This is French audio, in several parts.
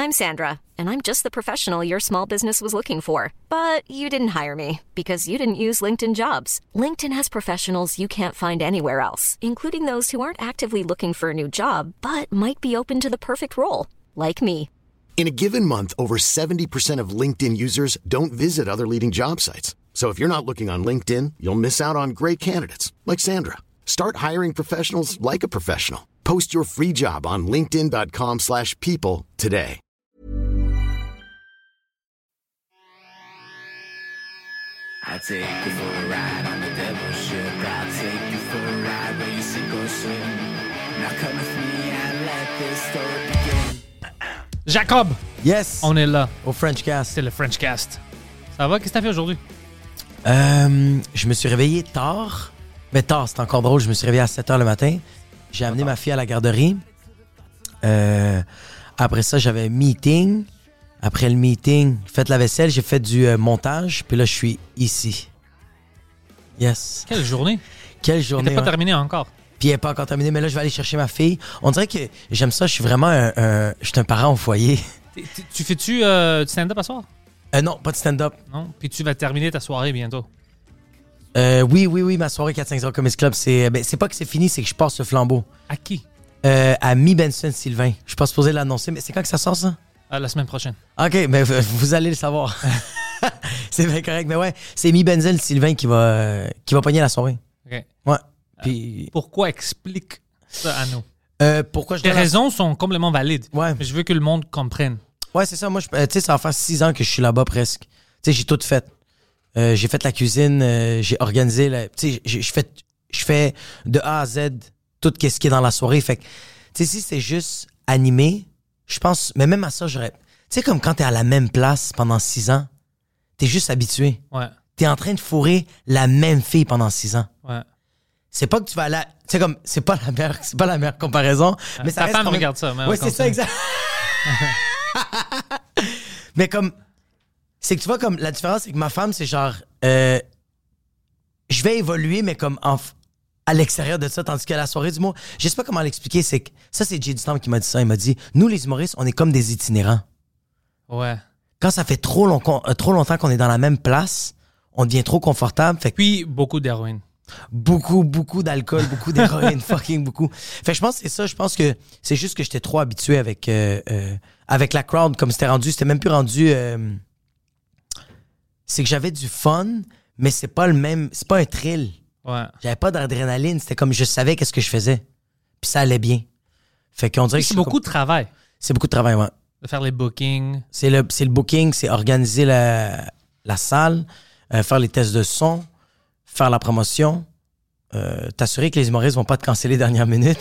I'm Sandra, and I'm just the professional your small business was looking for. But you didn't hire me because you didn't use LinkedIn Jobs. LinkedIn has professionals you can't find anywhere else, including those who aren't actively looking for a new job, but might be open to the perfect role, like me. In a given month, over 70% of LinkedIn users don't visit other leading job sites. So if you're not looking on LinkedIn, you'll miss out on great candidates like Sandra. Start hiring professionals like a professional. Post your free job on linkedin.com/people today. I'll take you for a ride on the devil's ship. I'll take you for a ride where you sink or swim. Now come with me and let this story begin. Jacob! Yes! On est là. Au French Cast. C'est le French Cast. Ça va? Qu'est-ce que t'as fait aujourd'hui? Je me suis réveillé tard. Mais tard, c'est encore drôle. Je me suis réveillé à 7h le matin. J'ai amené ma fille à la garderie. Après ça, j'avais un meeting. Après le meeting, j'ai fait la vaisselle, j'ai fait du montage. Puis là, je suis ici. Yes. Quelle journée? Quelle journée. Elle n'est pas terminée encore. Puis elle n'est pas encore terminée, mais là, je vais aller chercher ma fille. On dirait que j'aime ça. Je suis vraiment je suis un parent au foyer. Tu fais-tu du stand-up à soir? Non, pas de stand-up. Non? Puis tu vas terminer ta soirée bientôt. Oui, ma soirée 450 Comedy Club, c'est pas que c'est fini, c'est que je passe ce flambeau. À qui? À Mi Benson Sylvain. Je suis pas supposé l'annoncer, mais c'est quand que ça sort, ça? La semaine prochaine. OK, mais vous allez le savoir. C'est bien correct, mais ouais, c'est Mi Benson Sylvain qui va pogner la soirée. OK. Ouais. Puis pourquoi explique ça à nous? Pourquoi Les raisons sont complètement valides. Ouais. Mais je veux que le monde comprenne. Ouais, c'est ça. Moi, tu sais, ça va faire 6 ans que je suis là-bas presque. Tu sais, j'ai tout fait. J'ai fait la cuisine, j'ai organisé, tu sais, je fais de A à Z tout ce qui est dans la soirée. Fait que, tu sais, si c'est juste animé, je pense, mais même à ça, j'aurais. Tu sais, comme quand t'es à la même place pendant 6 ans, t'es juste habitué. Ouais. T'es en train de fourrer la même fille pendant 6 ans. Ouais. C'est pas que tu vas aller. Tu sais, comme, c'est pas la meilleure comparaison. Mais ça ta reste femme quand même... regarde ça. Ouais, c'est ça, exact. Mais comme. C'est que tu vois, comme, la différence, c'est que ma femme, c'est genre. Je vais évoluer, mais comme à l'extérieur de ça, tandis que la soirée d'humour, je sais pas comment l'expliquer, c'est que ça, c'est Jay Dutemps qui m'a dit ça. Il m'a dit, nous, les humoristes, on est comme des itinérants. Ouais. Quand ça fait trop longtemps qu'on est dans la même place, on devient trop confortable. Fait que Puis, beaucoup d'héroïne. beaucoup d'alcool, beaucoup d'héroïne, fucking beaucoup. Fait que je pense que c'est ça. Je pense que c'est juste que j'étais trop habitué avec la crowd, comme c'était même plus rendu. C'est que j'avais du fun, mais c'est pas un thrill. Ouais. J'avais pas d'adrénaline, c'était comme je savais qu'est-ce que je faisais. Puis ça allait bien. Fait qu'on dirait que c'est beaucoup de travail. C'est beaucoup de travail, ouais. De faire les bookings. C'est le booking, c'est organiser la salle, faire les tests de son, faire la promotion, t'assurer que les humoristes vont pas te canceller dernière minute.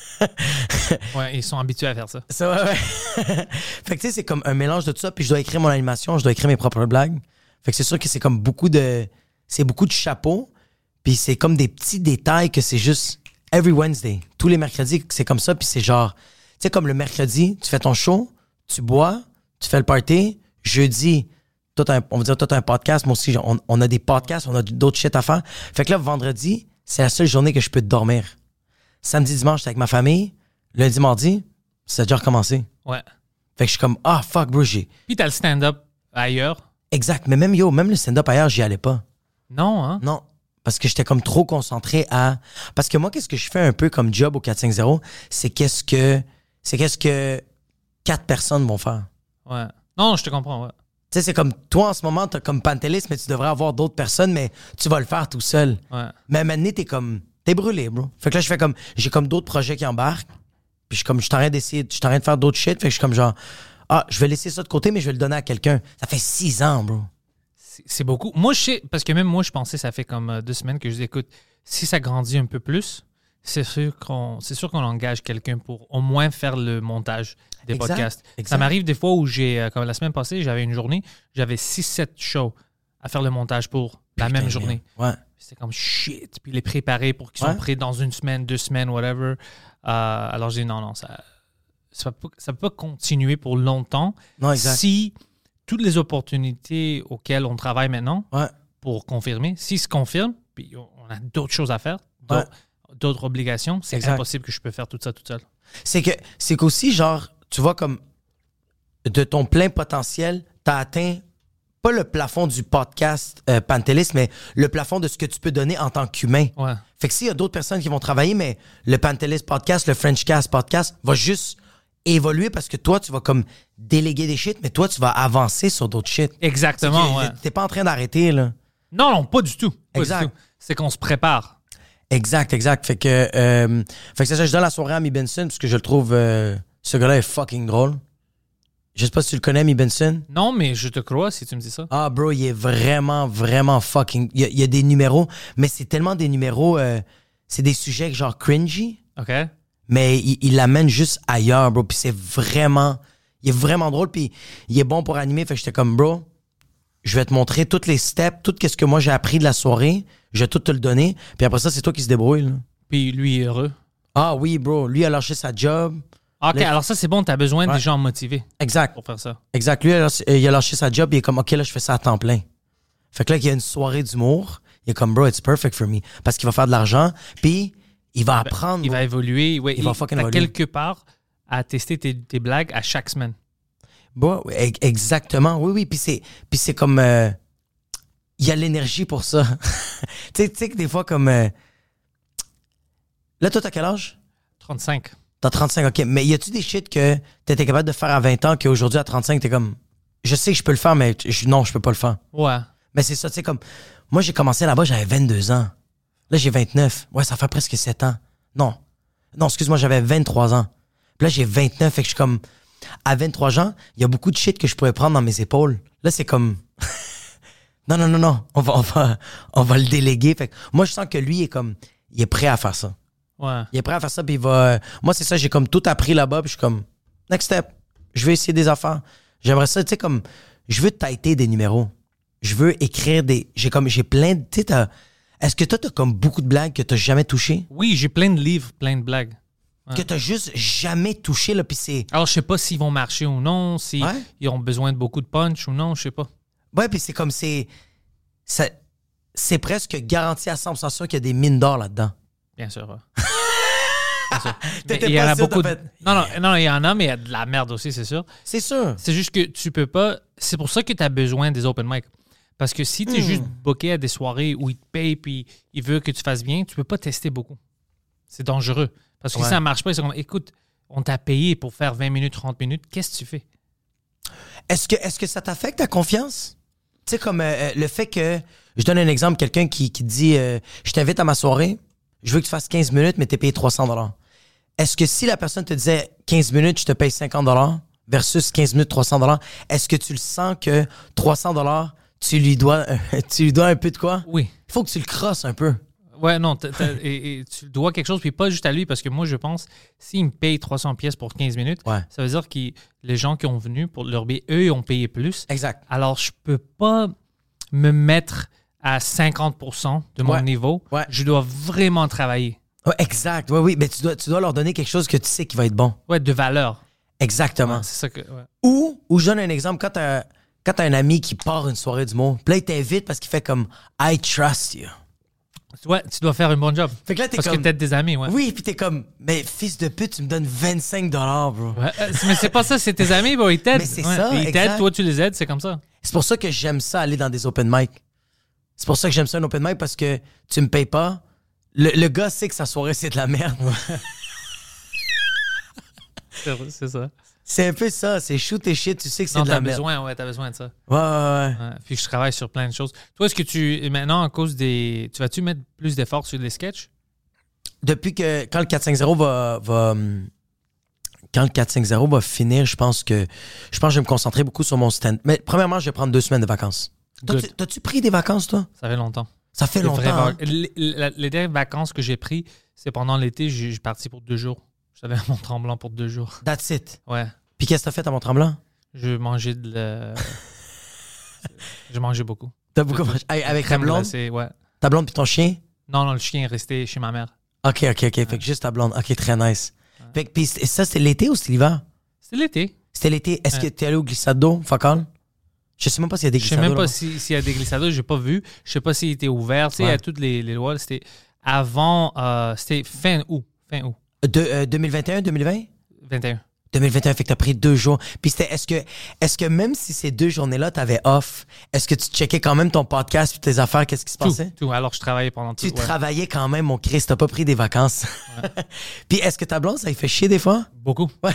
Ouais, ils sont habitués à faire ça. Ça, ouais. Fait que tu sais, c'est comme un mélange de tout ça, puis je dois écrire mon animation, je dois écrire mes propres blagues. Fait que c'est sûr que c'est comme beaucoup de chapeaux, puis c'est comme des petits détails que c'est juste every Wednesday. Tous les mercredis, c'est comme ça, puis c'est genre, tu sais, comme le mercredi, tu fais ton show, tu bois, tu fais le party. Jeudi, on va dire tout un podcast. Moi aussi, on a des podcasts, on a d'autres shit à faire. Fait que là, vendredi, c'est la seule journée que je peux dormir. Samedi, dimanche, c'est avec ma famille. Lundi, mardi, ça a déjà recommencé. Ouais. Fait que je suis comme, fuck, bro, Puis t'as le stand-up ailleurs. Exact. Mais même le stand-up ailleurs, j'y allais pas. Non, hein? Non. Parce que j'étais comme trop concentré à... Parce que moi, qu'est-ce que je fais un peu comme job au 450, c'est qu'est-ce que 4 personnes vont faire. Ouais. Non, je te comprends, ouais. Tu sais, c'est comme toi en ce moment, t'as comme Pantelis, mais tu devrais avoir d'autres personnes, mais tu vas le faire tout seul. Ouais. Mais à un moment donné, t'es brûlé, bro. Fait que là, j'ai comme d'autres projets qui embarquent, puis je suis en train de faire d'autres shit, fait que je suis comme genre, je vais laisser ça de côté, mais je vais le donner à quelqu'un. Ça fait 6 ans, bro. C'est beaucoup. Moi, je sais, parce que même moi, je pensais, ça fait comme 2 semaines que je dis, écoute, si ça grandit un peu plus, c'est sûr qu'on engage quelqu'un pour au moins faire le montage des podcasts. Exact. Ça m'arrive des fois où comme la semaine passée, j'avais une journée, j'avais 6-7 shows à faire le montage pour la même journée. Ouais. C'était comme shit. Puis les préparer pour qu'ils soient prêts dans 1 semaine, 2 semaines, whatever. Alors j'ai dit non, ça peut pas continuer pour longtemps. Non, exact. Si toutes les opportunités auxquelles on travaille maintenant pour confirmer, s'ils se confirment, puis on a d'autres choses à faire, d'autres obligations, c'est impossible que je peux faire tout ça toute seule. C'est qu'aussi, genre, tu vois, comme de ton plein potentiel, t'as atteint pas le plafond du podcast Pantelis, mais le plafond de ce que tu peux donner en tant qu'humain. Ouais. Fait que s'il y a d'autres personnes qui vont travailler, mais le Pantelis podcast, le Frenchcast podcast va juste évoluer parce que toi, tu vas comme déléguer des shit, mais toi, tu vas avancer sur d'autres shit. Exactement, ouais. T'es pas en train d'arrêter, là. Non, pas du tout. Pas Exact. du tout. C'est qu'on se prépare. Exact. Fait que c'est ça, je donne la soirée à Mi Benson parce que je le trouve, ce gars-là est fucking drôle. Je sais pas si tu le connais, Mi Benson. Non, mais je te crois si tu me dis ça. Ah, bro, il est vraiment, vraiment fucking... Il y a des numéros, mais c'est tellement des numéros... c'est des sujets genre cringy, OK. mais il l'amène juste ailleurs, bro. Puis c'est vraiment... Il est vraiment drôle, puis il est bon pour animer. Fait que j'étais comme, bro, je vais te montrer toutes les steps, tout ce que moi j'ai appris de la soirée. Je vais tout te le donner. Puis après ça, c'est toi qui se débrouille, là. Puis lui est heureux. Ah oui, bro. Lui a lâché sa job. OK, alors ça, c'est bon. T'as besoin des gens motivés Exact. pour faire ça. Exact. Lui, il a lâché sa job. Il est comme, OK, là, je fais ça à temps plein. Fait que là, il y a une soirée d'humour. Il est comme, bro, it's perfect for me. Parce qu'il va faire de l'argent. Puis, il va apprendre. Il va évoluer. Ouais, Il va fucking t'as évoluer. quelque part à tester tes blagues à chaque semaine. Bon, exactement. Oui. Puis c'est comme... il y a l'énergie pour ça. Tu sais que des fois, comme... là, toi, t'as quel âge? 35. T'as 35, OK. Mais y a-tu des shit que t'étais capable de faire à 20 ans qu'aujourd'hui, à 35, t'es comme... Je sais que je peux le faire, mais non, je peux pas le faire. Ouais. Mais c'est ça, tu sais, comme... Moi, j'ai commencé là-bas, j'avais 22 ans. Là, j'ai 29. Ouais, ça fait presque 7 ans. Non, excuse-moi, j'avais 23 ans. Puis là, j'ai 29, fait que je suis comme... À 23 ans, il y a beaucoup de shit que je pourrais prendre dans mes épaules. Là, c'est comme... Non. On va le déléguer. Fait que moi, je sens que lui, il est prêt à faire ça. Ouais. Il est prêt à faire ça, puis il va... Moi, c'est ça, j'ai comme tout appris là-bas, puis je suis comme... Next step. Je vais essayer des affaires. J'aimerais ça, tu sais, comme... Je veux tailler des numéros. Je veux écrire des... J'ai plein de... Tu sais, est-ce que toi, t'as comme beaucoup de blagues que t'as jamais touchées? Oui, j'ai plein de livres, plein de blagues. Ouais. Que t'as juste jamais touché, là, puis c'est... Alors, je sais pas s'ils vont marcher ou non, s'ils Ouais. ils ont besoin de beaucoup de punch ou non, je sais pas. Ouais, puis c'est comme... C'est presque garanti à 100% sûr qu'il y a des mines d'or là-dedans. Bien sûr. Ouais. Bien sûr. Mais T'étais il y en pas a sûr, beaucoup. t'as fait. Non, il y en a, mais il y a de la merde aussi, c'est sûr. C'est sûr. C'est juste que tu peux pas. C'est pour ça que tu as besoin des open mic. Parce que si tu es juste booké à des soirées où ils te payent puis ils veulent que tu fasses bien, tu peux pas tester beaucoup. C'est dangereux. Parce que Ouais. si ça marche pas, ils sont comme, écoute, on t'a payé pour faire 20 minutes, 30 minutes, qu'est-ce que tu fais? Est-ce que ça t'affecte ta confiance? Tu sais, comme le fait que... Je donne un exemple, quelqu'un qui dit je t'invite à ma soirée, je veux que tu fasses 15 minutes, mais t'es payé 300 $. Est-ce que si la personne te disait 15 minutes, je te paye 50 $ versus 15 minutes, 300 $, est-ce que tu le sens que 300 $, tu lui dois un peu de quoi? Oui. Il faut que tu le crosses un peu. Ouais, non, et tu dois quelque chose, puis pas juste à lui, parce que moi, je pense, s'il me paye 300 pièces pour 15 minutes, Ouais. ça veut dire que les gens qui ont venu pour leur billet, eux, ils ont payé plus. Exact. Alors, je peux pas me mettre à 50% de mon Ouais. niveau. Ouais. Je dois vraiment travailler. Ouais, exact. Oui. Mais tu dois leur donner quelque chose que tu sais qui va être bon. Ouais, de valeur. Exactement. Ouais, c'est ça que... Ouais. Ou je donne un exemple, quand t'as un ami qui part une soirée d'humour, puis là, il t'invite parce qu'il fait comme « I trust you ». Ouais, tu dois faire un bon job. Fait que là, t'es Parce comme... que t'aides des amis, ouais. Oui, puis t'es comme « Mais fils de pute, tu me donnes 25 $, bro. Ouais, mais c'est pas ça, c'est tes amis, bro, ils t'aident. Mais c'est Ouais, ça, ils exact. t'aident, toi, tu les aides, c'est comme ça. C'est pour ça que j'aime ça aller dans des open mic. C'est pour ça que j'aime ça un open mic, parce que tu me payes pas. Le gars sait que sa soirée, c'est de la merde. C'est ça. C'est un peu ça, c'est shoot et shit, tu sais que c'est Non, de t'as la merde. besoin, t'as besoin de ça. Ouais. Ouais, puis je travaille sur plein de choses. Toi, est-ce que maintenant, à cause des... Tu vas-tu mettre plus d'efforts sur les sketchs? Depuis que, quand le 450 quand le 450 va finir, je pense que je vais me concentrer beaucoup sur mon stand. Mais premièrement, je vais prendre 2 semaines de vacances. Good. T'as-tu pris des vacances, toi? Ça fait longtemps. Ça fait Les longtemps. vraies Hein? les dernières vacances que j'ai pris, c'est pendant l'été, j'ai parti pour 2 jours. J'allais à Mont-Tremblant pour 2 jours. That's it. Ouais. Puis qu'est-ce que t'as fait à Mont-Tremblant? Je mangeais J'ai mangé beaucoup. T'as beaucoup mangé. Avec ta Crème blonde? glacée, ouais. Ta blonde puis ton chien? Non, le chien est resté chez ma mère. OK. Fait que juste ta blonde. OK, très nice. Fait que, puis ça, c'était l'été ou c'était l'hiver? C'était l'été. C'était l'été. Est-ce que t'es allé au glissade d'eau, Focal? Je sais même pas s'il y a des Je sais glissades même d'eau. pas s'il y a des glissados, j'ai pas vu. Je sais pas s'il était ouvert. Tu sais, il y a toutes les lois. C'était avant, c'était fin août. 2021, 2020? 21. 2021, fait que t'as pris 2 jours. Puis c'était, est-ce que même si ces 2 journées-là, t'avais off, est-ce que tu checkais quand même ton podcast puis tes affaires, qu'est-ce qui se passait? Tout. Alors, je travaillais pendant tout. Tu travaillais quand même, mon Christ, t'as pas pris des vacances. Ouais. Puis est-ce que ta blonde, ça lui fait chier des fois? Beaucoup. Ouais.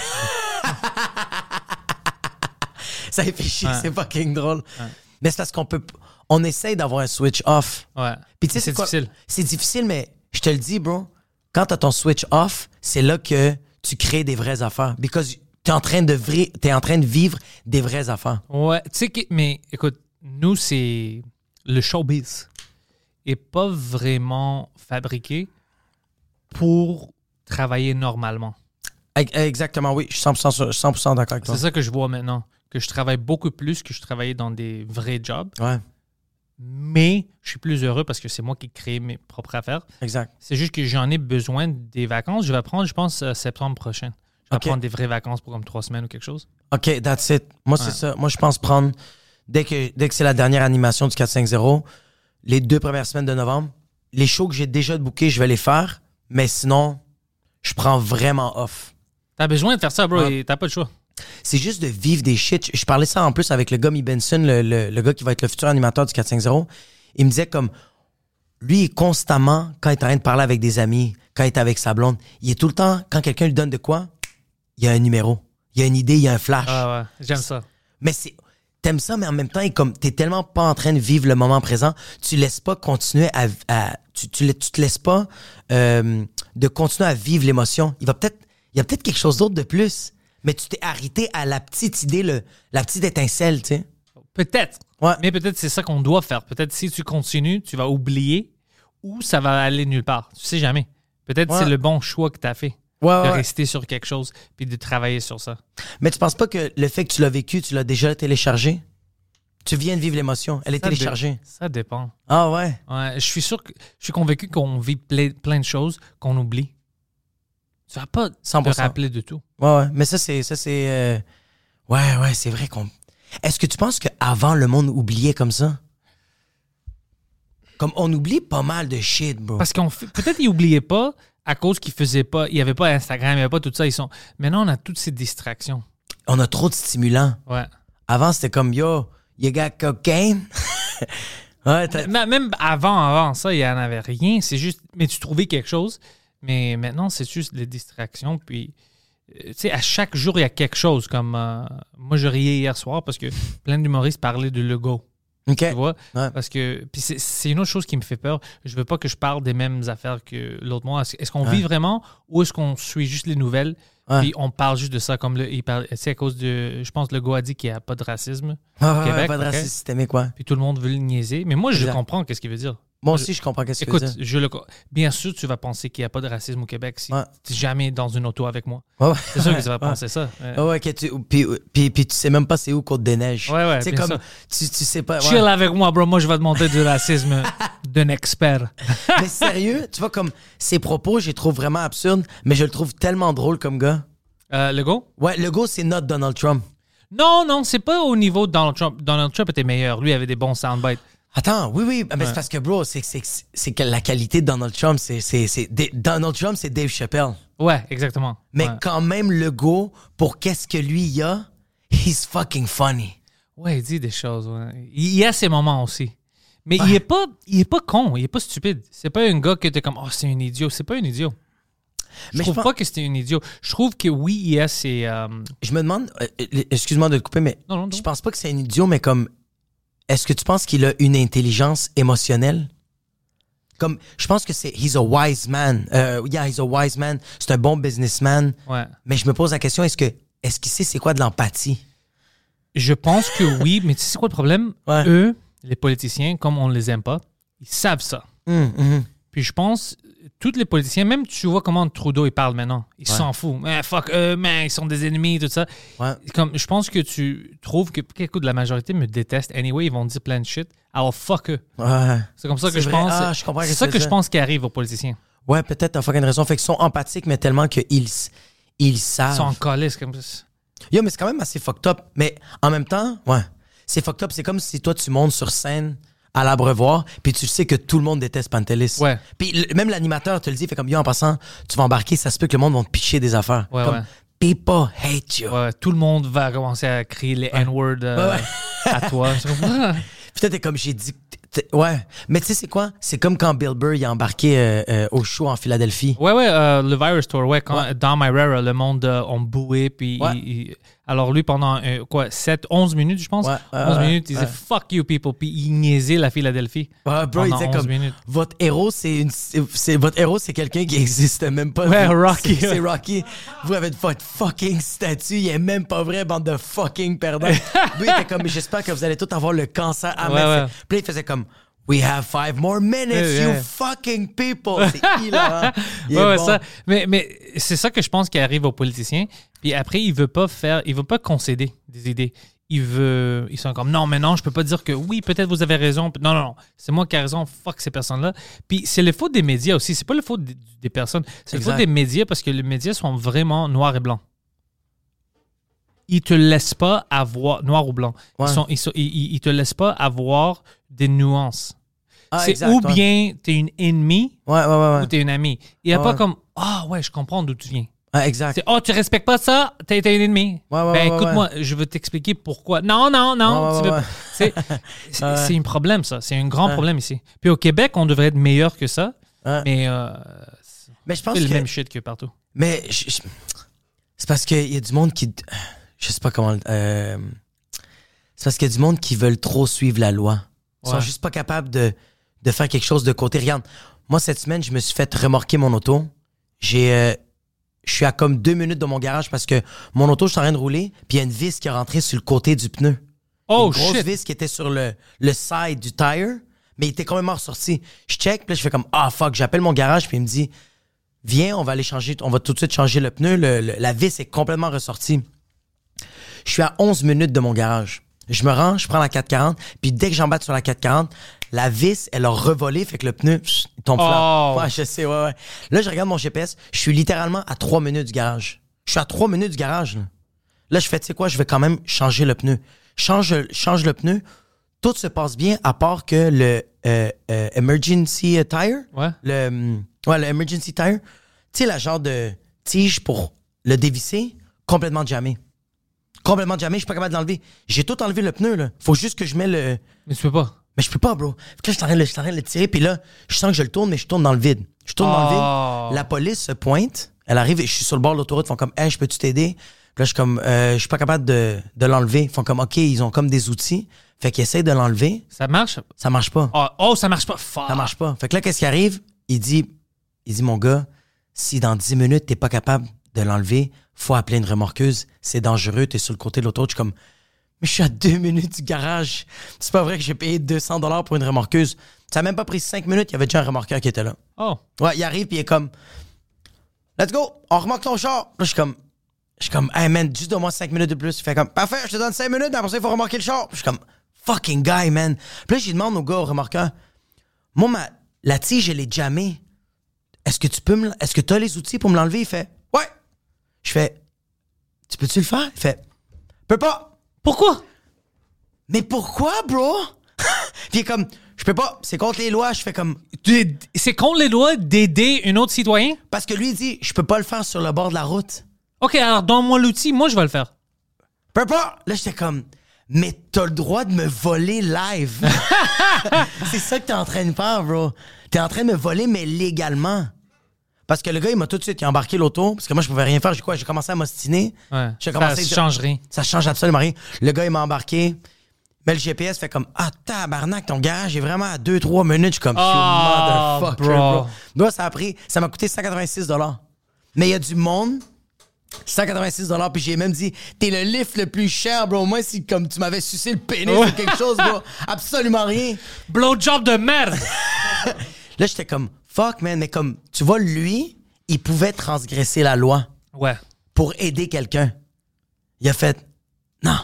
Ça lui fait chier, c'est fucking drôle. Ouais. Mais c'est parce on essaye d'avoir un switch off. Ouais. Puis tu sais, c'est difficile. C'est difficile, mais je te le dis, bro, quand t'as ton switch off, c'est là que tu crées des vraies affaires. Because t'es en train de vivre des vraies affaires. Ouais, tu sais, mais écoute, nous, c'est le showbiz est pas vraiment fabriqué pour travailler normalement. Exactement, oui. Je suis 100% d'accord avec toi. C'est ça que je vois maintenant. Que je travaille beaucoup plus que je travaillais dans des vrais jobs. Ouais. Mais je suis plus heureux parce que c'est moi qui crée mes propres affaires. Exact. C'est juste que j'en ai besoin des vacances. Je vais prendre, je pense, septembre prochain. Je vais prendre des vraies vacances pour comme 3 semaines ou quelque chose. OK, that's it. Moi, c'est ça. Moi, je pense prendre, dès que c'est la dernière animation du 450, les 2 premières semaines de novembre, les shows que j'ai déjà bookés, je vais les faire. Mais sinon, je prends vraiment off. T'as besoin de faire ça, bro, et t'as pas le choix. C'est juste de vivre des shit. Je parlais ça en plus avec le gars Mi Benson, le gars qui va être le futur animateur du 450. Il me disait comme, lui, constamment, quand il est en train de parler avec des amis, quand il est avec sa blonde, il est tout le temps, quand quelqu'un lui donne de quoi, il y a un numéro, il y a une idée, il y a un flash. Ah ouais, j'aime ça. Mais t'aimes ça, mais en même temps, comme t'es tellement pas en train de vivre le moment présent, tu laisses pas continuer tu te laisses pas de continuer à vivre l'émotion. Il y a peut-être quelque chose d'autre de plus. Mais tu t'es arrêté à la petite idée, la petite étincelle, tu sais. Peut-être. Ouais. Mais peut-être c'est ça qu'on doit faire. Peut-être si tu continues, tu vas oublier ou ça va aller nulle part. Tu sais jamais. Peut-être c'est le bon choix que tu as fait. De rester sur quelque chose puis de travailler sur ça. Mais tu penses pas que le fait que tu l'as vécu, tu l'as déjà téléchargé? Tu viens de vivre l'émotion. Elle est téléchargée. Ça dépend. Ah ouais? Ouais. Je suis convaincu qu'on vit plein de choses qu'on oublie. Tu vas pas 100%. te rappeler de tout. Ouais. Mais ça, c'est ouais, c'est vrai qu'on... Est-ce que tu penses qu'avant, le monde oubliait comme ça? Comme on oublie pas mal de shit, bro. Parce peut-être qu'ils oubliaient pas à cause qu'ils faisaient pas... Il y avait pas Instagram, il y avait pas tout ça. Maintenant, on a toutes ces distractions. On a trop de stimulants. Ouais. Avant, c'était comme, yo, you got cocaine? Ouais, même avant ça, il y en avait rien. C'est juste... Mais tu trouvais quelque chose... Mais maintenant, c'est juste des distractions. Puis, tu sais, à chaque jour, il y a quelque chose. Comme moi, je riais hier soir parce que plein d'humoristes parlaient de Legault. OK. Tu vois? Ouais. Parce que... Puis c'est une autre chose qui me fait peur. Je veux pas que je parle des mêmes affaires que l'autre mois. Est-ce qu'on vit vraiment ou est-ce qu'on suit juste les nouvelles puis on parle juste de ça comme il parle, à cause de... Je pense que Legault a dit qu'il n'y a pas de racisme au Québec. Pas de racisme systémique, ouais. Puis tout le monde veut le niaiser. Mais moi, je comprends qu'est-ce qu'il veut dire. Moi aussi, je comprends ce que tu veux dire. Écoute, bien sûr, tu vas penser qu'il n'y a pas de racisme au Québec si tu n'es jamais dans une auto avec moi. Ouais. C'est sûr que tu vas penser ça. Ouais, puis tu sais même pas c'est où Côte-des-Neiges. Ouais, c'est comme, tu sais pas. Chill avec moi, bro. Moi, je vais te montrer du racisme d'un expert. Mais sérieux, tu vois, comme ses propos, je les trouve vraiment absurdes, mais je le trouve tellement drôle comme gars. Legault? Ouais, Legault, c'est notre Donald Trump. Non, c'est pas au niveau de Donald Trump. Donald Trump était meilleur. Lui, il avait des bons soundbites. Attends, oui, mais c'est parce que, bro, c'est que la qualité de Donald Trump, Donald Trump, c'est Dave Chappelle. Ouais, exactement. Mais quand même, Legault, pour qu'est-ce que lui y a, he's fucking funny. Ouais, il dit des choses, ouais. Il y a ses moments aussi. Mais il est pas con, il est pas stupide. C'est pas un gars que t'es comme, oh, c'est un idiot. C'est pas un idiot. Je trouve pas que c'est un idiot. Je trouve que oui, il y a ses... Je me demande, excuse-moi de te couper, mais non. Je pense pas que c'est un idiot, mais comme... Est-ce que tu penses qu'il a une intelligence émotionnelle? Comme, je pense que he's a wise man. He's a wise man. C'est un bon businessman. Ouais. Mais je me pose la question, est-ce qu'il sait c'est quoi de l'empathie? Je pense que oui, mais tu sais c'est quoi le problème? Ouais. Eux, les politiciens, comme on ne les aime pas, ils savent ça. Puis je pense, tous les politiciens, même tu vois comment Trudeau il parle maintenant, il s'en fout. Fuck eux, ils sont des ennemis, tout ça. Ouais. Comme, je pense que tu trouves que, écoute, la majorité me déteste. Anyway, ils vont dire plein de shit. Alors fuck eux. Ouais. C'est comme ça que je pense. Je comprends c'est ça que je pense qui arrive aux politiciens. Ouais, peut-être, t'as fucking raison. Fait qu'ils sont empathiques, mais tellement qu'ils savent. Ils sont en colisse comme ça. Yo, mais c'est quand même assez fucked up. Mais en même temps, ouais, c'est fucked up. C'est comme si toi, tu montes sur scène à l'Abreuvoir, puis tu sais que tout le monde déteste Pantelis. Ouais. Puis même l'animateur te le dit, fait comme, yo, en passant, tu vas embarquer, ça se peut que le monde va te pitcher des affaires. Ouais, comme, ouais. People hate you. Ouais, tout le monde va commencer à crier les N-words à toi. Putain, t'es comme j'ai dit. Ouais. Mais tu sais, c'est quoi? C'est comme quand Bill Burr il a embarqué au show en Philadelphie. Ouais, le Virus Tour, dans My Rara, le monde ont boué, puis alors lui, pendant 11 minutes, je pense, 11 minutes, il disait « Fuck you people », puis il niaisait la Philadelphie. Ouais, bro, il disait comme minutes. Votre héros, c'est quelqu'un qui existe même pas. Ouais, Rocky. C'est Rocky. Vous avez votre fucking statue, il est même pas vrai, bande de fucking perdants. Lui, il était comme « J'espère que vous allez tous avoir le cancer à mettre. » Puis il faisait comme We have 5 more minutes, you fucking people. C'est hilarant. Ouais, ça. Mais c'est ça que je pense qui arrive aux politiciens. Puis après, il veut pas concéder des idées. Ils sont comme non, je peux pas dire que oui, peut-être vous avez raison. Non, c'est moi qui ai raison. Fuck ces personnes-là. Puis c'est le faute des médias aussi. C'est pas le faute des personnes. C'est le faute des médias parce que les médias sont vraiment noirs et blancs. Ils te laissent pas avoir noir ou blanc. Ouais. Ils te laissent pas avoir des nuances. C'est exact, ou bien t'es une ennemie ou t'es une amie. Il n'y a pas comme je comprends d'où tu viens. Exact. C'est tu respectes pas ça, t'es une ennemie. Écoute-moi, je veux t'expliquer pourquoi. Non. C'est un problème, ça. C'est un grand problème ici. Puis au Québec, on devrait être meilleur que ça. Mais je pense c'est le même shit que partout. Mais c'est parce qu'il y a du monde qui. Je sais pas comment. C'est parce qu'il y a du monde qui veulent trop suivre la loi. Ils sont juste pas capables de faire quelque chose de côté. Regarde, moi, cette semaine, je me suis fait remorquer mon auto. Je suis à comme 2 minutes de mon garage parce que mon auto, je suis en train de rouler, puis il y a une vis qui est rentrée sur le côté du pneu. Une grosse vis qui était sur le side du tire, mais il était complètement ressorti. Je check, puis là, je fais comme fuck, j'appelle mon garage, puis il me dit viens, on va tout de suite changer le pneu. La vis est complètement ressortie. Je suis à 11 minutes de mon garage. Je me rends, je prends la 440, puis dès que j'emballe sur la 440, la vis, elle a revolé, fait que le pneu il tombe flat. Ouais, je sais, ouais. Là, je regarde mon GPS, je suis littéralement à 3 minutes du garage. Je suis à 3 minutes du garage. Là, je fais, tu sais quoi, je vais quand même changer le pneu. Change le pneu. Tout se passe bien, à part que le emergency tire. Ouais. Le emergency tire. Tu sais, la genre de tige pour le dévisser, complètement jammé. Complètement jammé, je suis pas capable de l'enlever. J'ai tout enlevé le pneu, là. Faut juste que je mets le... Mais tu peux pas. Mais je peux pas, bro. Là, je suis en train de le tirer, puis là, je sens que je le tourne, mais je tourne dans le vide. Je tourne dans le vide. La police se pointe. Elle arrive et je suis sur le bord de l'autoroute. Ils font comme, hey, je peux-tu t'aider? Puis là, je suis comme, je suis pas capable de l'enlever. Ils font comme, OK, ils ont comme des outils. Fait qu'ils essayent de l'enlever. Ça marche? Ça marche pas. Ça marche pas. Fuck. Ça marche pas. Fait que là, qu'est-ce qui arrive? Il dit, mon gars, si dans 10 minutes, t'es pas capable de l'enlever, faut appeler une remorqueuse, c'est dangereux, t'es sur le côté de l'autoroute. Je suis comme, mais je suis à 2 minutes du garage. C'est pas vrai que j'ai payé 200$ pour une remorqueuse. Ça a même pas pris 5 minutes, il y avait déjà un remorqueur qui était là. Ouais, il arrive puis il est comme, let's go, on remorque ton char. Là, je suis comme, hey man, juste donne-moi 5 minutes de plus. Il fait comme, parfait, je te donne 5 minutes, mais après ça, il faut remorquer le char. Je suis comme, fucking guy, man. Puis là, je demande au gars, au remorqueur, moi, la tige, elle est jammée. Est-ce que t'as les outils pour me l'enlever? Il fait, ouais. Je fais, tu peux-tu le faire? Il fait, peux pas. Pourquoi? Mais pourquoi, bro? Puis il est comme, je peux pas, c'est contre les lois. Je fais comme, c'est contre les lois d'aider un autre citoyen? Parce que lui, il dit, je peux pas le faire sur le bord de la route. OK, alors donne-moi l'outil, moi je vais le faire. Peux pas. Là, j'étais comme, mais t'as le droit de me voler live. C'est ça que t'es en train de faire, bro. T'es en train de me voler, mais légalement. Parce que le gars, il m'a tout de suite embarqué l'auto, parce que moi, je pouvais rien faire. J'ai commencé à m'ostiner. Ouais. Ça change rien. Ça change absolument rien. Le gars, il m'a embarqué. Mais le GPS fait comme, tabarnak, ton garage est vraiment à 2-3 minutes. Je suis comme, you motherfucker, bro. Moi, ça m'a coûté 186$. Mais il y a du monde, 186$, puis j'ai même dit, t'es le lift le plus cher, bro. Moi, si comme tu m'avais sucé le pénis ou quelque chose, bro. Absolument rien. Blowjob de merde. Là, j'étais comme, fuck, man, mais comme, tu vois, lui, il pouvait transgresser la loi. Ouais. Pour aider quelqu'un. Il a fait, non,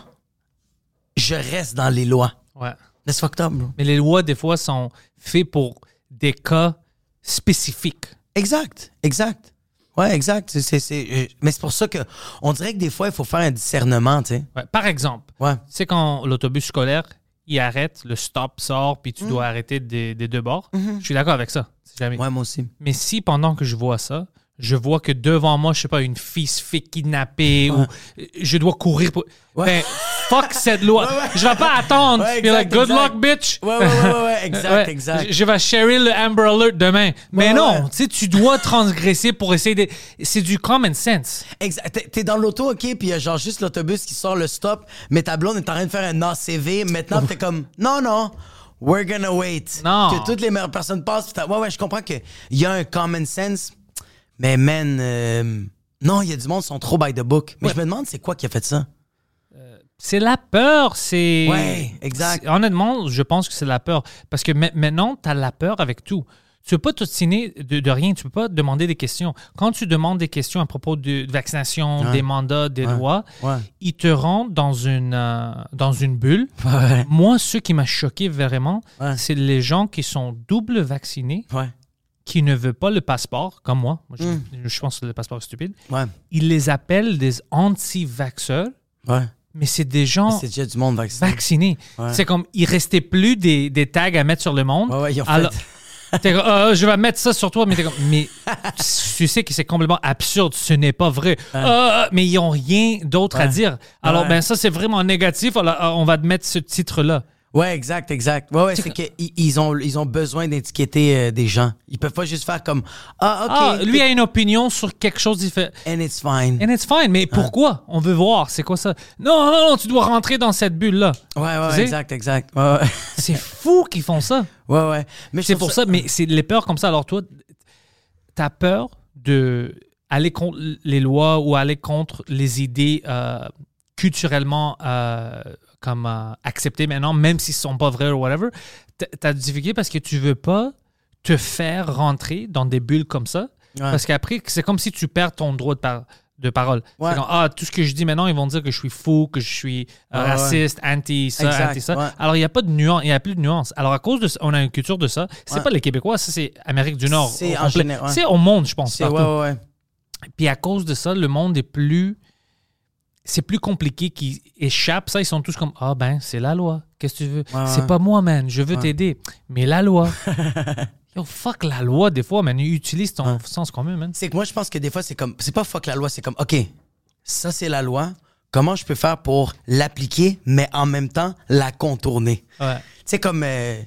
je reste dans les lois. Ouais. That's fucked up, bro. Mais les lois, des fois, sont faites pour des cas spécifiques. Exact. Ouais, exact. Mais c'est pour ça qu'on dirait que des fois, il faut faire un discernement, tu sais. Ouais. Par exemple, c'est quand l'autobus scolaire, il arrête, le stop sort, puis tu dois arrêter des deux bords. Je suis d'accord avec ça. Jamais. Ouais, moi aussi. Mais si pendant que je vois ça, je vois que devant moi, je sais pas, une fille se fait kidnapper ou je dois courir pour... Ben, fuck cette loi. Je vais pas attendre. Ouais, Be like, good luck, bitch. Ouais, exact. Je vais sharer le Amber Alert demain. Mais non, tu sais, tu dois transgresser pour essayer de... C'est du common sense. Exact. T'es dans l'auto, OK, puis il y a genre juste l'autobus qui sort le stop, mais ta blonde est en train de faire un ACV. Maintenant, t'es comme, non, we're gonna wait. Non. Que toutes les meilleures personnes passent. Ouais, je comprends qu'il y a un common sense, mais man, non, il y a du monde qui sont trop by the book. Mais je me demande, c'est quoi qui a fait ça? C'est la peur, c'est... Ouais, exact. Honnêtement, je pense que c'est la peur. Parce que maintenant, tu as la peur avec tout. Tu ne peux pas t'obstiner de rien. Tu ne peux pas demander des questions. Quand tu demandes des questions à propos de vaccination, des mandats, des lois, ils te rendent dans une bulle. Ouais. Moi, ce qui m'a choqué vraiment, c'est les gens qui sont double vaccinés, qui ne veulent pas le passeport, comme moi. Je pense que le passeport est stupide. Ouais. Ils les appellent des anti-vaxxeurs. Ouais. Mais c'est des gens c'est déjà du monde vaccinés. Ouais. C'est comme, il restait plus des tags à mettre sur le monde. Ouais, ils ont alors, fait. t'es comme, je vais mettre ça sur toi, mais t'es comme, mais tu sais que c'est complètement absurde, ce n'est pas vrai. Mais ils n'ont rien d'autre à dire. Alors, ben ça, c'est vraiment négatif. Alors, on va te mettre ce titre-là. Ouais, exact. Ouais, c'est qu'ils ont besoin d'étiqueter des gens. Ils peuvent pas juste faire comme OK. Lui a une opinion sur quelque chose différent. And it's fine. Mais pourquoi? On veut voir. C'est quoi ça? Non, tu dois rentrer dans cette bulle-là. Ouais, exact. Ouais. C'est fou qu'ils font ça. Ouais. Mais c'est pour ça, mais c'est les peurs comme ça. Alors toi, t'as peur de aller contre les lois ou aller contre les idées culturellement comme acceptées maintenant, même s'ils ne sont pas vrais ou whatever. T'as difficulté parce que tu veux pas te faire rentrer dans des bulles comme ça. Parce qu'après, c'est comme si tu perds ton droit de parole. C'est comme, tout ce que je dis maintenant, ils vont dire que je suis fou, que je suis raciste, anti-ça, anti-ça. Ouais. Alors, il n'y a pas de nuance, il n'y a plus de nuance. Alors, à cause de ça, on a une culture de ça. C'est pas les Québécois, ça, c'est Amérique du Nord. C'est en général. C'est au monde, je pense. Ouais. Puis à cause de ça, le monde est plus... C'est plus compliqué qu'ils échappent. Ça, ils sont tous comme, c'est la loi. Qu'est-ce que tu veux? C'est pas moi, man. Je veux t'aider. Mais la loi... Yo, fuck la loi, des fois, man. Utilise ton sens commun, man. C'est que moi, je pense que des fois, c'est comme... C'est pas fuck la loi, c'est comme, OK, ça, c'est la loi. Comment je peux faire pour l'appliquer, mais en même temps, la contourner? Ouais. Tu sais, comme...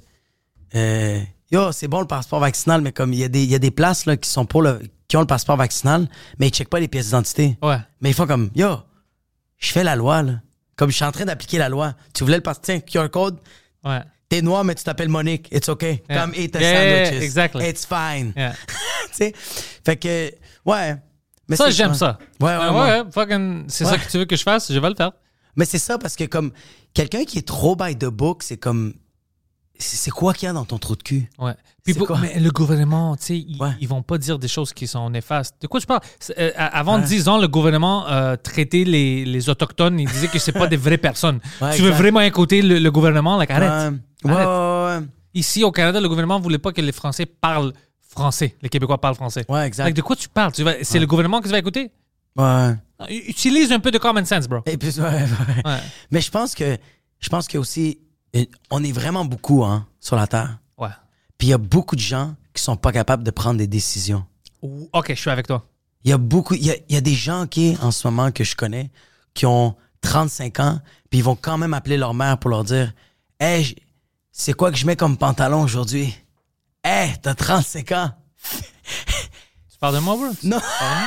c'est bon le passeport vaccinal, mais comme il y a des places là, qui ont le passeport vaccinal, mais ils checkent pas les pièces d'identité. Ouais. Mais ils font comme, je fais la loi, là. Comme je suis en train d'appliquer la loi. Tu voulais le passeport, QR code? Ouais. T'es noir, mais tu t'appelles Monique. It's okay. Yeah. Come eat the sandwiches. Yeah, exactly. It's fine. Yeah. Tu sais? Fait que, ouais. Mais ça, j'aime ça. Ouais. Fucking, c'est ça que tu veux que je fasse, je vais le faire. Mais c'est ça, parce que comme, quelqu'un qui est trop by the book, c'est comme, c'est quoi qu'il y a dans ton trou de cul? Ouais. Puis mais le gouvernement, tu sais, ils vont pas dire des choses qui sont néfastes. De quoi tu parles? Avant 10 ans, le gouvernement traitait les Autochtones, il disait que c'est pas des vraies personnes. Tu veux vraiment écouter le gouvernement? Like, arrête. Ouais. Ici, au Canada, le gouvernement voulait pas que les Français parlent français. Les Québécois parlent français. Ouais, exact. Like, de quoi tu parles? C'est le gouvernement que tu vas écouter? Ouais. Utilise un peu de common sense, bro. Et puis, ouais. Mais je pense que aussi, on est vraiment beaucoup sur la Terre. Ouais. Puis il y a beaucoup de gens qui sont pas capables de prendre des décisions. OK, je suis avec toi. Il y a des gens en ce moment que je connais qui ont 35 ans, puis ils vont quand même appeler leur mère pour leur dire « Hey, c'est quoi que je mets comme pantalon aujourd'hui? Hey, t'as 35 ans! » Tu parles de moi, bro? Non.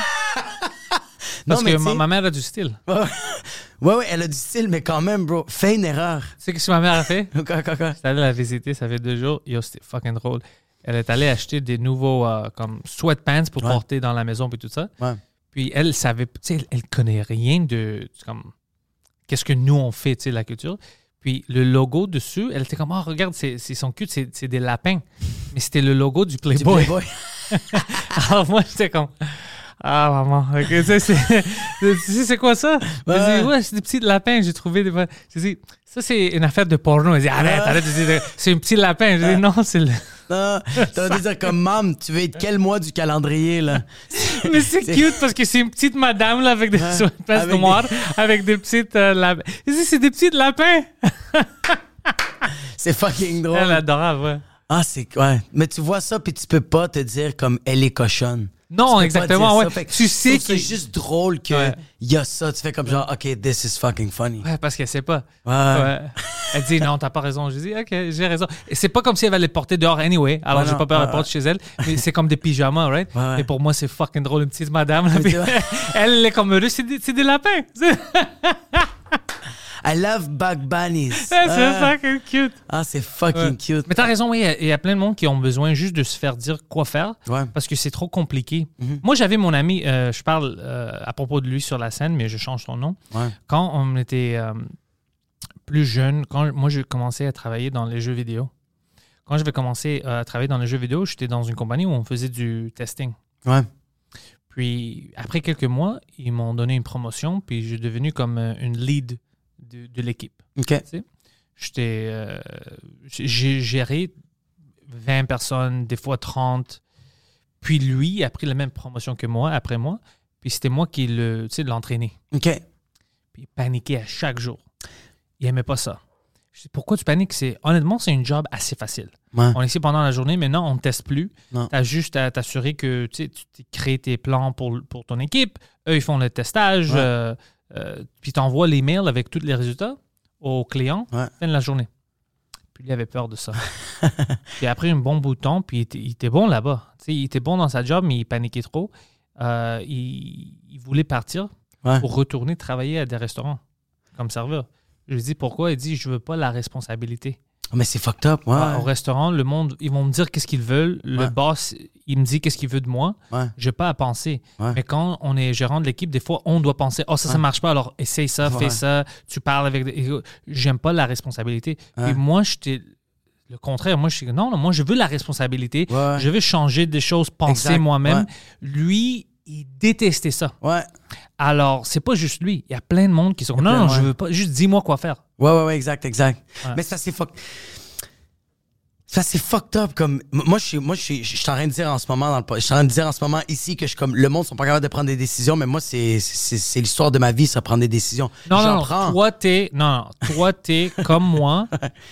Parce que ma mère a du style. Ouais, elle a du style, mais quand même, bro, fais une erreur. Tu sais ce que ma mère a fait? Quoi? J'étais allé la visiter, ça fait 2 jours. Yo, c'était fucking drôle. Elle est allée acheter des nouveaux comme sweatpants pour porter dans la maison et tout ça. Ouais. Puis elle savait, tu sais, elle connaît rien de comme qu'est-ce que nous on fait, tu sais, la culture. Puis le logo dessus, elle était comme, regarde, c'est son cul, c'est des lapins. Mais c'était le logo du Playboy. Alors moi, j'étais comme... maman, okay. Tu sais, c'est quoi ça? Je dis, c'est des petits lapins, j'ai trouvé des... Je dis, ça, c'est une affaire de porno. Elle dit, arrête, c'est un petit lapin. Je dis, non, c'est le... Non, t'aurais dû dire comme, maman, tu veux être quel mois du calendrier, là? Mais c'est cute parce que c'est une petite madame, là, avec des sweatpants noirs, avec des petites lapins. Je dis, c'est des petits lapins. C'est fucking drôle. Elle est adorable, ouais. Ouais. Mais tu vois ça, puis tu peux pas te dire comme, elle est cochonne. Non, peux exactement, pas dire ouais. ça. Fait que Tu sais je trouve qu'il- c'est juste drôle qu'il Ouais. y a ça. Tu fais comme genre, OK, this is fucking funny. Ouais, parce qu'elle sait pas. Ouais. Elle dit non, t'as pas raison. Je dis OK, j'ai raison. Et c'est pas comme si elle allait les porter dehors anyway. Alors j'ai non, pas peur de ouais, porter chez elle. Mais c'est comme des pyjamas, right? Ouais. Et pour moi, c'est fucking drôle, une petite madame. Là, puis tu vois. elle est comme heureuse, c'est des lapins. I love bug bunnies. C'est fucking cute. Ah, c'est fucking Ouais. cute. Mais t'as raison, oui, il y a plein de monde qui ont besoin juste de se faire dire quoi faire Ouais. parce que c'est trop compliqué. Moi, j'avais mon ami, je parle à propos de lui sur la scène, mais je change son nom. Ouais. Quand on était plus jeune, quand moi j'ai commencé à travailler dans les jeux vidéo, quand j'avais commencé à travailler dans les jeux vidéo, j'étais dans une compagnie où on faisait du testing. Ouais. Puis après quelques mois, ils m'ont donné une promotion, puis j'ai devenu comme une lead de l'équipe. OK. Tu sais. J'ai géré 20 personnes, des fois 30. Puis lui a pris la même promotion que moi, après moi. Puis c'était moi qui l'entraînais. OK. Puis il paniquait à chaque jour. Il n'aimait pas ça. Je dis, pourquoi tu paniques? Honnêtement, c'est une job assez facile. Ouais. On est ici pendant la journée, mais non, on ne teste plus. Non. Tu as juste à t'assurer que tu crées tes plans pour ton équipe. Eux, ils font le testage. Ouais. Puis tu envoies les mails avec tous les résultats aux clients Ouais. fin de la journée. Puis lui avait peur de ça. Puis après un bon bout de temps, puis il était bon là-bas. Tu sais, il était bon dans sa job, mais il paniquait trop. Il voulait partir Ouais. pour retourner travailler à des restaurants comme serveur. Je lui dis pourquoi? Il dit je veux pas la responsabilité. Mais c'est fucked up. Ouais. Au restaurant, le monde, ils vont me dire qu'est-ce qu'ils veulent. Le Ouais. boss, il me dit qu'est-ce qu'il veut de moi. Ouais. J'ai pas à penser. Ouais. Mais quand on est gérant de l'équipe, des fois, on doit penser ça marche pas, alors essaye ça, Ouais. fais ça. Tu parles avec. J'aime pas la responsabilité. Ouais. Et moi, j'étais le contraire. Moi, je suis non, moi, je veux la responsabilité. Ouais. Je veux changer des choses, penser Exact. moi-même. Ouais. Lui, il détestait ça. Ouais. Alors, c'est pas juste lui. Il y a plein de monde qui sont comme, non, ouais. je veux pas. Juste dis-moi quoi faire. Ouais, exact. Ouais. Mais ça, c'est fucked up. Comme, moi, je suis en train de dire en ce moment, je suis en train de dire en ce moment ici que le monde sont pas capables de prendre des décisions, mais moi, c'est l'histoire de ma vie, ça, prendre des décisions. Non, J'en non, prends. toi, t'es comme moi.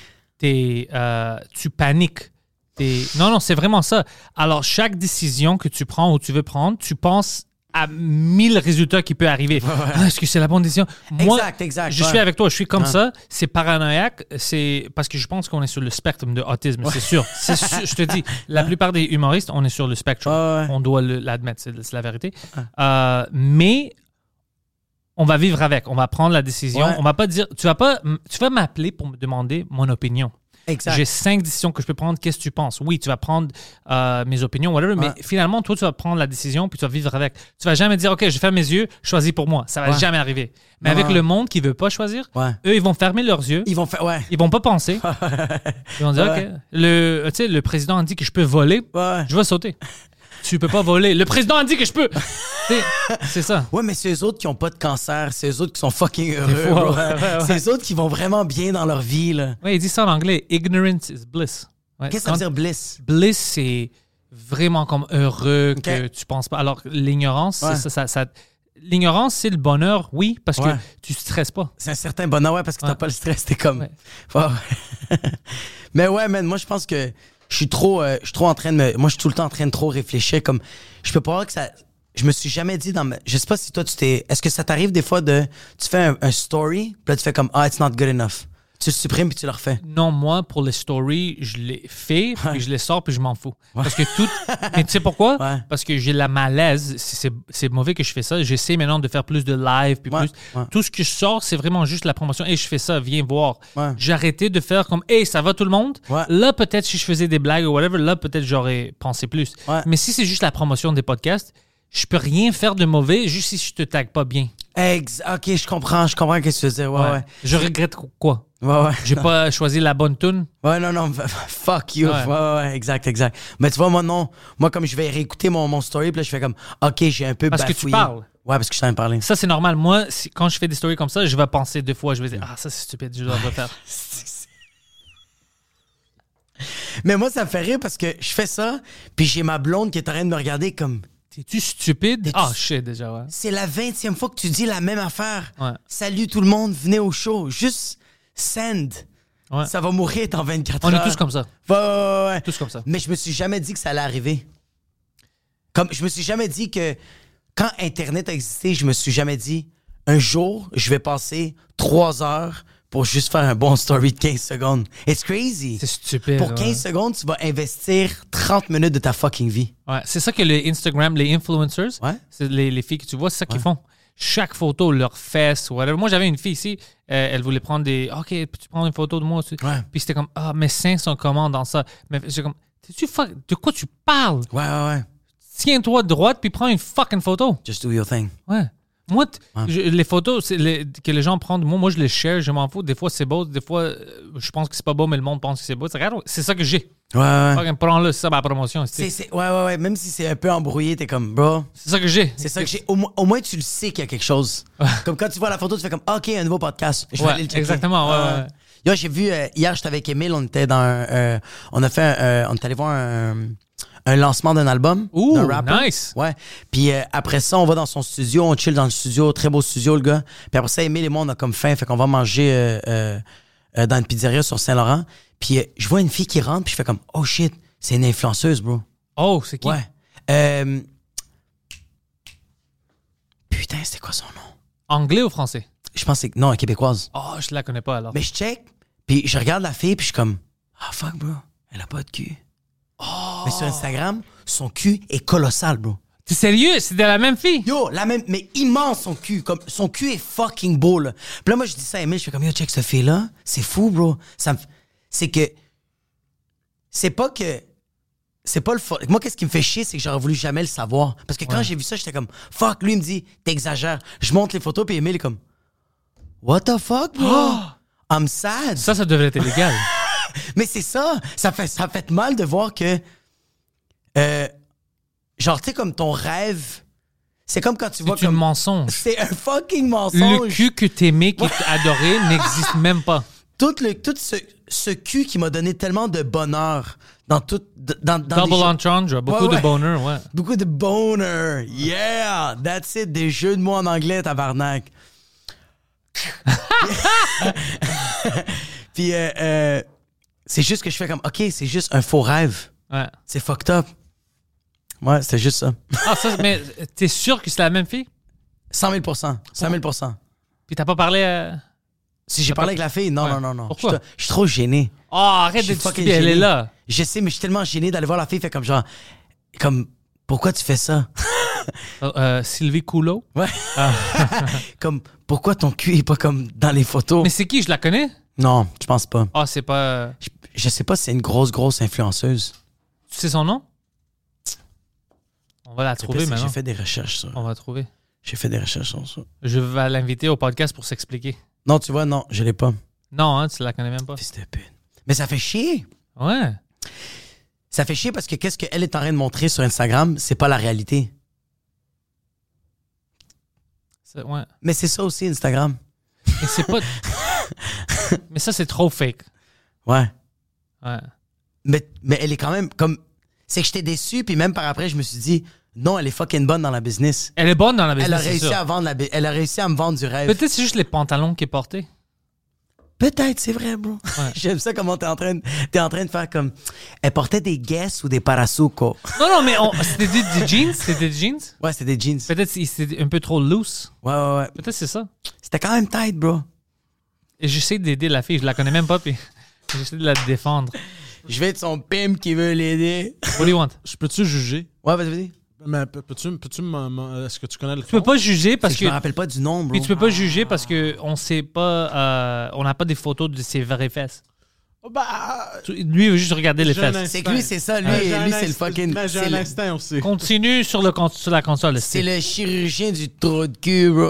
Tu paniques. Non, c'est vraiment ça. Alors, chaque décision que tu prends ou tu veux prendre, tu penses à 1000 résultats qui peuvent arriver. Ah, est-ce que c'est la bonne décision? Moi, Exact. je suis avec toi, je suis comme ça. C'est paranoïaque. C'est parce que je pense qu'on est sur le spectre de autisme, c'est sûr. Je te dis, la plupart des humoristes, on est sur le spectre. Ouais. On doit l'admettre, c'est la vérité. Mais on va vivre avec. On va prendre la décision. Ouais. On va pas dire... Tu vas m'appeler pour me demander mon opinion. Exact. J'ai 5 décisions que je peux prendre. Qu'est-ce que tu penses? Oui, tu vas prendre mes opinions, whatever, mais finalement, toi, tu vas prendre la décision puis tu vas vivre avec. Tu vas jamais dire, OK, je ferme mes yeux, choisis pour moi. Ça va jamais arriver. Mais avec le monde qui veut pas choisir, eux, ils vont fermer leurs yeux. Ils vont faire, ouais. Ils vont pas penser. Ils vont dire, OK, le président a dit que je peux voler. Ouais. Je vais sauter. Tu peux pas voler. Le président a dit que je peux. C'est ça. Ouais, mais c'est eux autres qui ont pas de cancer, c'est eux autres qui sont fucking heureux, fois, bro. ouais. C'est eux autres qui vont vraiment bien dans leur vie, là. Oui, il dit ça en anglais. Ignorance is bliss. Ouais, Qu'est-ce que ça veut dire, bliss? Bliss, c'est vraiment comme heureux que Ok. tu penses pas. Alors, l'ignorance, Ouais. c'est ça. L'ignorance, c'est le bonheur, oui, parce Ouais. que tu stresses pas. C'est un certain bonheur, ouais, parce que t'as Ouais. pas le stress, t'es comme... Ouais. Ouais. Mais ouais, man, moi, je pense que je suis trop en train de me... Moi, je suis tout le temps en train de trop réfléchir, comme... Je peux pas voir que ça... Je me suis jamais dit dans ma... Je sais pas si toi, Est-ce que ça t'arrive des fois de... Tu fais un story, puis là, tu fais comme, it's not good enough. Tu le supprimes, puis tu le refais. Non, moi, pour les stories, je les fais, puis je les sors, puis je m'en fous. Parce que tout... Mais tu sais pourquoi? Ouais. Parce que j'ai la malaise. C'est mauvais que je fais ça. J'essaie maintenant de faire plus de live, puis Ouais. plus... Ouais. Tout ce que je sors, c'est vraiment juste la promotion. Et je fais ça, viens voir. Ouais. J'ai arrêté de faire comme, hey, ça va tout le monde? Ouais. Là, peut-être si je faisais des blagues ou whatever, là, peut-être j'aurais pensé plus. Ouais. Mais si c'est juste la promotion des podcasts, je peux rien faire de mauvais juste si je te tague pas bien. OK, je comprends ce que tu veux dire. Ouais. Je regrette quoi? Ouais. J'ai pas choisi la bonne tune. Ouais, non, fuck you. Ouais. Ouais, exact. Mais tu vois, moi, non. Moi, comme je vais réécouter mon story, puis là, je fais comme, OK, j'ai un peu Parce que bafouillé. tu parles. Ouais, parce que je t'en ai parlé. Ça, c'est normal. Moi, quand je fais des stories comme ça, je vais penser 2 fois. Je vais dire, ça, c'est stupide, je dois refaire. Mais moi, ça me fait rire parce que je fais ça, puis j'ai ma blonde qui est en train de me regarder comme, T'es-tu stupide? T'es-tu- Ah, shit, déjà, ouais. c'est la 20e fois que tu dis la même affaire. Ouais. Salut tout le monde, venez au show. Juste send. Ouais. Ça va mourir dans 24 On heures. est tous comme ça. Ouais. Tous comme ça. Mais je me suis jamais dit que ça allait arriver. Comme, je me suis jamais dit que quand Internet a existé, je me suis jamais dit un jour, je vais passer 3 heures pour juste faire un bon story de 15 secondes. It's crazy. C'est stupide. Pour 15 secondes, tu vas investir 30 minutes de ta fucking vie. Ouais, c'est ça que les Instagram, les influencers, c'est les filles que tu vois, c'est ça qu'ils font. Chaque photo, leurs fesses, whatever. Moi, j'avais une fille ici, elle voulait prendre des... OK, peux-tu prendre une photo de moi aussi? Puis c'était comme, mes seins sont comment dans ça? Mais j'ai comme, de quoi tu parles? Ouais. Tiens-toi droite puis prends une fucking photo. Just do your thing. Ouais. Moi, les photos que les gens prennent, moi, je les share, je m'en fous. Des fois, c'est beau. Des fois, je pense que c'est pas beau, mais le monde pense que c'est beau. C'est ça que j'ai. Ouais. Prends-le, c'est ça ma promotion. Ouais. Même si c'est un peu embrouillé, t'es comme, bro. C'est ça que j'ai. C'est ça que j'ai. Au moins, tu le sais qu'il y a quelque chose. Comme quand tu vois la photo, tu fais comme, OK, un nouveau podcast. Je vais aller le checker. Exactement, ouais. Yo, j'ai vu, hier, j'étais avec Emile, on était dans on est allé voir un lancement d'un album. D'un rapper. Nice. Ouais. Puis après ça, on va dans son studio, on chill dans le studio, très beau studio, le gars. Puis après ça, Emile et moi, on a comme faim, fait qu'on va manger dans une pizzeria sur Saint-Laurent. Puis je vois une fille qui rentre, puis je fais comme, oh shit, c'est une influenceuse, bro. Oh, c'est qui? Ouais. Putain, c'était quoi son nom? Anglais ou français? Je pense que c'est... Non, québécoise. Oh, je la connais pas alors. Mais je check, puis je regarde la fille, puis je suis comme, fuck, bro, elle a pas de cul. Oh. Mais sur Instagram, son cul est colossal, bro. T'es sérieux? C'est de la même fille? Yo, la même, mais immense son cul. Comme, son cul est fucking beau, là. Puis là, moi, je dis ça à Emile, je fais comme, yo, check cette fille-là. C'est fou, bro. C'est que... C'est pas que... C'est pas le... Moi, qu'est-ce qui me fait chier, c'est que j'aurais voulu jamais le savoir. Parce que quand j'ai vu ça, j'étais comme, fuck, lui, il me dit, t'exagères. Je montre les photos, puis Emile est comme, what the fuck, bro? Oh! I'm sad. Ça devrait être illégal. Mais c'est ça. Ça fait mal de voir que... genre, tu sais, comme ton rêve... C'est comme quand tu vois C'est un mensonge. C'est un fucking mensonge. Le cul que t'aimais, que t'adorais, n'existe même pas. Tout ce cul qui m'a donné tellement de bonheur dans tout... Dans Double entendre, beaucoup de bonheur, ouais. Beaucoup de bonheur. Yeah! That's it. Des jeux de mots en anglais, tabarnak. Puis, c'est juste que je fais comme, OK, c'est juste un faux rêve. Ouais. C'est fucked up. Ouais, c'était juste ça. Mais t'es sûr que c'est la même fille? 100 000 100 000 Puis t'as pas parlé... Si j'ai parlé avec la fille, non. Pourquoi? Je suis trop gêné. Oh, arrête d'être stupide, elle est là. Je sais, mais je suis tellement gêné d'aller voir la fille, fait comme genre... Comme, pourquoi tu fais ça? Sylvie Coulot? Ouais. Comme, pourquoi ton cul est pas comme dans les photos? Mais c'est qui? Je la connais? Non, je pense pas. Ah, c'est pas... Je sais pas si c'est une grosse influenceuse. Tu sais son nom? On va la trouver maintenant. J'ai fait des recherches sur... On va la trouver. J'ai fait des recherches sur ça. Je vais l'inviter au podcast pour s'expliquer. Non, tu vois, non, je l'ai pas. Non, hein, tu la connais même pas. Mais ça fait chier. Ouais. Ça fait chier parce que qu'est-ce qu'elle est en train de montrer sur Instagram, c'est pas la réalité. Ouais. Mais c'est ça aussi, Instagram. Et c'est pas... Mais ça, c'est trop fake. Ouais. Ouais. Mais elle est quand même comme... C'est que j'étais déçu, puis même par après, je me suis dit, non, elle est fucking bonne dans la business. Elle est bonne dans la business, Elle a réussi à me vendre du rêve. Peut-être c'est juste les pantalons qu'elle portait. Peut-être, c'est vrai, bro. Ouais. J'aime ça comment t'es en train de faire comme... Elle portait des Guess ou des Parasuco. Non, mais c'était des jeans? C'était des jeans? Ouais, c'était des jeans. Peut-être c'était un peu trop loose. Ouais. Peut-être c'est ça. C'était quand même tight, bro. Et j'essaie d'aider la fille. Je la connais même pas, puis j'essaie de la défendre. Je vais être son pimp qui veut l'aider. What do you want? Je peux-tu juger? Ouais, vas-y. Mais peux-tu est-ce que tu connais le Tu peux pas juger parce que... Je me rappelle pas du nom, bro. Puis tu peux pas juger parce que on sait pas... on n'a pas des photos de ses vraies fesses. Lui, il veut juste regarder les fesses. C'est que lui, c'est ça. Lui, c'est le fucking... J'ai un instinct aussi. Continue sur la console. C'est le chirurgien du trou de cul, bro.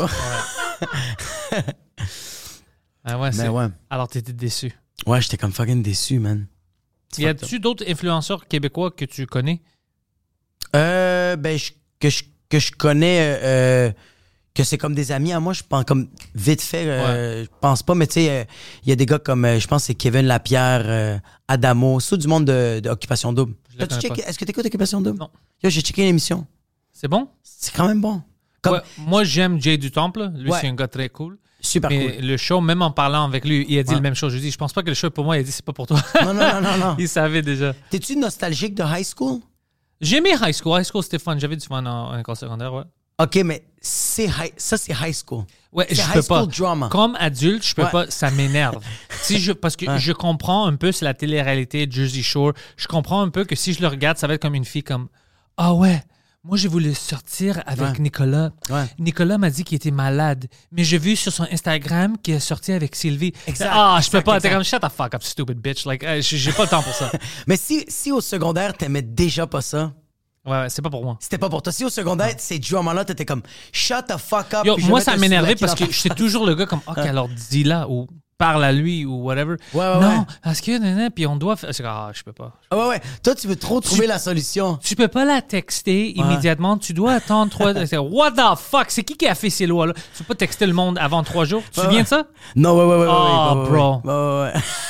Ouais. Alors, t'étais déçu. Ouais, j'étais comme fucking déçu, man. Y a-tu d'autres influenceurs québécois que tu connais? Que je connais, que c'est comme des amis à moi, je pense comme vite fait, je pense pas, mais tu sais, il y a des gars comme, je pense que c'est Kevin Lapierre, Adamo, c'est tout du monde de Occupation Double. Est-ce que t'écoutes Occupation Double? Non. Yo, j'ai checké l'émission. C'est bon? C'est quand même bon. Ouais, moi, j'aime Jay du Temple. Lui, c'est un gars très cool. Super mais cool. Le show, même en parlant avec lui, il a dit la même chose. Je lui ai dit, je pense pas que le show est pour moi. Il a dit, c'est pas pour toi. Non. Il savait déjà. T'es-tu nostalgique de high school? J'ai aimé high school. High school, c'était fun. J'avais du fun en école secondaire, ouais. OK, mais ça, c'est high school. Ouais, c'est je high peux pas. school drama. Comme adulte, je peux Ouais. pas. Ça m'énerve. Parce que je comprends un peu, c'est la télé-réalité Jersey Shore. Je comprends un peu que si je le regarde, ça va être comme une fille comme ah ouais, moi j'ai voulu sortir avec Nicolas. Ouais. Nicolas m'a dit qu'il était malade, mais j'ai vu sur son Instagram qu'il est sorti avec Sylvie. Exact, Ah, je peux exact, pas. T'es exact. comme shut the fuck up, stupid bitch. Like, j'ai pas le temps pour ça. Mais si au secondaire, t'aimais déjà pas ça, Ouais, c'est pas pour moi. c'était pas pour toi. Si au secondaire, ces drama-là, t'étais comme shut the fuck up. Yo, puis je moi, vais ça mettre m'énervait un parce que sourire j'étais toujours le gars comme, OK, alors dis-la ou parle à lui ou whatever. Ouais. Non, parce que, puis on doit faire. C'est comme, ah, je peux pas. Ouais. Toi, tu veux trop trouver la solution. Tu peux pas la texter immédiatement. Tu dois attendre 3... What the fuck? C'est qui a fait ces lois-là? Tu peux pas texter le monde avant 3 jours? Tu te souviens de ça? Non, ouais. Oh, bro. Ouais.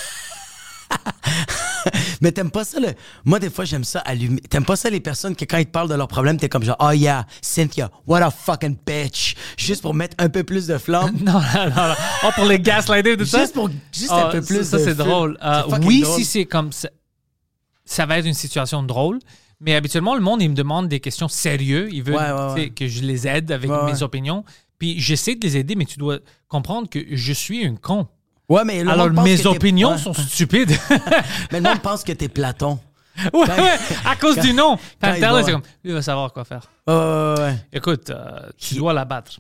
Mais t'aimes pas ça, moi, des fois, j'aime ça allumer. T'aimes pas ça, les personnes que quand ils te parlent de leurs problèmes, t'es comme genre, oh yeah, Cynthia, what a fucking bitch. Juste pour mettre un peu plus de flamme. Non. Oh, pour les gaslighter, tout ça? Juste un peu plus ça, de c'est feu. drôle. C'est fucking Oui, drôle. si c'est comme ça, ça va être une situation drôle. Mais habituellement, le monde, il me demande des questions sérieuses. Il veut tu sais, que je les aide avec mes opinions. Puis j'essaie de les aider, mais tu dois comprendre que je suis un con. Ouais, mais le Alors monde pense mes que t'es- opinions Ouais. sont stupides. Mais le monde pense que t'es Platon. Ouais, à cause du nom. quand il Panther, va- c'est comme, il va savoir quoi faire. Ouais. Écoute, tu dois la battre.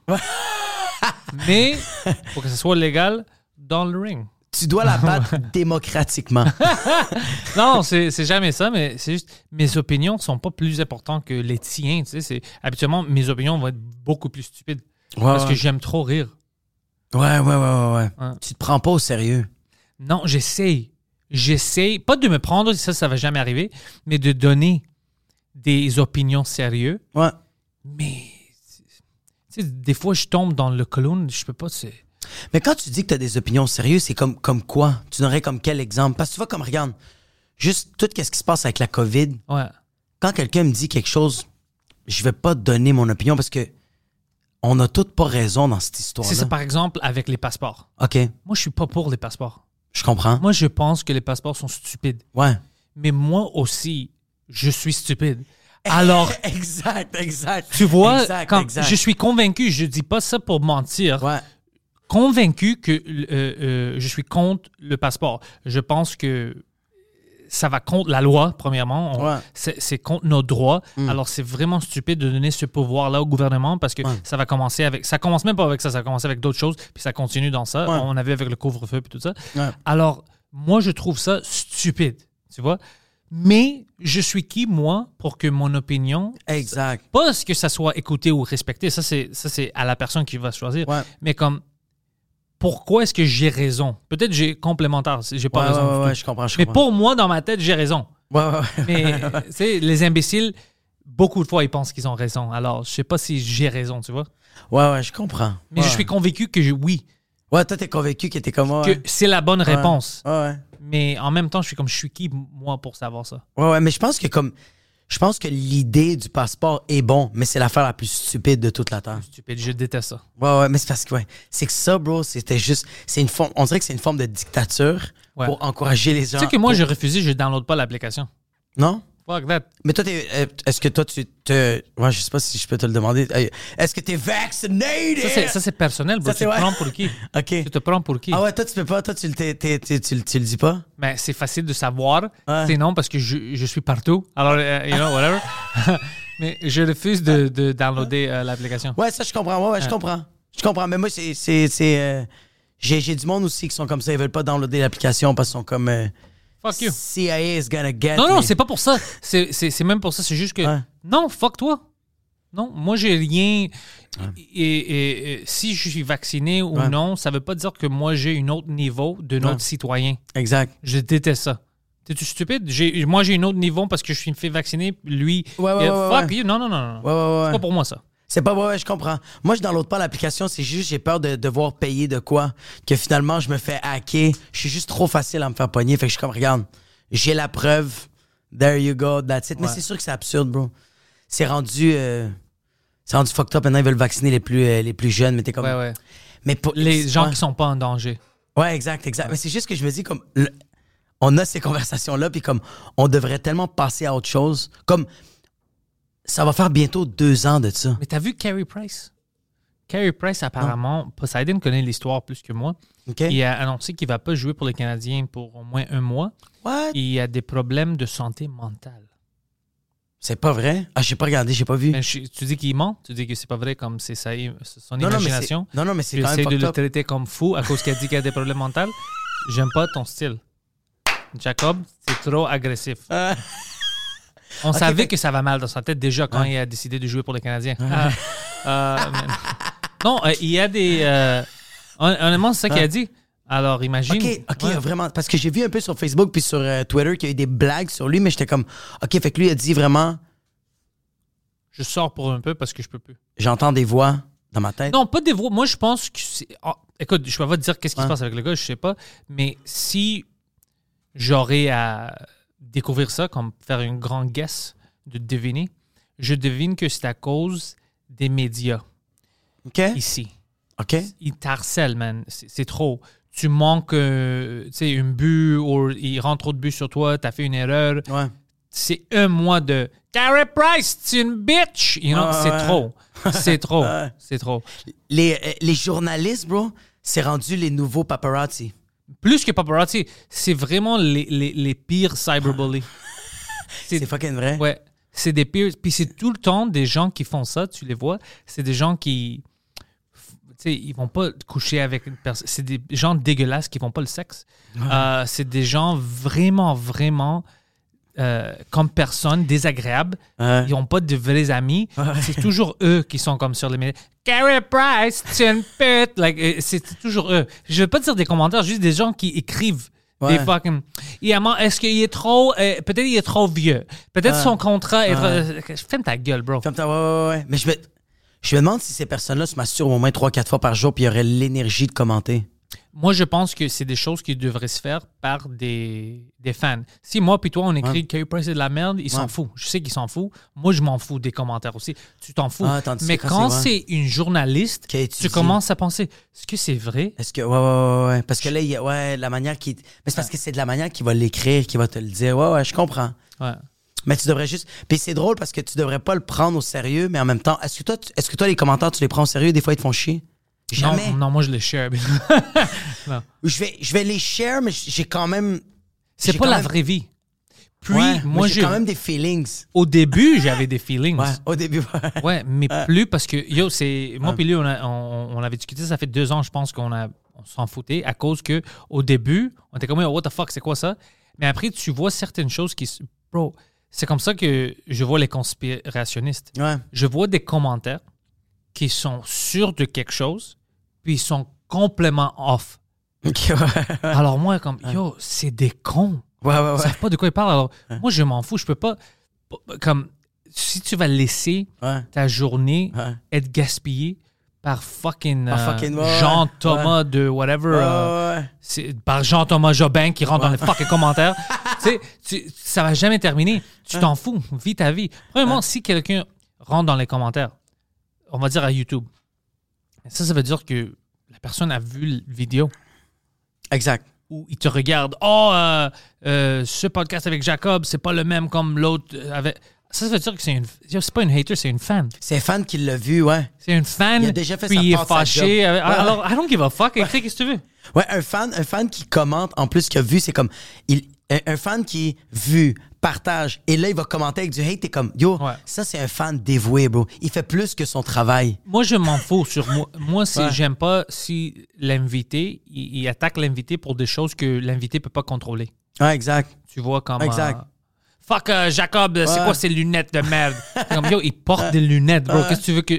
Mais, pour que ce soit légal, dans le ring. Tu dois la battre démocratiquement. Non, c'est jamais ça, mais c'est juste, mes opinions sont pas plus importantes que les tiens. Tu sais, habituellement, mes opinions vont être beaucoup plus stupides. Parce que j'aime trop rire. Ouais. Ouais. Tu te prends pas au sérieux. Non, j'essaye. J'essaye, pas de me prendre, ça va jamais arriver, mais de donner des opinions sérieuses. Ouais. Mais, tu sais, des fois, je tombe dans le clown, je peux pas, Mais quand tu dis que tu as des opinions sérieuses, c'est comme quoi? Tu n'aurais comme quel exemple? Parce que tu vois, comme, regarde, juste tout ce qui se passe avec la COVID, Ouais. quand quelqu'un me dit quelque chose, je vais pas te donner mon opinion parce que on a toutes pas raison dans cette histoire-là. C'est par exemple avec les passeports. OK, Moi, je suis pas pour les passeports. je comprends. Moi, je pense que les passeports sont stupides. Ouais. Mais moi aussi, je suis stupide. Alors, Exact. tu vois, Exact, quand exact. je suis convaincu, je dis pas ça pour mentir, Ouais. convaincu que je suis contre le passeport. Je pense que ça va contre la loi, premièrement. Ouais. C'est contre nos droits. Alors, c'est vraiment stupide de donner ce pouvoir-là au gouvernement parce que ça va commencer avec... Ça commence même pas avec ça, ça commence avec d'autres choses, puis ça continue dans ça. Ouais. On avait avec le couvre-feu puis tout ça. Ouais. Alors, moi, je trouve ça stupide, tu vois. Mais je suis qui, moi, pour que mon opinion... Exact. Pas que ça soit écouté ou respecté, ça c'est à la personne qui va choisir. Ouais. Mais comme... Pourquoi est-ce que j'ai raison? Peut-être j'ai complémentaire, j'ai pas raison. du Ouais, tout. je comprends. Mais pour moi, dans ma tête, j'ai raison. Ouais. Mais tu sais, les imbéciles, beaucoup de fois, ils pensent qu'ils ont raison. Alors, je sais pas si j'ai raison, tu vois. Ouais, je comprends. Mais Ouais. je suis convaincu que oui, Ouais, toi, t'es convaincu que t'es comme moi. que c'est la bonne réponse. Ouais. Mais en même temps, je suis qui, moi, pour savoir ça? Ouais, mais je pense que l'idée du passeport est bon, mais c'est l'affaire la plus stupide de toute la terre. Stupide, je déteste ça. Ouais, mais c'est parce que, c'est que ça, bro, c'était juste, on dirait que c'est une forme de dictature Ouais. pour encourager les gens. Tu sais que moi, pour- j'ai refusé, je download pas l'application. Non? Fuck that. Mais toi, est-ce que toi, ouais, je sais pas si je peux te le demander. Est-ce que t'es vaccinated? Ça, c'est personnel, bro. Ça, Tu c'est te ouais. prends pour qui? OK. Tu te prends pour qui? Ah ouais, toi, tu peux pas. Toi, tu le dis pas? Mais c'est facile de savoir. Ouais. C'est non parce que je suis partout. Alors, you know, whatever. Mais je refuse de downloader l'application. Ouais, ça, je comprends. Ouais, je comprends. Je comprends. Mais moi, j'ai du monde aussi qui sont comme ça. Ils veulent pas downloader l'application parce qu'ils sont comme... Fuck you. CIA is gonna get Non, me. c'est pas pour ça. C'est même pour ça. C'est juste que... Ouais. Non, fuck toi. Non, moi, j'ai rien... Et si je suis vacciné ou Ouais. non, ça veut pas dire que moi, j'ai un autre niveau de notre Ouais. citoyen. Exact. Je déteste ça. T'es-tu stupide? Moi, j'ai un autre niveau parce que je suis fait vacciner. Lui, Ouais, fuck ouais. you. Non. Ouais. C'est pas pour moi, ça. C'est pas ouais, je comprends. Moi, je download pas l'application, c'est juste j'ai peur de devoir payer de quoi que finalement je me fais hacker. Je suis juste trop facile à me faire pogner, fait que je suis comme regarde, j'ai la preuve. There you go, that's it. Mais Ouais. c'est sûr que c'est absurde, bro. C'est rendu fucked up. Maintenant ils veulent vacciner les plus jeunes, mais t'es comme Ouais. mais pour Les gens ouais. qui sont pas en danger. Ouais, exact. Mais c'est juste que je me dis comme on a ces conversations là puis comme on devrait tellement passer à autre chose. Comme Ça va faire bientôt 2 ans de ça. Mais t'as vu Carey Price? Carey Price, apparemment, Poseidon connaît l'histoire plus que moi. OK? Il a annoncé qu'il ne va pas jouer pour les Canadiens pour au moins 1 mois. What? Il a des problèmes de santé mentale. C'est pas vrai? Ah, j'ai pas regardé, j'ai pas vu. Mais tu dis qu'il ment? Tu dis que c'est pas vrai comme c'est son Non, imagination? non, mais c'est Tu quand même essaies de fucked le up. traiter comme fou à cause qu'il a dit qu'il a des problèmes mentaux? J'aime pas ton style. Jacob, c'est trop agressif. On savait que ça va mal dans sa tête déjà quand il a décidé de jouer pour les Canadiens. Non, il y a des... honnêtement, c'est ça qu'il a dit. Alors, imagine... OK, Ouais. vraiment. Parce que j'ai vu un peu sur Facebook puis sur Twitter qu'il y a eu des blagues sur lui, mais j'étais comme, OK, fait que lui a dit vraiment, Je sors pour un peu parce que je peux plus. j'entends des voix dans ma tête. Non, pas des voix. Moi, je pense que c'est... écoute, je peux pas te dire qu'est-ce qui se passe avec le gars, je sais pas. Mais si j'aurais à découvrir ça, comme faire une grande guess de deviner, je devine que c'est à cause des médias OK? ici. OK? Ils t'harcèlent, man. C'est trop. Tu manques un but ou il rentre trop de buts sur toi, t'as fait une erreur. Ouais. C'est 1 mois de Carey Price, c'est une bitch. You know, c'est trop. C'est trop. C'est trop. Les journalistes, bro, c'est rendu les nouveaux paparazzi. Plus que paparazzi, c'est vraiment les pires cyberbullies. C'est fucking vrai. Ouais. C'est des pires. Puis c'est tout le temps des gens qui font ça, tu les vois. C'est des gens qui. Tu sais, ils vont pas coucher avec une personne. C'est des gens dégueulasses qui font pas le sexe. C'est des gens vraiment, vraiment. Comme personne, désagréables. Ouais. Ils n'ont pas de vrais amis. C'est toujours eux qui sont comme sur les médias. Carey Price, c'est une pute. C'est toujours eux. Je vais pas dire des commentaires, juste des gens qui écrivent. Ouais. Des fucking. Est-ce qu'il est trop. Peut-être il est trop vieux. Peut-être son contrat est trop. Ferme ta gueule, bro. Comme ça, ouais. Mais je me demande si ces personnes-là se masturbent au moins 3-4 fois par jour puis il y aurait l'énergie de commenter. Moi, je pense que c'est des choses qui devraient se faire par des fans. Si moi puis toi, on écrit Carey Price est de la merde, il s'en fout. Je sais qu'il s'en fout. Moi, je m'en fous des commentaires aussi. Tu t'en fous. Mais quand c'est une journaliste, tu commences à penser, est-ce que c'est vrai? Est-ce que, ouais. Parce que là, il y a, la manière qui. Mais c'est parce que c'est de la manière qu'il va l'écrire, qu'il va te le dire. Ouais, je comprends. Ouais. Mais tu devrais juste. Puis c'est drôle parce que tu devrais pas le prendre au sérieux, mais en même temps, est-ce que toi, les commentaires, tu les prends au sérieux? Des fois, ils te font chier? Jamais. Non, moi, je les share. Non. Je vais les share, mais j'ai quand même. C'est j'ai pas quand la même- vraie vie. Puis, Ouais, moi, j'ai quand même des feelings. Au début, j'avais des feelings. Ouais, au début. Ouais, mais plus parce que, c'est moi puis lui, on avait discuté, ça fait 2 ans, je pense on s'en foutait à cause que au début, on était comme, what the fuck, c'est quoi ça? Mais après, tu vois certaines choses qui... Bro, c'est comme ça que je vois les conspirationnistes. Ouais. Je vois des commentaires qui sont sûrs de quelque chose, puis ils sont complètement off. Ok, ouais. Alors moi, comme, c'est des cons. Ouais. Ils savent pas de quoi ils parlent. Alors, moi, je m'en fous. Je peux pas... Comme, si tu vas laisser ta journée être gaspillée par fucking, Jean-Thomas de whatever. C'est par Jean-Thomas Jobin qui rentre dans les fucking commentaires. Ça va jamais terminer. Tu t'en fous. Vis ta vie. Premièrement, si quelqu'un rentre dans les commentaires, on va dire à YouTube, ça veut dire que la personne a vu la vidéo. Exact. Où il te regarde. Ce podcast avec Jacob, c'est pas le même comme l'autre avec. Ça veut dire que c'est pas une hater, c'est une fan. C'est un fan qui l'a vu, ouais. C'est une fan. Il a déjà fait puis sa il est part de sa fâché. job. Alors, I don't give a fuck. Écris qu'est-ce que tu veux. Ouais, un fan qui commente, en plus, qui a vu, c'est comme. Un fan qui vu, partage, et là, il va commenter avec du hate, t'es comme, ça, c'est un fan dévoué, bro. Il fait plus que son travail. Moi, je m'en fous sur moi. Moi, j'aime pas si l'invité, il attaque l'invité pour des choses que l'invité peut pas contrôler. Ouais, exact. Tu vois, comme. Exact. Fuck, Jacob, c'est quoi ces lunettes de merde? Comme, il porte des lunettes, bro. Qu'est-ce que tu veux que.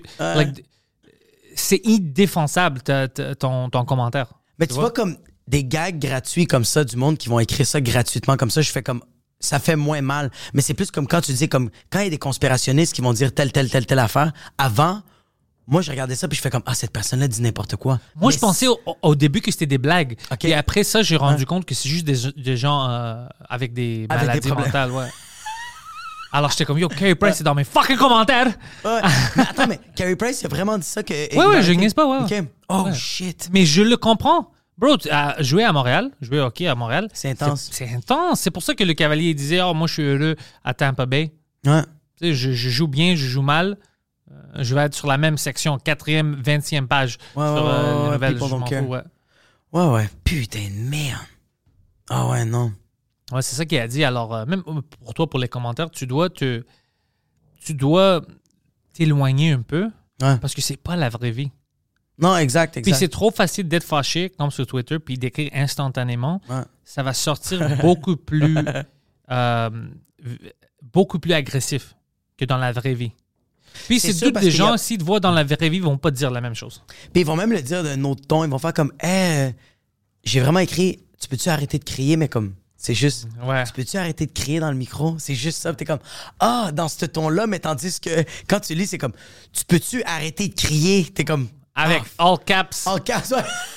C'est indéfensable, ton commentaire. Mais tu vois, comme des gags gratuits comme ça, du monde qui vont écrire ça gratuitement comme ça, je fais comme. Ça fait moins mal. Mais c'est plus comme quand tu dis, comme. Quand il y a des conspirationnistes qui vont dire telle affaire, avant. Moi, je regardais ça puis je fais comme, cette personne-là dit n'importe quoi. Moi, je pensais au début que c'était des blagues. Okay. Et après ça, j'ai rendu compte que c'est juste des gens avec des maladies mentales. Ouais. Alors, j'étais comme, Carey Price, c'est dans mes fucking commentaires. Ouais. Mais attends, mais Carey Price, il a vraiment dit ça que. Ouais, je niaise pas, ouais. OK. Oh, shit. Mais je le comprends. Bro, jouer à Montréal, jouer au hockey à Montréal. C'est intense. C'est intense. C'est pour ça que le Cavalier disait, moi, je suis heureux à Tampa Bay. Ouais. Tu sais, je joue bien, je joue mal. Je vais être sur la même section, 4e, 20e page sur les nouvelles. Je m'en fous, Ouais. Putain de merde. Ah ouais, non. Ouais, c'est ça qu'il a dit. Alors, même pour toi, pour les commentaires, tu dois t'éloigner un peu parce que c'est pas la vraie vie. Non, exact. Puis c'est trop facile d'être fâché, comme sur Twitter, puis d'écrire instantanément. Ouais. Ça va sortir beaucoup plus agressif que dans la vraie vie. Puis c'est tous des gens, s'ils te voient dans la vraie vie, ils vont pas te dire la même chose. Puis ils vont même le dire d'un autre ton. Ils vont faire comme, j'ai vraiment écrit, tu peux-tu arrêter de crier, mais comme, c'est juste, tu peux-tu arrêter de crier dans le micro? C'est juste ça. Puis t'es comme, dans ce ton-là, mais tandis que quand tu lis, c'est comme, tu peux-tu arrêter de crier? T'es comme, avec all caps. All caps,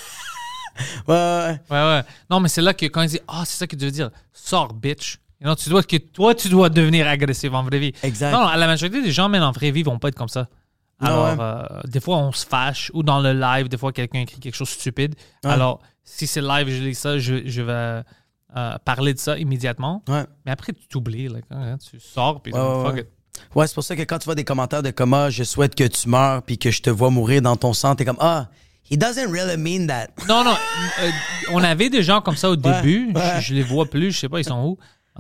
ouais. Ouais. Non, mais c'est là que quand ils disent, c'est ça que tu veux dire, sors, bitch. Non, tu dois devenir agressif en vraie vie. Exact. Non, la majorité des gens, même en vraie vie, vont pas être comme ça. Alors, des fois, on se fâche, ou dans le live, des fois, quelqu'un écrit quelque chose de stupide. Ouais. Alors, si c'est live, je lis ça, je vais parler de ça immédiatement. Ouais. Mais après, tu t'oublies. Là, tu sors, puis fuck it. Ouais, c'est pour ça que quand tu vois des commentaires de comme, je souhaite que tu meurs, puis que je te vois mourir dans ton sang, t'es comme, he doesn't really mean that. Non, on avait des gens comme ça au début. Ouais. Je les vois plus, je sais pas, ils sont où.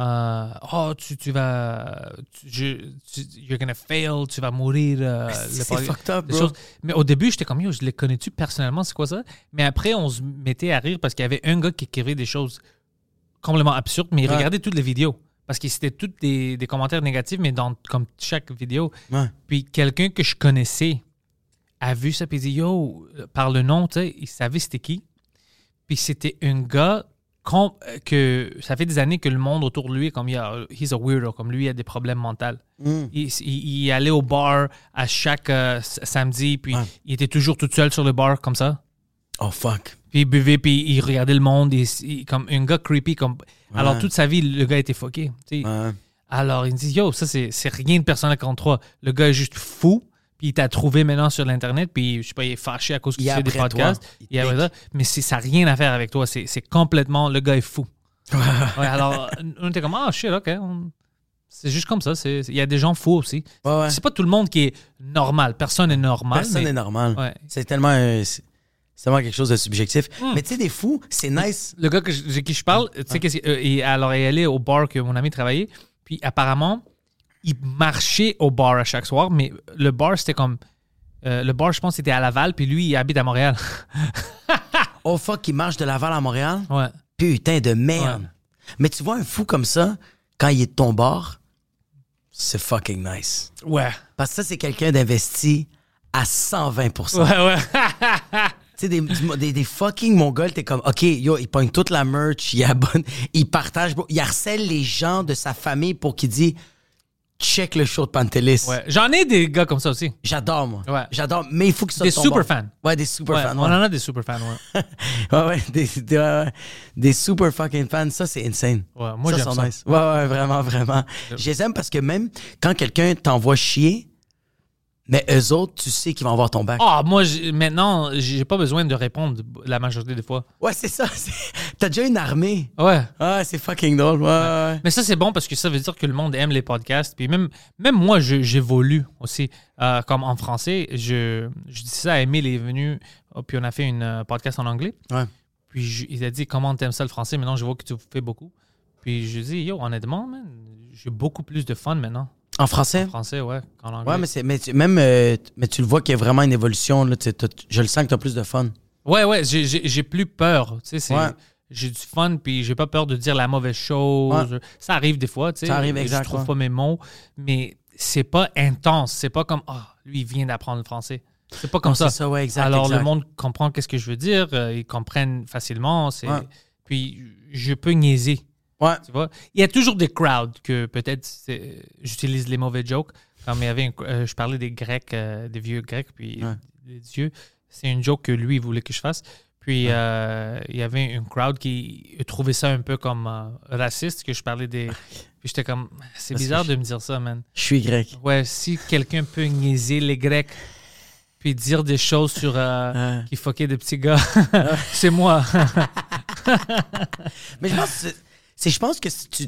Tu vas... you're gonna fail, tu vas mourir. C'est fucked up, bro. Mais au début, j'étais comme, je les connais-tu personnellement, c'est quoi ça? Mais après, on se mettait à rire parce qu'il y avait un gars qui écrivait des choses complètement absurdes, mais il regardait toutes les vidéos. Parce que c'était tous des commentaires négatifs, mais dans comme chaque vidéo. Ouais. Puis quelqu'un que je connaissais a vu ça, puis il dit, par le nom, tu sais, il savait c'était qui. Puis c'était un gars... que ça fait des années que le monde autour de lui, comme he's a weirdo, comme lui, il a des problèmes mentaux. Il allait au bar à chaque samedi, puis il était toujours tout seul sur le bar, comme ça. Oh, fuck. Puis il buvait, puis il regardait le monde, comme un gars creepy. Alors, toute sa vie, le gars était fucké. Alors, il me dit, ça, c'est rien de personnel contre toi. Le gars est juste fou. Puis il t'a trouvé maintenant sur l'Internet, puis je sais pas, il est fâché à cause que tu fais des podcasts. Mais ça n'a rien à faire avec toi. C'est complètement, le gars est fou. Alors, on était comme, shit, OK. C'est juste comme ça. Il y a des gens fous aussi. C'est pas tout le monde qui est normal. Personne n'est normal. Personne n'est normal. Ouais. C'est tellement quelque chose de subjectif. Mais tu sais, des fous, c'est nice. Le gars de qui je parle, tu sais, alors il est allé au bar que mon ami travaillait, puis apparemment, il marchait au bar à chaque soir, mais le bar, c'était comme... le bar, je pense, c'était à Laval, puis lui, il habite à Montréal. Oh, fuck, il marche de Laval à Montréal? Ouais. Putain de merde. Ouais. Mais tu vois un fou comme ça, quand il est de ton bar, c'est fucking nice. Ouais. Parce que ça, c'est quelqu'un d'investi à 120%. Ouais. Tu sais, des fucking Mongols, t'es comme, OK, il pogne toute la merch, il partage, il harcèle les gens de sa famille pour qu'il dise... Check le show de Pantelis. Ouais. J'en ai des gars comme ça aussi. J'adore, moi. Ouais. J'adore, mais il faut que ça des super fans. Ouais, des super fans. On en a des super fans, des super fucking fans. Ça, c'est insane. Ouais, moi, j'aime ça. Nice. Ouais, vraiment. Je les aime parce que même quand quelqu'un t'envoie chier, mais eux autres, tu sais qu'ils vont avoir ton back. Moi, maintenant, j'ai pas besoin de répondre la majorité des fois. Ouais, c'est ça. T'as déjà une armée. Ouais. Ah, c'est fucking drôle. Ouais. Mais ça, c'est bon parce que ça veut dire que le monde aime les podcasts. Puis même moi, j'évolue aussi. Comme en français, je dis ça à Emile, il est venu, puis on a fait une podcast en anglais. Ouais. Puis il a dit, comment t'aimes ça le français? Maintenant, je vois que tu fais beaucoup. Puis je dis, honnêtement, man, j'ai beaucoup plus de fun maintenant. En français? En français, ouais, qu'en anglais. Ouais, mais tu le vois qu'il y a vraiment une évolution. Là, je le sens que tu as plus de fun. Ouais, j'ai plus peur. J'ai du fun, puis j'ai pas peur de dire la mauvaise chose. Ouais. Ça arrive des fois, tu sais. Ça arrive, exactement. Je trouve pas mes mots, mais c'est pas intense. C'est pas comme, lui, il vient d'apprendre le français. C'est pas comme ça. C'est ça, ouais, exact. Alors, le monde comprend qu'est-ce que je veux dire. Ils comprennent facilement. Puis, je peux niaiser. Ouais. Tu vois? Il y a toujours des crowds que peut-être j'utilise les mauvais jokes. Comme il y avait je parlais des Grecs, des vieux Grecs, puis des dieux. C'est une joke que lui il voulait que je fasse. Puis il y avait une crowd qui trouvait ça un peu comme raciste, que je parlais des... Puis j'étais comme, c'est bizarre de me dire ça, man. Je suis grec. Ouais, si quelqu'un peut niaiser les Grecs puis dire des choses sur qui fuckaient des petits gars, c'est moi. Mais je pense que si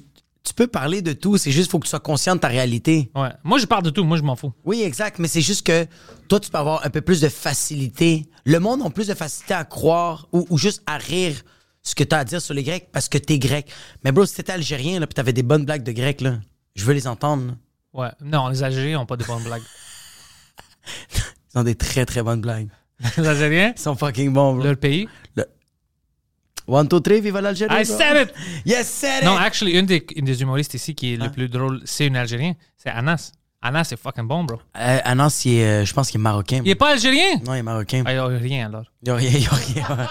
tu peux parler de tout, c'est juste faut que tu sois conscient de ta réalité. Ouais. Moi, je parle de tout. Moi, je m'en fous. Oui, exact, mais c'est juste que toi, tu peux avoir un peu plus de facilité. Le monde a plus de facilité à croire ou juste à rire ce que tu as à dire sur les Grecs parce que t'es grec. Mais bro, si t'étais algérien là, puis t'avais des bonnes blagues de grec, là, je veux les entendre. Là. Ouais. Non, les Algériens n'ont pas de bonnes blagues. Ils ont des très, très bonnes blagues. Les Algériens, Ils sont fucking bons, bro. leur pays. 1, 2, 3, vive l'Algérie. I bro. said it! Yes, said it! Non, actually, une des humoristes ici qui est le plus drôle, c'est une Algérienne. C'est Anas. Anas, c'est fucking bon, bro. Anas, je pense qu'il est marocain. Il est pas algérien? Non, il est marocain. Ah, il n'y a rien, alors. Il n'y a rien.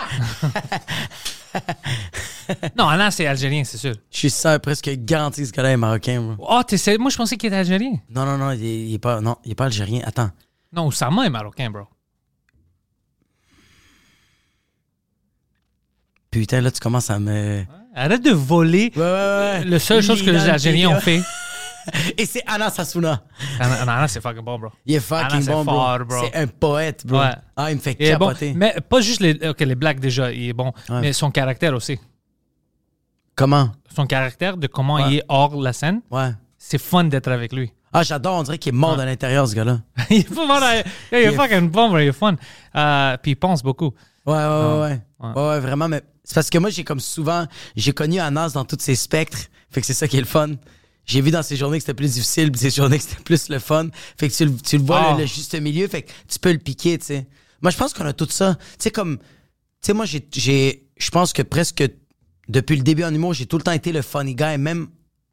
Non, Anas, c'est algérien, c'est sûr. Je suis sûr, presque garanti que ce gars-là est marocain, bro. Oh, moi, je pensais qu'il était algérien. Non, il est pas algérien. Attends. Non, Oussama est marocain, bro. Putain, là, tu commences à me... Arrête de voler Ouais. la seule chose que les Algériens ont fait. Et c'est Anas Hassouna. Anas, c'est fucking bon, bro. Il est fucking Anas, c'est bon, fort, bro. C'est un poète, bro. Ouais. Ah, il me fait Il est bon. capoter. Mais pas juste les blagues, déjà, il est bon. Ouais. Mais son caractère aussi. Comment? Son caractère de comment Ouais. il est hors la scène, Ouais. c'est fun d'être avec lui. Ah, j'adore. On dirait qu'il est mort de l'intérieur, ce gars-là. Il est pas mal. Il est fucking bon, bro. Il est fun. Puis il pense beaucoup. Ouais, vraiment. Mais c'est parce que moi, j'ai connu Anas dans tous ses spectres. Fait que c'est ça qui est le fun. J'ai vu dans ces journées que c'était plus difficile, puis ces journées que c'était plus le fun. Fait que tu le vois, le juste milieu. Fait que tu peux le piquer, tu sais. Moi, je pense qu'on a tout ça. Tu sais, comme... Tu sais, moi, je pense que presque depuis le début en humour, j'ai tout le temps été le funny guy, même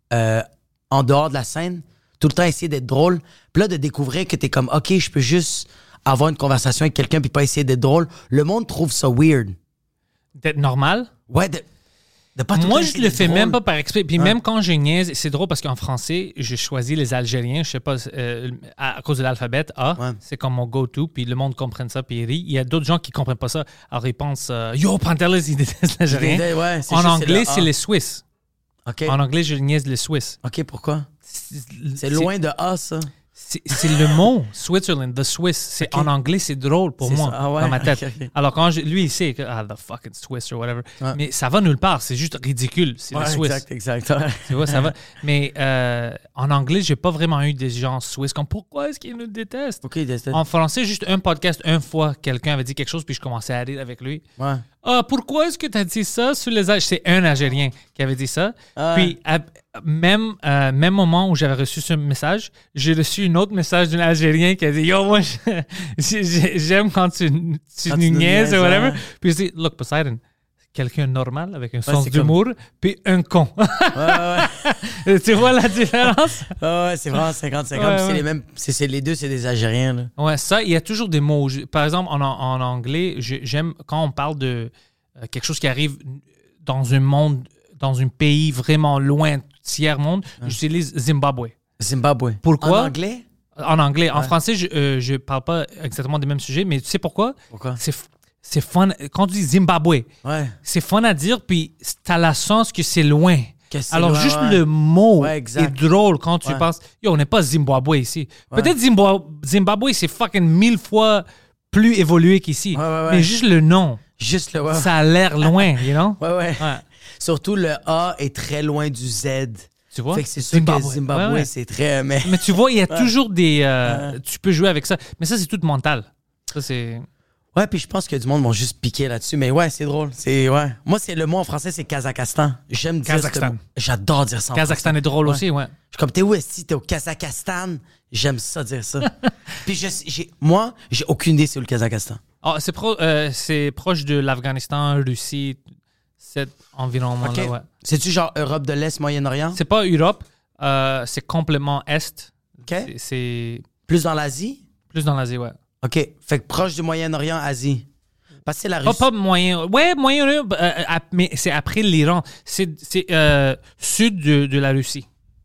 en dehors de la scène. Tout le temps essayer d'être drôle. Puis là, de découvrir que t'es comme, OK, je peux juste avoir une conversation avec quelqu'un puis pas essayer d'être drôle. Le monde trouve ça weird. D'être normal. Ouais, de pas tout le Moi, temps je essayer le d'être fais drôle. même pas par exprès. Puis même quand je niaise, c'est drôle parce qu'en français, je choisis les Algériens. Je sais pas, à cause de l'alphabet A, Ouais. c'est comme mon go-to. Puis le monde comprenne ça, puis il rit. Il y a d'autres gens qui comprennent pas ça. Alors ils pensent, Yo, Pantelis, ils détestent l'Algérien. Ouais, c'est En juste, anglais, le c'est A. les Suisses. OK. En anglais, je niaise les Suisses. OK, pourquoi? C'est loin de A, ça. C'est le mot Switzerland, the Swiss. C'est Ok. en anglais, c'est drôle pour C'est moi ça. Ah ouais? dans ma tête. Ok. Alors quand lui il sait que the fucking Swiss or whatever, Ouais. mais ça va nulle part. C'est juste ridicule. C'est Ouais, les Suisses. exact. Ouais. Tu vois, ça va. Mais en anglais, j'ai pas vraiment eu des gens suisses comme pourquoi est-ce qu'ils nous détestent. OK, c'est En français, juste un podcast, une fois, quelqu'un avait dit quelque chose puis je commençais à rire avec lui. Ouais. Ah, pourquoi est-ce que tu as dit ça sur les Algériens? C'est un Algérien qui avait dit ça. Ah. Puis, même moment où j'avais reçu ce message, j'ai reçu un autre message d'un Algérien qui a dit Yo, moi, j'aime quand tu nous niaises ou whatever. ouais. Puis, je dis Look, Poseidon, quelqu'un normal avec un sens c'est d'humour, puis un con. Ouais. Tu vois la différence? Ouais, c'est vraiment 50-50. Ouais, Puis ouais. c'est les mêmes. C'est les deux, c'est des Algériens, là. Ouais, ça, il y a toujours des mots. Par exemple, en anglais, j'aime quand on parle de quelque chose qui arrive dans un monde, dans un pays vraiment loin, tiers-monde, j'utilise Zimbabwe. Zimbabwe. Pourquoi? En anglais? En anglais. En français, je parle pas exactement des mêmes sujets, mais tu sais pourquoi? Pourquoi? C'est fun. Quand tu dis Zimbabwe, Ouais. c'est fun à dire, puis t'as la sens que c'est loin. Que c'est Alors, loin, juste ouais. le mot Ouais, exact. est drôle quand tu Ouais. penses, yo, on n'est pas Zimbabwe ici. Peut-être Zimbabwe, c'est fucking 1000 fois plus évolué qu'ici. Ouais. Mais juste le nom, Juste le... Ouais. ça a l'air loin, you know? Ouais. Ouais. Surtout, le A est très loin du Z. Tu vois? Fait que c'est sûr que Zimbabwe, Ouais. c'est très... Mais... Mais tu vois, il y a toujours des... Tu peux jouer avec ça. Mais ça, c'est tout mental. Ça, c'est... Ouais, puis je pense que du monde vont juste piquer là-dessus. Mais ouais, c'est drôle. Ouais. Moi, c'est le mot en français, c'est Kazakhstan. J'aime dire Kazakhstan. ce mot. J'adore dire ça en Kazakhstan français. est drôle Ouais. aussi, ouais. Je suis comme, t'es où, est-ce que t'es au Kazakhstan? J'aime ça dire ça. Puis moi, j'ai aucune idée c'est où le Kazakhstan. Ah, c'est proche de l'Afghanistan, Russie, cet environnement-là, OK. ouais. C'est-tu genre Europe de l'Est, Moyen-Orient? C'est pas Europe, c'est complètement Est. OK. C'est Plus dans l'Asie? plus dans l'Asie, ouais. OK. Fait que proche du Moyen-Orient, Asie. Parce que c'est la Russie. Pas moyen. Ouais, moyen, mais c'est après l'Iran. C'est sud de la Russie.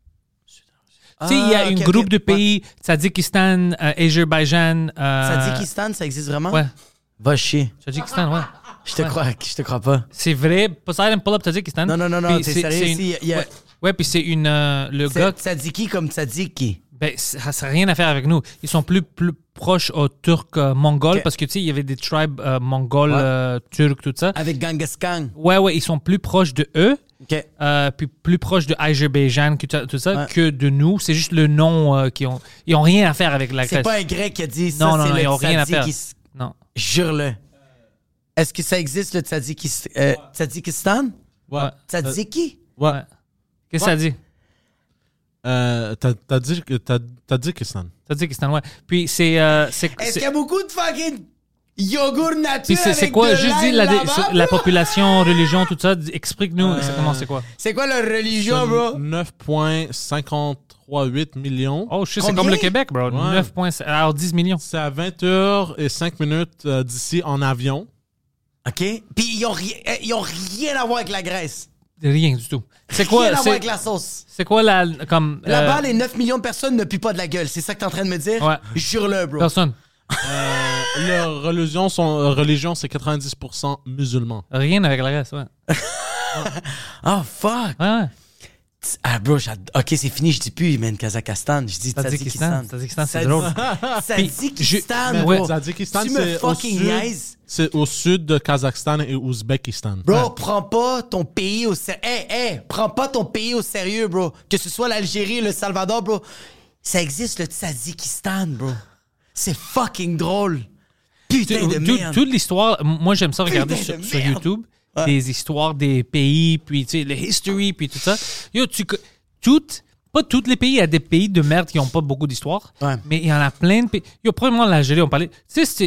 Tu sais, il y a un groupe de pays, Tadjikistan, Azerbaïdjan. Tadjikistan, ça existe vraiment? Ouais. Va chier. Tadjikistan, ouais. Je te crois pas. C'est vrai. Poseidon pull up Tadjikistan. Non, Puis t'es sérieux une- ici? Il y a- Ouais, puis c'est une. Le gars. Tzadiki comme Tzadiki. Ben, ça n'a rien à faire avec nous. Ils sont plus proches aux Turcs mongols Ok. parce que tu sais, il y avait des tribes mongols, Ouais. turcs, tout ça. Avec Genghis Khan. Ouais, ils sont plus proches de eux. OK. Puis plus proche de Azerbaïdjan, tout ça, Ouais. que de nous. C'est juste le nom ils ont rien à faire avec la C'est Grèce. pas un grec qui a dit ça, Non, non, c'est non, le ils ont rien à faire. Tadjikistan. Non. Jure-le. Est-ce que ça existe, le Tadjikistan? Ouais. Tadjiki? Ouais. Qu'est-ce que ça dit? T'as dit Tadjikistan. Tadjikistan, ouais. Puis c'est... Est-ce qu'il y a beaucoup de fucking yogourt nature Puis c'est avec quoi? de Juste l'ail dis là-bas, la bro? population, religion, tout ça. Explique-nous comment c'est quoi. C'est quoi leur religion, bro? 9,538 millions. Oh, shit, c'est Combien? comme le Québec, bro. Ouais. 9 points, alors 10 millions. C'est à 20h05 d'ici en avion. OK. Puis ils ont rien à voir avec la Grèce. Rien du tout. C'est Rien quoi? à voir avec la sauce. C'est quoi la... comme... Là-bas, les 9 millions de personnes ne puent pas de la gueule. C'est ça que t'es en train de me dire? Ouais. Jure-le, bro. Personne. Leur religion, c'est 90% musulmans. Rien avec la Grèce, ouais. Oh, fuck. Ouais, ouais. Ah, bro, OK, c'est fini. Je dis plus, man, Kazakhstan. Je dis Tadjikistan. Tadjikistan, c'est drôle. Tadjikistan, Mais bro. Tadjikistan, Tu me fucking niaises? c'est au sud de Kazakhstan et Ouzbékistan. Bro, prends pas ton pays au sérieux. Hey, prends pas ton pays au sérieux, bro. Que ce soit l'Algérie, le Salvador, bro. Ça existe, le Tadjikistan, bro. C'est fucking drôle. Putain de merde. Toute l'histoire, moi j'aime ça regarder Putain de sur merde. YouTube, Ouais. des histoires des pays, puis tu sais, le history, puis tout ça. Yo, pas tous les pays, il y a des pays de merde qui n'ont pas beaucoup d'histoire, Ouais. mais il y en a plein de pays. Yo, premièrement, l'Algérie, on parlait. Tu sais,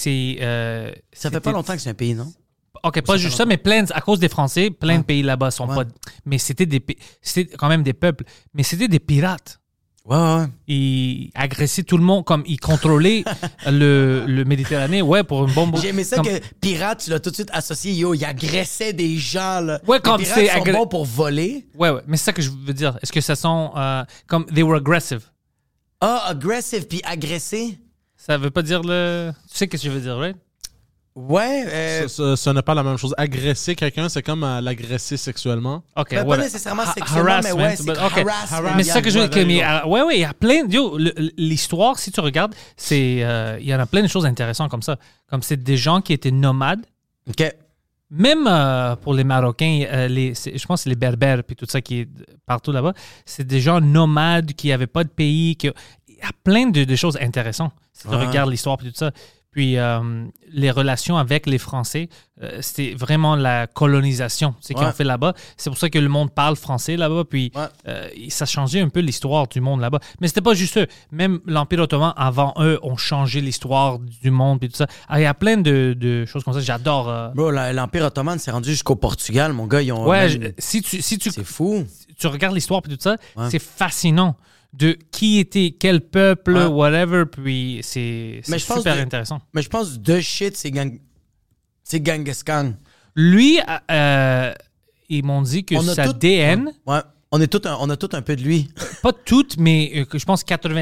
Ça fait pas longtemps que c'est un pays, non? OK, pas juste ça, mais à cause des Français, plein de pays là-bas sont Ouais. pas. Mais c'était quand même des peuples, mais c'était des pirates. Ouais. Ils agressaient tout le monde, comme ils contrôlaient le Méditerranée, ouais, pour une bombe. J'ai aimé ça comme- que pirate, tu l'as tout de suite associé, yo, il agressait des gens, là. Ouais, comme les pirates c'est sont bons pour voler. Ouais, mais c'est ça que je veux dire. Est-ce que ça sont comme they were aggressive? Ah, aggressive puis agressé. Ça veut pas dire le. Tu sais ce que je veux dire, right? Ouais, Ce n'est pas la même chose. Agresser quelqu'un, c'est comme l'agresser sexuellement. OK, ben, pas voilà. nécessairement sexuellement, mais ouais, c'est but- OK. harassment. Mais c'est ça que je veux dire. Yeah, Ouais, il y a plein. Yo, l'histoire, si tu regardes, il y en a plein de choses intéressantes comme ça. Comme c'est des gens qui étaient nomades. OK. Même pour les Marocains, je pense que c'est les Berbères puis tout ça qui est partout là-bas, c'est des gens nomades qui n'avaient pas de pays. Il y a plein de choses intéressantes si tu Ouais. regardes l'histoire puis tout ça. Puis les relations avec les Français, c'était vraiment la colonisation qu'ils Ouais. ont fait là-bas. C'est pour ça que le monde parle français là-bas. Puis ça changeait un peu l'histoire du monde là-bas. Mais c'était pas juste eux. Même l'Empire ottoman, avant eux, ont changé l'histoire du monde puis tout ça. Ah, il y a plein de choses comme ça. J'adore. Bro, l'Empire ottoman s'est rendu jusqu'au Portugal, mon gars. Ils ont Ouais, même- si tu C'est fou. tu regardes l'histoire puis tout ça, Ouais. c'est fascinant de qui était quel peuple, Ouais. whatever, puis c'est Mais je pense super que- intéressant. Mais je pense que shit, c'est Genghis Khan. Lui, ils m'ont dit que On a sa tout- DN, Ouais. On a tout un peu de lui. pas toutes, mais que je pense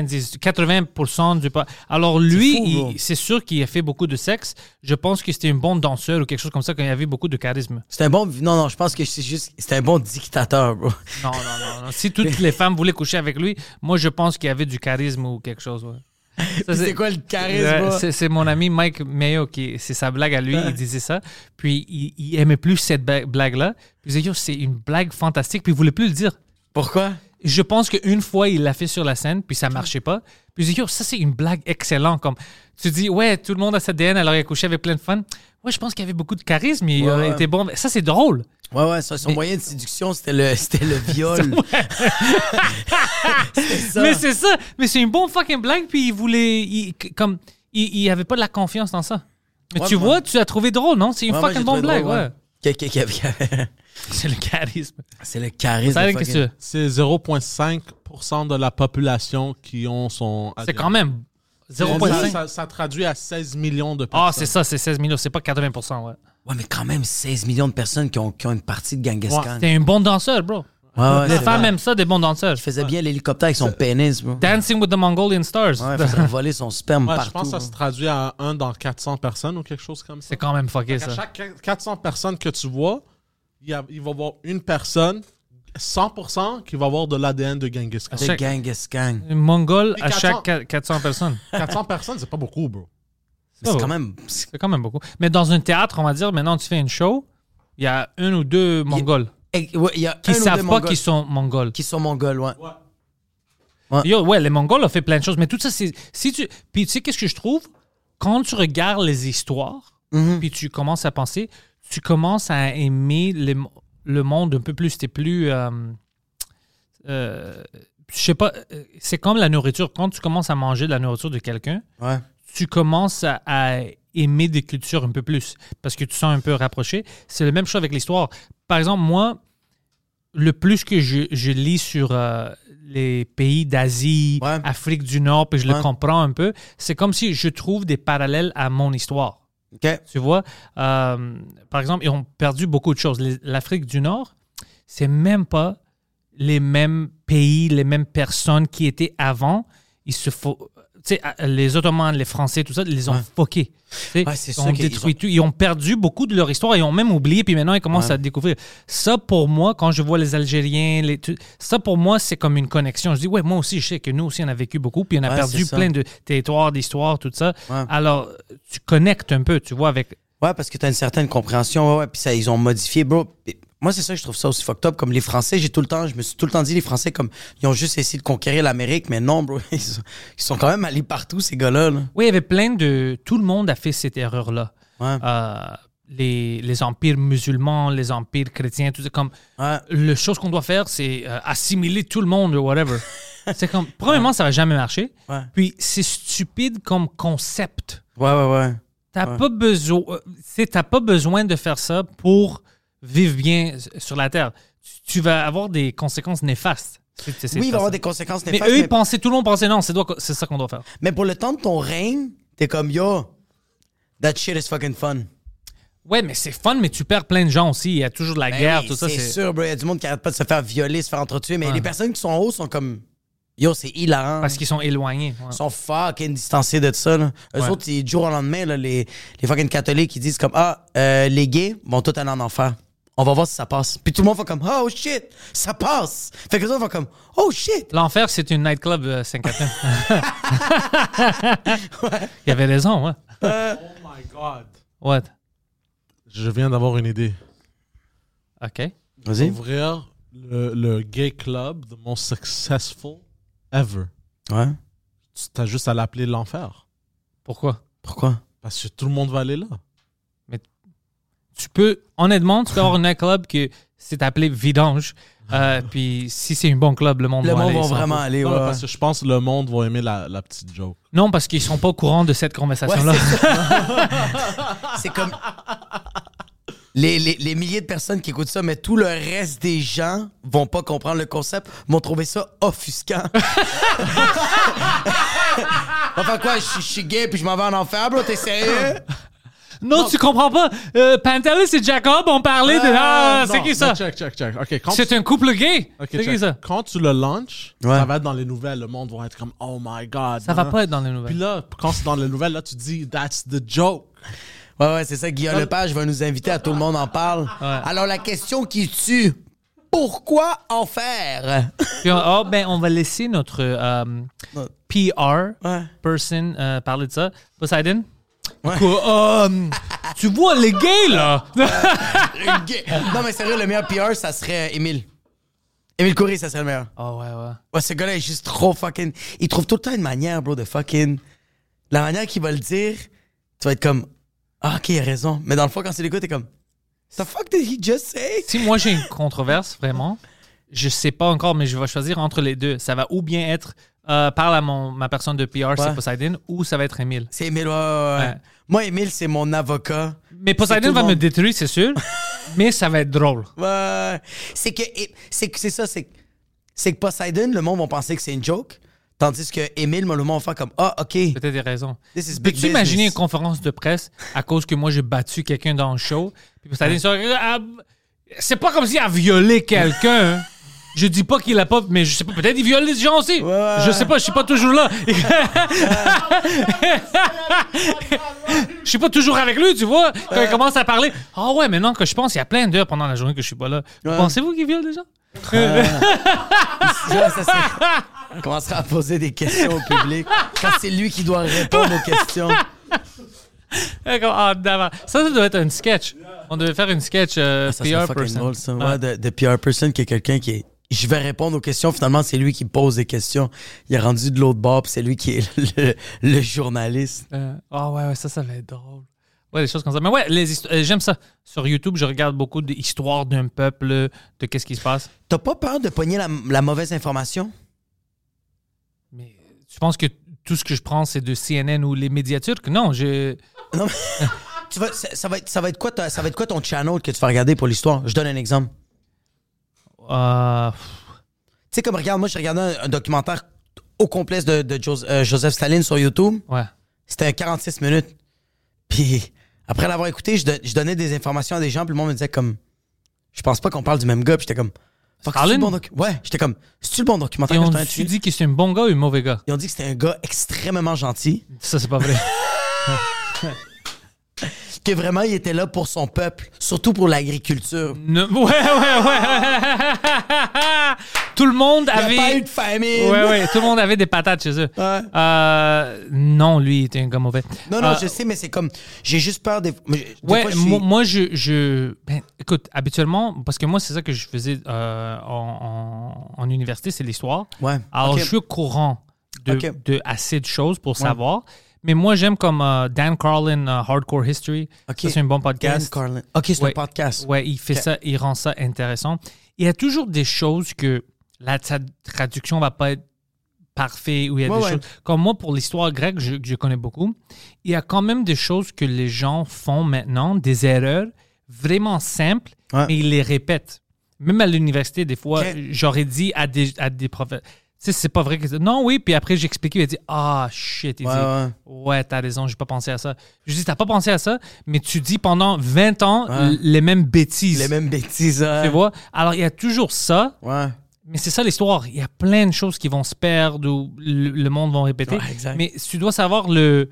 80% du pas. Alors lui, C'est fou, bro. c'est sûr qu'il a fait beaucoup de sexe. Je pense que c'était un bon danseur ou quelque chose comme ça, quand il avait beaucoup de charisme. C'est un bon. Non, je pense que c'est un bon dictateur, bro. Non. Si toutes les femmes voulaient coucher avec lui, moi je pense qu'il y avait du charisme ou quelque chose. Ouais. Ça, C'est quoi le charisme, Ouais, bro? c'est mon ami Mike Mayo, c'est sa blague à lui, il disait ça. Puis il aimait plus cette blague-là. Puis il disait, yo, c'est une blague fantastique. Puis il voulait plus le dire. Pourquoi? Je pense qu'une fois, il l'a fait sur la scène, puis ça marchait pas. Puis il dit, yo, ça, c'est une blague excellente. Comme, tu dis, ouais, tout le monde a sa DN, alors il a couché avec plein de fans. Ouais, je pense qu'il avait beaucoup de charisme, il Ouais. était bon. Ça, c'est drôle. Ouais, son moyen de séduction, c'était le viol. C'était ça. Mais c'est ça. Mais c'est une bonne fucking blague, puis il voulait. Il avait pas de la confiance dans ça. Mais Ouais, tu ouais. vois, tu as trouvé drôle, non? C'est une Ouais, moi, fucking j'ai bonne trouvé blague, drôle, ouais. C'est le charisme. C'est le charisme. Ça de veut dire que fucking- C'est 0,5% de la population qui ont son c'est ADN. quand même 0,5. Ça traduit à 16 millions de personnes. Ah, c'est ça, c'est 16 millions, c'est pas 80%, ouais. Ouais, mais quand même 16 millions de personnes qui ont une partie de Genghis Ouais, Khan. T'es un bon danseur, bro. Ouais, Les c'est femmes vrai. aiment ça, des bons danseurs. Il faisait bien l'hélicoptère avec son pénis, bro. Dancing with the Mongolian Stars. Ouais, il faisait voler son sperme Ouais, partout. je pense que ça bro. se traduit à 1 dans 400 personnes ou quelque chose comme ça. C'est quand même fucké, À ça. chaque 400 personnes que tu vois, il va y avoir une personne, 100%, qui va avoir de l'ADN de Genghis Khan. De chaque- Genghis Khan. Un Mongol Puis à 400. chaque 400 personnes. 400 personnes, c'est pas beaucoup, bro. Mais c'est Oh. quand même. C'est quand même beaucoup. Mais dans un théâtre, on va dire, maintenant tu fais une show, il y a un ou deux Mongols. Ouais, il y a qui un ou deux savent pas Mongols qu'ils sont mongols. qui sont mongols, ouais. Ouais, les Mongols ont fait plein de choses, mais tout ça, c'est... Puis tu sais, qu'est-ce que je trouve? Quand tu regardes les histoires, puis tu commences à penser, tu commences à aimer le monde un peu plus. T'es plus... je sais pas, c'est comme la nourriture. Quand tu commences à manger de la nourriture de quelqu'un, tu commences à aimer des cultures un peu plus parce que tu sens un peu rapproché. C'est la même chose avec l'histoire. Par exemple, moi, le plus que je lis sur les pays d'Asie, Afrique du Nord, puis je le comprends un peu, c'est comme si je trouve des parallèles à mon histoire. OK. Tu vois? Par exemple, ils ont perdu beaucoup de choses. L'Afrique du Nord, c'est même pas les mêmes pays, les mêmes personnes qui étaient avant. Les Ottomans, les Français, tout ça, ils les ont fuckés. Ils ont détruit tout. Ils ont perdu beaucoup de leur histoire. Ils ont même oublié, puis maintenant, ils commencent à découvrir. Ça, pour moi, quand je vois les Algériens, ça, pour moi, c'est comme une connexion. Je dis, ouais, moi aussi, je sais que nous aussi, on a vécu beaucoup, puis on a perdu plein de territoires, d'histoires, tout ça. Alors, tu connectes un peu, tu vois, avec... Ouais, parce que tu as une certaine compréhension. Puis ça, ils ont modifié, bro. Moi, c'est ça que je trouve ça aussi fucked up. Comme les Français, je me suis tout le temps dit, les Français, comme, ils ont juste essayé de conquérir l'Amérique, mais non, bro. Ils sont quand même allés partout, ces gars-là. Là. Oui, il y avait plein de... Tout le monde a fait cette erreur-là. Les empires musulmans, les empires chrétiens, tout ça. Comme, la chose qu'on doit faire, c'est assimiler tout le monde ou whatever. C'est comme... Premièrement, ça va jamais marcher. Puis, c'est stupide comme concept. T'as pas besoin de faire ça pour vivre bien sur la Terre. Tu vas avoir des conséquences néfastes. Il va y avoir des conséquences néfastes. Mais eux, tout le monde pensait non, c'est ça qu'on doit faire. Mais pour le temps de ton règne, t'es comme, yo, that shit is fucking fun. Ouais, mais c'est fun, mais tu perds plein de gens aussi. Il y a toujours de la guerre, tout ça. C'est sûr, bro. Il y a du monde qui arrête pas de se faire violer, se faire entretuer. Mais les personnes qui sont en haut sont comme... Yo, c'est hilarant. Parce qu'ils sont éloignés. Ils sont fucking distancés de ça. Là. Eux autres, du jour au lendemain, là, les fucking catholiques, ils disent comme, les gays vont tout aller en enfer. On va voir si ça passe. Puis tout le monde fait comme, oh shit, ça passe. Fait que les autres font comme, oh shit. L'enfer, c'est une nightclub 5-4. Il avait raison, Oh my God. What? Je viens d'avoir une idée. OK. Vas-y. Ouvrir le gay club the most successful ever. Ouais. Tu as juste à l'appeler l'enfer. Pourquoi? Parce que tout le monde va aller là. Mais honnêtement, tu peux avoir un nightclub que c'est appelé vidange. Puis si c'est un bon club, le monde va aller. Le monde va vraiment aller, non, parce que je pense que le monde va aimer la petite joke. Non, parce qu'ils sont pas au courant de cette conversation-là. C'est comme... Les milliers de personnes qui écoutent ça, mais tout le reste des gens vont pas comprendre le concept, vont trouver ça offusquant. Enfin quoi, je suis gay puis je m'en vais en enfer, bro, t'es sérieux? Non, tu comprends pas. Pantelis et Jacob ont parlé de... c'est qui ça? Check. Okay, c'est un couple gay. Okay, c'est qui ça? Quand tu le launches, ça va être dans les nouvelles. Le monde va être comme, oh my God. Ça va pas être dans les nouvelles. Puis là, quand c'est dans les nouvelles, là, tu dis, that's the joke. Ouais, c'est ça. Guillaume Lepage va nous inviter à Tout le monde en parle. Ouais. Alors, la question qui tue, pourquoi en faire? Puis, on va laisser notre PR person parler de ça. Poseidon? Ouais. Tu vois, les gays, là! Non, mais sérieux, le meilleur PR, ça serait Émile. Émile Coury, ça serait le meilleur. Oh, ouais. Ouais, ce gars-là est juste trop fucking... Il trouve tout le temps une manière, bro, de fucking... La manière qu'il va le dire, tu vas être comme... Ah, OK, il a raison. Mais dans le fond, quand tu l'écoutes, t'es comme... The fuck did he just say? Si moi, j'ai une controverse, vraiment, je sais pas encore, mais je vais choisir entre les deux. Ça va ou bien être... parle à ma personne de PR, c'est Poseidon, ou ça va être Émile. C'est Émile, ouais. Moi, Émile, c'est mon avocat. Mais Poseidon va me détruire, c'est sûr. Mais ça va être drôle. Ouais. C'est que Poseidon, le monde va penser que c'est une joke. Tandis que Émile, le monde va faire comme, OK. Peut-être des raisons. Peux-tu imaginer une conférence de presse à cause que moi, j'ai battu quelqu'un dans le show? Puis Poseidon, c'est pas comme s'il a violé quelqu'un. Je dis pas qu'il a pas, mais je sais pas, peut-être il viole les gens aussi. Ouais. Je sais pas, je suis pas toujours là. Je suis pas toujours avec lui, tu vois. Quand il commence à parler, ouais, mais non, que je pense, il y a plein d'heures pendant la journée que je suis pas là. Pensez-vous qu'il viole des gens? On commencera à poser des questions au public quand c'est lui qui doit répondre aux questions. Ça doit être un sketch. On devait faire une sketch Ça serait PR fucking person. drôle, ça. Ouais, de PR person, qui est quelqu'un qui est... Je vais répondre aux questions. Finalement, c'est lui qui pose des questions. Il est rendu de l'autre bord, puis c'est lui qui est le journaliste. Ouais, ça va être drôle. Ouais, des choses comme ça. Mais ouais, j'aime ça. Sur YouTube, je regarde beaucoup d'histoires d'un peuple, de qu'est-ce qui se passe. T'as pas peur de pogner la mauvaise information? Mais tu penses que tout ce que je prends, c'est de CNN ou les médias turcs? Non, Non, mais ça va être quoi ton channel que tu vas regarder pour l'histoire? Je donne un exemple. Tu sais, comme regarde, moi, je regardais un documentaire au complet de Joseph Staline sur YouTube. Ouais. C'était 46 minutes. Puis après l'avoir écouté, je donnais des informations à des gens, puis le monde me disait comme, je pense pas qu'on parle du même gars, puis j'étais comme, Staline? Ouais, j'étais comme, c'est-tu le bon documentaire? Et que on je t'ai dit que c'est un bon gars ou un mauvais gars? Ils ont dit que c'était un gars extrêmement gentil, Ça, c'est pas vrai. que vraiment il était là pour son peuple, surtout pour l'agriculture. Ouais. Tout le monde Il avait... n'y a pas eu de famine. Ouais, tout le monde avait des patates chez eux. Ouais. Non, lui, il était un gars mauvais. Non, je sais, mais c'est comme, j'ai juste peur des Ouais, fois, moi, ben, écoute, habituellement, parce que moi, c'est ça que je faisais en université, c'est l'histoire. Ouais. Alors, Ok. je suis au courant Ok. de assez de choses pour savoir. Mais moi, j'aime comme Dan Carlin, Hardcore History. Ok. Ça, c'est un bon podcast. Dan Carlin. OK, c'est un podcast. Ouais, il fait ça, il rend ça intéressant. Il y a toujours des choses que la traduction va pas être parfaite, ou il y a des choses... Comme moi, pour l'histoire grecque, je connais beaucoup. Il y a quand même des choses que les gens font maintenant, des erreurs vraiment simples, mais ils les répètent. Même à l'université, des fois, j'aurais dit à des professeurs... Tu sais, c'est pas vrai que... Non, oui, puis après, j'ai expliqué, il a dit « Ah, shit. » Il dit « Ouais, t'as raison, j'ai pas pensé à ça. » Je dis « T'as pas pensé à ça, mais tu dis pendant 20 ans les mêmes bêtises. » Les mêmes bêtises, hein. Tu vois? Alors, il y a toujours ça, Ouais. mais c'est ça l'histoire. Il y a plein de choses qui vont se perdre ou le monde va répéter. Ouais, exact. Mais tu dois savoir le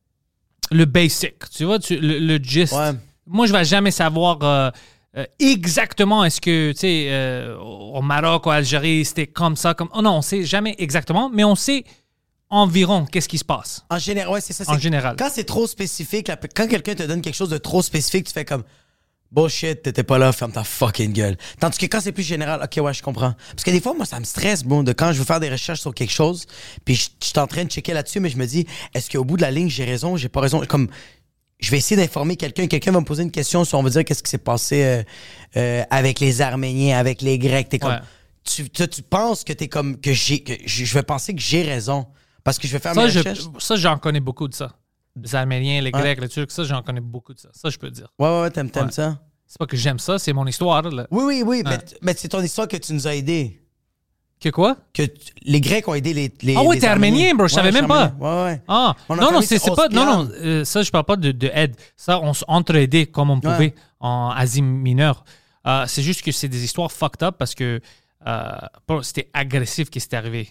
basic, tu vois, le gist. Ouais. Moi, je vais jamais savoir... exactement, est-ce que, tu sais, au Maroc, ou Algérie, c'était comme ça, comme... Oh non, on sait jamais exactement, mais on sait environ qu'est-ce qui se passe. En général, ouais, c'est ça. En général. Quand c'est trop spécifique, quand quelqu'un te donne quelque chose de trop spécifique, tu fais comme, bullshit, t'étais pas là, ferme ta fucking gueule. Tandis que quand c'est plus général, ok, ouais, je comprends. Parce que des fois, moi, ça me stresse, bon, de quand je veux faire des recherches sur quelque chose, puis je suis en train de checker là-dessus, mais je me dis, est-ce qu'au bout de la ligne, j'ai raison, j'ai pas raison? Comme... Je vais essayer d'informer quelqu'un. Quelqu'un va me poser une question sur, on va dire, qu'est-ce qui s'est passé avec les Arméniens, avec les Grecs. T'es comme, tu penses que t'es comme, je vais penser que j'ai raison. Parce que je vais faire mes recherches. Ça, j'en connais beaucoup de ça. Les Arméniens, les Grecs, les Turcs, ça, j'en connais beaucoup de ça. Ça, je peux dire. Ouais, t'aimes ça? C'est pas que j'aime ça, c'est mon histoire, là. Oui, mais c'est ton histoire que tu nous as aidés. Que quoi? Que les Grecs ont aidé les Ah ouais, les t'es arménien, bro, je savais même pas. Ouais. Ah, non, c'est pas... Non, ça, je parle pas de aide. Ça, on s'entraidait comme on pouvait en Asie mineure. C'est juste que c'est des histoires fucked up parce que c'était agressif qui s'était arrivé.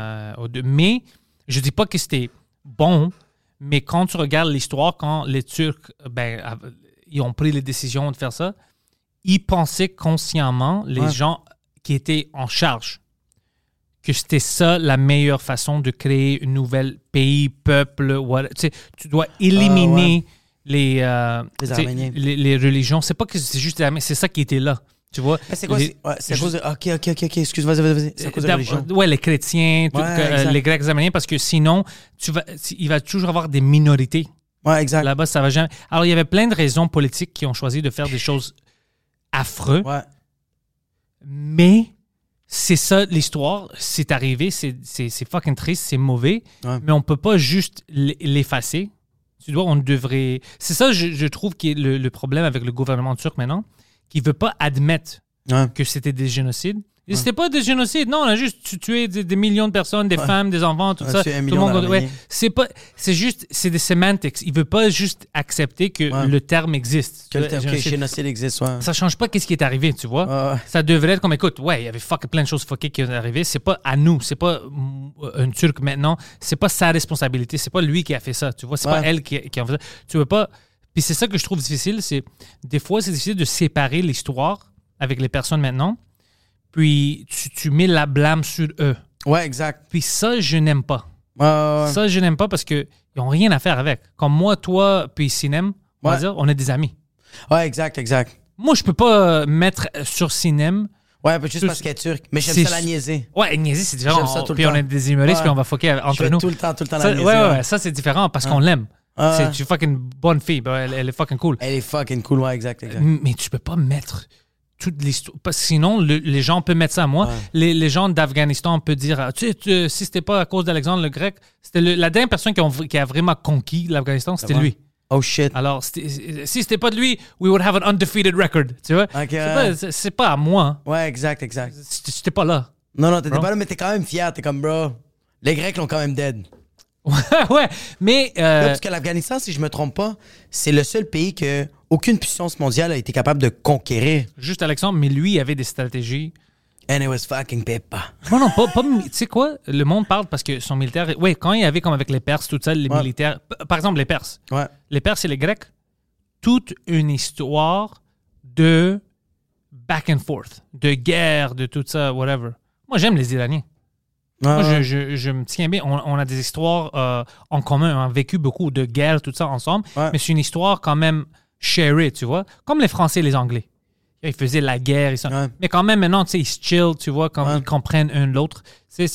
Mais je dis pas que c'était bon, mais quand tu regardes l'histoire, quand les Turcs, ils ont pris les décisions de faire ça, ils pensaient consciemment, les gens qui étaient en charge, que c'était ça la meilleure façon de créer une nouvelle pays, peuple, tu dois éliminer les Arméniens. les religions. C'est pas que c'est juste les Arméniens, c'est ça qui était là. Tu vois? C'est quoi? C'est à cause de... OK, excuse, vas-y. C'est à cause de la religion. Ouais, les chrétiens, les Grecs, les Arméniens, parce que sinon, il va toujours avoir des minorités. Ouais, exact. Là-bas, ça va jamais... Alors, il y avait plein de raisons politiques qui ont choisi de faire des choses affreuses. Ouais. Mais... c'est ça l'histoire, c'est arrivé, c'est fucking triste, c'est mauvais, mais on peut pas juste l'effacer. On devrait... C'est ça, je trouve, qui est le problème avec le gouvernement turc maintenant, qui veut pas admettre que c'était des génocides. Et c'était pas des génocides, non, on a juste tué des millions de personnes, des femmes, des enfants, tout ça. Tout le monde, c'est juste, c'est des semantics. Il veut pas juste accepter que le terme existe. Que le terme génocide existe, Ça change pas qu'est-ce qui est arrivé, tu vois. Ça devrait être comme, écoute, il y avait plein de choses fuckées qui sont arrivées. C'est pas à nous, c'est pas un Turc maintenant, c'est pas sa responsabilité, c'est pas lui qui a fait ça, tu vois. C'est pas elle qui a fait ça. Tu veux pas... Puis c'est ça que je trouve difficile, c'est... Des fois, c'est difficile de séparer l'histoire avec les personnes maintenant. Puis tu mets la blâme sur eux. Ouais, exact. Puis ça, je n'aime pas. Ça, je n'aime pas parce qu'ils n'ont rien à faire avec. Comme moi, toi, puis Cinem, on va dire, on est des amis. Ouais, exact. Moi, je peux pas mettre sur Cinem. Ouais, juste parce qu'elle est turque. Mais j'aime ça la niaiser. Ouais, niaiser, c'est différent. J'aime ça tout le puis temps. on est des humoristes, puis on va fucker entre nous. Tout le temps ça, la niaiser. ouais, ça, c'est différent parce qu'on l'aime. C'est une fucking bonne fille. Elle est fucking cool. Elle est fucking cool, ouais, exact. Mais tu peux pas mettre toute l'histoire. Parce que sinon, les gens peuvent mettre ça à moi. Ouais. Les gens d'Afghanistan peuvent dire si c'était pas à cause d'Alexandre le Grec, c'était la dernière personne qui a vraiment conquis l'Afghanistan, c'était lui. Oh shit. Alors, si c'était pas de lui, we would have an undefeated record. Tu vois? Okay, c'est pas à moi. Ouais, exact. J'étais pas là. Non, t'étais pas là, mais t'es quand même fier. T'es comme, bro, les Grecs l'ont quand même dead. Ouais, mais... Parce que l'Afghanistan, si je me trompe pas, c'est le seul pays que aucune puissance mondiale a été capable de conquérir. Juste Alexandre, mais lui, il avait des stratégies. And it was fucking paper. Non, pas tu sais quoi? Le monde parle parce que son militaire... Oui, quand il y avait comme avec les Perses, tout ça, les militaires... Par exemple, les Perses. Ouais. Les Perses et les Grecs, toute une histoire de back and forth, de guerre, de tout ça, whatever. Moi, j'aime les Iraniens. Moi, je me tiens bien. On a des histoires en commun. On a vécu beaucoup de guerres, tout ça ensemble. Ouais. Mais c'est une histoire quand même shared, tu vois. Comme les Français et les Anglais. Ils faisaient la guerre. Mais quand même, maintenant, tu sais, ils se chill, tu vois, quand ils comprennent un l'autre.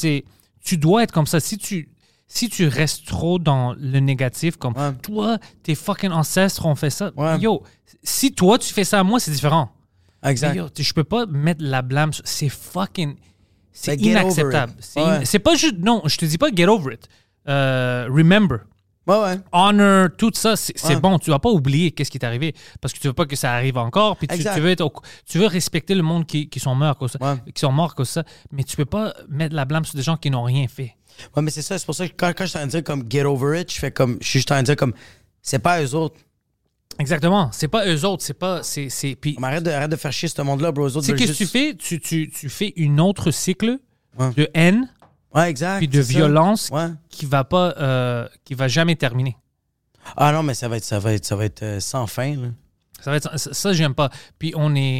Tu dois être comme ça. Si tu restes trop dans le négatif, comme toi, tes fucking ancêtres ont fait ça. Yo, si toi, tu fais ça à moi, c'est différent. Exact. Mais yo, je peux pas mettre la blâme. C'est fucking... C'est inacceptable. C'est pas juste... Non, je te dis pas get over it. Remember. Ouais. Honor, tout ça, c'est bon. Tu vas pas oublier qu'est-ce qui est arrivé parce que tu veux pas que ça arrive encore. Puis tu veux respecter le monde qui sont morts à cause de ça, qui sont morts à cause de ça. Mais tu peux pas mettre la blâme sur des gens qui n'ont rien fait. Ouais, mais c'est ça. C'est pour ça que quand je suis en train de dire comme get over it, je suis juste en train de dire comme c'est pas eux autres. Exactement. C'est pas eux autres. C'est pas... Puis, arrête de faire chier ce monde-là, bro. Eux autres, c'est qu'est-ce que tu fais? Tu fais une autre cycle de haine. Ouais, exact. Puis de violence qui va jamais terminer. Ah non, mais ça va être sans fin. Là. Ça, j'aime pas. Puis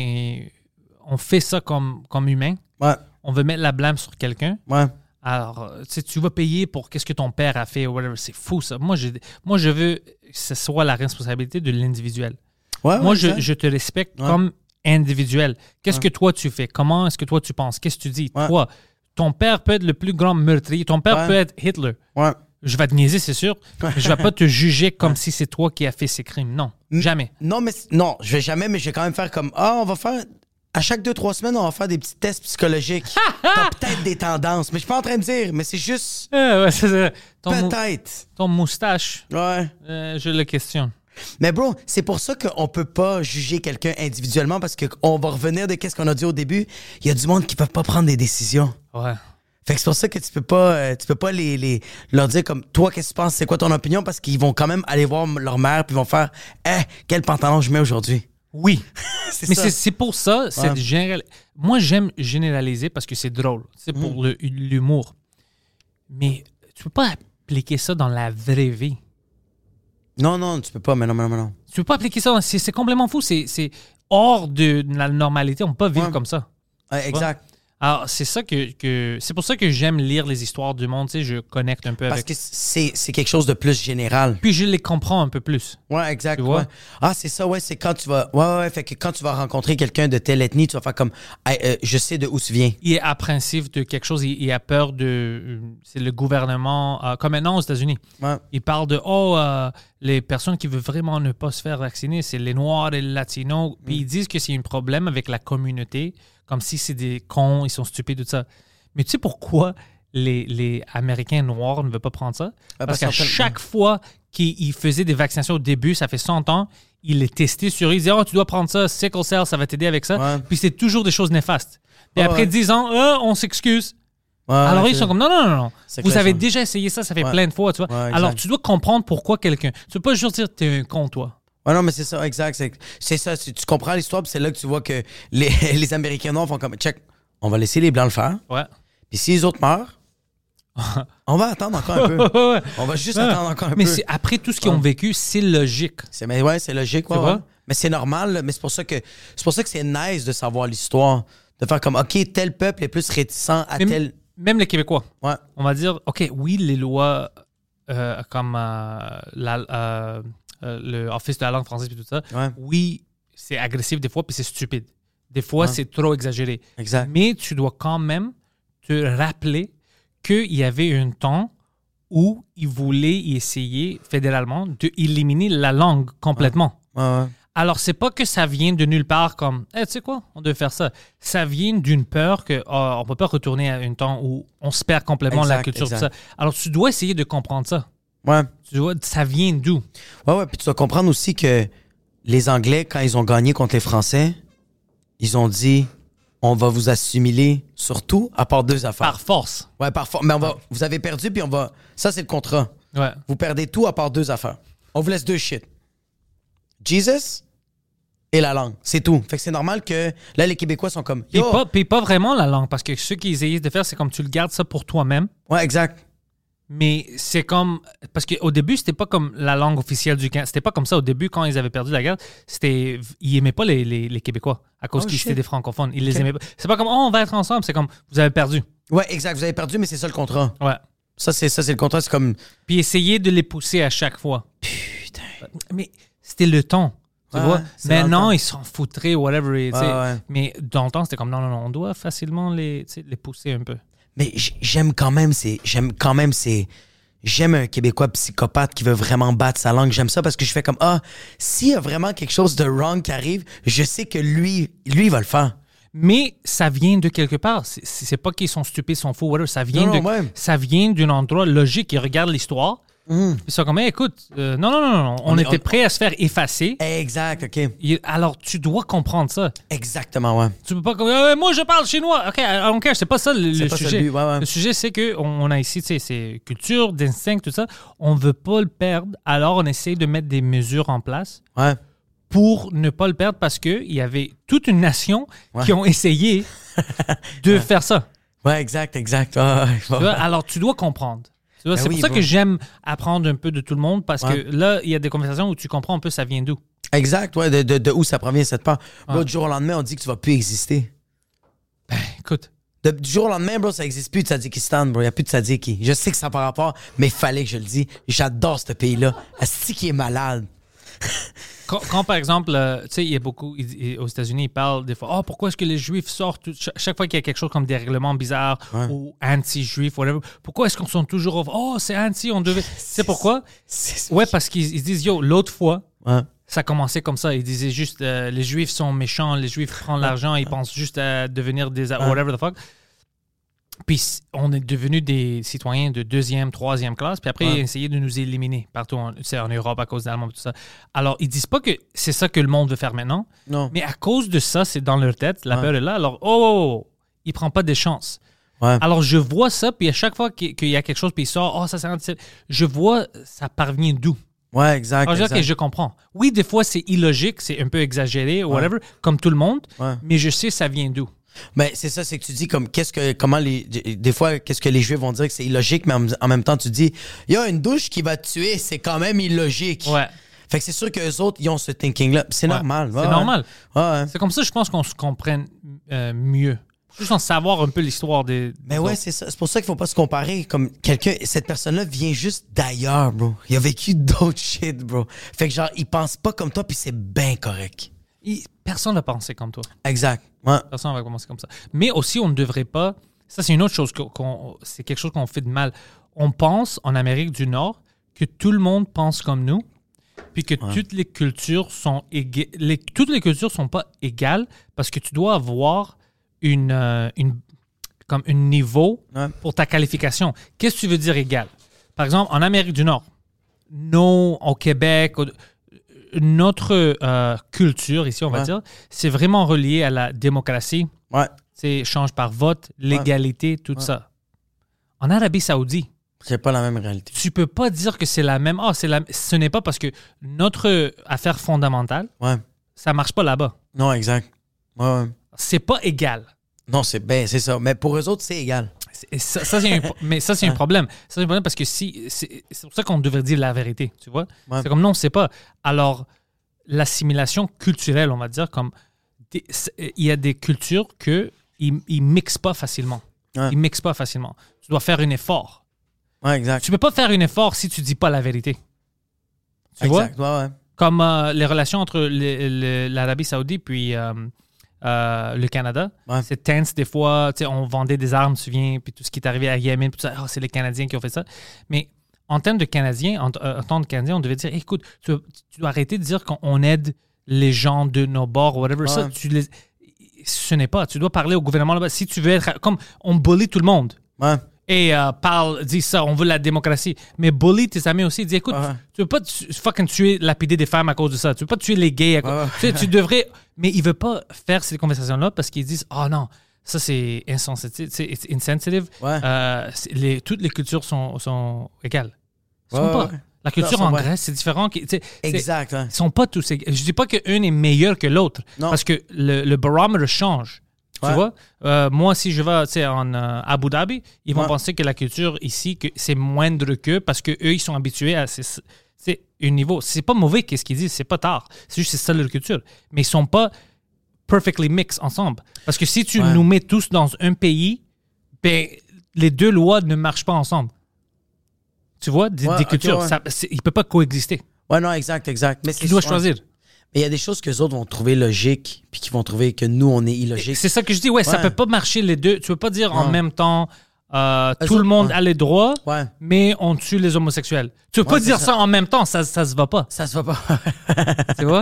on fait ça comme humain. Ouais. On veut mettre la blâme sur quelqu'un. Ouais. Alors, tu vas payer pour qu'est-ce que ton père a fait ou whatever. C'est fou, ça. Moi, je veux que ce soit la responsabilité de l'individuel. Moi, je te respecte comme individuel. Qu'est-ce que toi, tu fais? Comment est-ce que toi, tu penses? Qu'est-ce que tu dis? Toi, ton père peut être le plus grand meurtrier. Ton père peut être Hitler. Ouais. Je vais te niaiser, c'est sûr. Mais je vais pas te juger comme si c'est toi qui as fait ces crimes. Non, jamais. Non, je vais jamais, mais je vais quand même faire comme on va faire... À chaque 2-3 semaines, on va faire des petits tests psychologiques. T'as peut-être des tendances, mais je suis pas en train de dire, mais c'est juste... c'est peut-être. Ton moustache, je le questionne. Mais bro, c'est pour ça qu'on peut pas juger quelqu'un individuellement parce qu'on va revenir de qu'est-ce qu'on a dit au début. Il y a du monde qui peuvent pas prendre des décisions. Ouais. Fait que c'est pour ça que tu peux pas leur dire comme toi, qu'est-ce que tu penses, c'est quoi ton opinion, parce qu'ils vont quand même aller voir leur mère puis ils vont faire quel pantalon je mets aujourd'hui. Oui. C'est pour ça, moi j'aime généraliser parce que c'est drôle, c'est pour l'humour. Mais tu peux pas appliquer ça dans la vraie vie. Non, tu peux pas, mais non. Tu peux pas appliquer ça, c'est complètement fou, c'est hors de la normalité, on peut pas vivre comme ça. Exact. Alors, c'est ça c'est pour ça que j'aime lire les histoires du monde, tu sais, je connecte un peu avec... Parce que c'est quelque chose de plus général. Puis je les comprends un peu plus. Ouais, exact. Ouais. Ah, c'est ça, c'est quand tu vas... Ouais, fait que quand tu vas rencontrer quelqu'un de telle ethnie, tu vas faire comme, je sais de où tu viens. Il est appréhensif de quelque chose, il a peur de... c'est le gouvernement, comme maintenant aux États-Unis. Ouais. Il parle de, les personnes qui veulent vraiment ne pas se faire vacciner, c'est les Noirs et les Latinos. Puis ils disent que c'est un problème avec la communauté, comme si c'est des cons, ils sont stupides, tout ça. Mais tu sais pourquoi les Américains noirs ne veulent pas prendre ça? Parce qu'à chaque fois qu'ils faisaient des vaccinations au début, ça fait 100 ans, ils les testaient sur eux. Ils disaient, tu dois prendre ça, sickle cell, ça va t'aider avec ça. Ouais. Puis c'est toujours des choses néfastes. Et après 10 ans, on s'excuse. Ouais, alors ils sont comme, non. Vous avez déjà essayé ça fait plein de fois, tu vois. Ouais, alors tu dois comprendre pourquoi quelqu'un... Tu peux pas juste dire, t'es un con, toi. Ouais, non, mais c'est ça, exact. C'est ça, tu comprends l'histoire, puis c'est là que tu vois que les Américains noirs font comme, check, on va laisser les Blancs le faire. Ouais. Puis si les autres meurent, on va attendre encore un peu. On va juste attendre encore un peu. Mais après tout ce qu'ils ont vécu, c'est logique. C'est logique, ouais. Mais c'est normal, mais c'est pour ça que c'est nice de savoir l'histoire. De faire comme, OK, tel peuple est plus réticent à tel... même les Québécois, Ouais. on va dire, OK, oui, les lois comme le Office de la langue française et tout ça, Ouais. oui, c'est agressif des fois, puis c'est stupide. Des fois, Ouais. c'est trop exagéré. Exact. Mais tu dois quand même te rappeler qu'il y avait un temps où ils voulaient essayer fédéralement d'éliminer la langue complètement. Ouais. Alors, c'est pas que ça vient de nulle part comme tu sais quoi, on devait faire ça. Ça vient d'une peur que on peut pas retourner à un temps où on se perd complètement la Exact, culture. Tout exact. ça. Alors, tu dois essayer de comprendre ça. Ouais. Tu vois, ça vient d'où? Ouais. Puis tu dois comprendre aussi que les Anglais, quand ils ont gagné contre les Français, ils ont dit on va vous assimiler surtout à part 2 affaires. Par force. Ouais, par force. Mais vous avez perdu, puis on va. Ça, c'est le contrat. Ouais. Vous perdez tout à part 2 affaires. On vous laisse 2 shit. Jesus et la langue. C'est tout. Fait que c'est normal que là, les Québécois sont comme. Puis Yo! pas vraiment la langue, parce que ce qu'ils essayent de faire, c'est comme tu le gardes ça pour toi-même. Ouais, exact. Mais c'est comme... Parce qu'au début, c'était pas comme la langue officielle du Canada. C'était pas comme ça. Au début, quand ils avaient perdu la guerre, ils aimaient pas les Québécois à cause qu'ils étaient des francophones. Ils les aimaient pas. C'est pas comme, on va être ensemble. C'est comme, vous avez perdu. Ouais, exact. Vous avez perdu, mais c'est ça le contrat. Ouais. Ça, c'est le contrat. C'est comme. Puis essayer de les pousser à chaque fois. Putain. Mais c'était le temps. Tu Ouais, vois? c'est dans le Maintenant, temps. ils s'en foutraient, whatever. Tu sais. Ouais. Mais dans le temps, c'était comme, non, on doit facilement les pousser un peu. Mais j'aime quand même j'aime un Québécois psychopathe qui veut vraiment battre sa langue. J'aime ça parce que je fais comme, s'il y a vraiment quelque chose de wrong qui arrive, je sais que lui, il va le faire. Mais ça vient de quelque part. C'est pas qu'ils sont stupides, sont faux, whatever. Ça vient Non, ça vient d'un endroit logique. Ils regardent l'histoire. Ils sont comme, écoute, non. On était prêts à se faire effacer. Exact, OK. Alors, tu dois comprendre ça. Exactement, ouais. Tu peux pas comme, moi, je parle chinois. OK, I don't care. C'est pas ça le C'est pas ça sujet. le but, ouais. Le sujet, c'est qu'on a ici, tu sais, c'est culture, d'instinct, tout ça. On veut pas le perdre. Alors, on essaie de mettre des mesures en place Ouais. pour ne pas le perdre parce qu'il y avait toute une nation qui ont essayé de faire ça. Ouais, exact. Ouais. Tu vois? Alors, tu dois comprendre. Tu vois, Ben c'est oui, pour ça bro. que j'aime apprendre un peu de tout le monde parce Ouais. que là, il y a des conversations où tu comprends un peu ça vient d'où. Exact, ouais. De où ça provient, cette peur. Bro, du jour au lendemain, on dit que tu vas plus exister. Écoute, Du jour au lendemain, bro, ça n'existe plus de Tadjikistan, bro. Il n'y a plus de Tadjiki. Je sais que ça n'a pas rapport, mais il fallait que je le dise. J'adore ce pays-là. Asti qui est malade. quand par exemple, tu sais, il y a beaucoup, aux États-Unis, ils parlent des fois, pourquoi est-ce que les Juifs sortent chaque fois qu'il y a quelque chose comme des règlements bizarres ou anti-juifs, whatever, pourquoi est-ce qu'on sont toujours, c'est anti, on devait. Tu sais pourquoi? Ouais, parce qu'ils disent, l'autre fois, Ouais. ça commençait comme ça. Ils disaient juste, les Juifs sont méchants, les Juifs prennent l'argent, ils pensent juste à devenir des... whatever the fuck. Puis on est devenus des citoyens de 2e, 3e classe. Puis après, ils ont essayé de nous éliminer partout en Europe à cause d'Allemands et tout ça. Alors, ils disent pas que c'est ça que le monde veut faire maintenant. Non. Mais à cause de ça, c'est dans leur tête. La peur est là. Alors, il prend pas de chance. Ouais. Alors, je vois ça. Puis à chaque fois qu'il y a quelque chose, puis il sort, ça c'est anti-. Je vois, ça parvient d'où. Ouais, exact. Alors, je dis, exact. OK, je comprends. Oui, des fois, c'est illogique, c'est un peu exagéré, whatever, comme tout le monde. Ouais. Mais je sais ça vient d'où. Mais c'est ça, c'est que tu dis comme des fois qu'est-ce que les Juifs vont dire que c'est illogique, mais en même temps tu dis il y a une douche qui va te tuer, c'est quand même illogique. Ouais. Fait que c'est sûr qu'eux autres ils ont ce thinking là, c'est normal. C'est normal. Ouais. C'est comme ça, je pense qu'on se comprenne mieux. Juste en savoir un peu l'histoire des. Mais ouais, c'est ça. C'est pour ça qu'il faut pas se comparer. Comme cette personne-là vient juste d'ailleurs, bro. Il a vécu d'autres shit, bro. Fait que genre, il pense pas comme toi, puis c'est bien correct. Personne ne va penser comme toi. Exact. Ouais. Personne ne va commencer comme ça. Mais aussi, on ne devrait pas. Ça, c'est une autre chose. C'est quelque chose qu'on fait de mal. On pense, en Amérique du Nord, que tout le monde pense comme nous, puis que toutes les cultures sont toutes les cultures sont pas égales parce que tu dois avoir comme un niveau pour ta qualification. Qu'est-ce que tu veux dire égal? Par exemple, en Amérique du Nord, au Québec, notre culture ici, on va dire, c'est vraiment relié à la démocratie. Ouais. C'est change par vote, l'égalité, tout ça. En Arabie Saoudite, C'est pas la même réalité. tu peux pas dire que c'est la même. Ce n'est pas parce que notre affaire fondamentale, ça marche pas là-bas. Non, exact. Ouais. C'est pas égal. Non, c'est ça. Mais pour eux autres, c'est égal. Mais ça, c'est un problème. Ça, c'est un problème parce que c'est pour ça qu'on devrait dire la vérité, tu vois? Ouais. C'est comme non, c'est pas. Alors, l'assimilation culturelle, on va dire, comme il y a des cultures qu'ils mixent pas facilement. Ouais. Ils mixent pas facilement. Tu dois faire un effort. Ouais, exact. Tu peux pas faire un effort si tu dis pas la vérité. Tu vois? Ouais. Comme les relations entre l'Arabie Saoudite puis le Canada. Ouais. C'est tense des fois. On vendait des armes, tu te souviens, puis tout ce qui est arrivé à Yémen, puis tout ça, c'est les Canadiens qui ont fait ça. Mais en termes de Canadiens, en tant que Canadiens, on devait dire, écoute, tu dois arrêter de dire qu'on aide les gens de nos bords, whatever. Ouais. Ça, ce n'est pas. Tu dois parler au gouvernement là-bas. Si tu veux être... Comme on bully tout le monde. Ouais. Et dis ça, on veut la démocratie. Mais bully tes amis aussi. Dis, écoute, tu veux pas fucking tuer, lapider des femmes à cause de ça. Tu veux pas tuer les gays à cause... Tu devrais... Mais il veut pas faire ces conversations-là parce qu'ils disent, oh non, ça c'est insensitive, c'est insensitive. Ouais. Toutes les cultures sont égales. Ils Ouais, sont pas. ouais. La culture Non, en ouais. Grèce, c'est différent. Exact. Ouais. Ils sont pas tous égaux. Je dis pas qu'une est meilleure que l'autre. Non. Parce que le baromètre change. Tu Ouais. vois? Moi, si je vais en Abu Dhabi, ils vont Ouais. penser que la culture ici, que c'est moindre qu'eux parce qu'eux, ils sont habitués à c'est un niveau. C'est pas mauvais qu'est-ce qu'ils disent, c'est pas tard. C'est juste c'est ça leur culture. Mais ils sont pas perfectly mixed ensemble. Parce que si tu Ouais. nous mets tous dans un pays, ben, les deux lois ne marchent pas ensemble. Tu vois? Des ok, cultures. ouais. Ils ne peuvent pas coexister. Ouais, non, exact. Mais Tu dois choisir. Mais il y a des choses que les autres vont trouver logiques, puis qui vont trouver que nous, on est illogiques. C'est ça que je dis. Ouais, ça Ouais. peut pas marcher les deux. Tu peux pas dire en Non. même temps tout autres, le monde ouais. a les droits, Ouais. mais on tue les homosexuels. Tu peux Ouais, pas dire c'est ça ça. en même temps. Ça se va pas. Ça se va pas. Tu vois?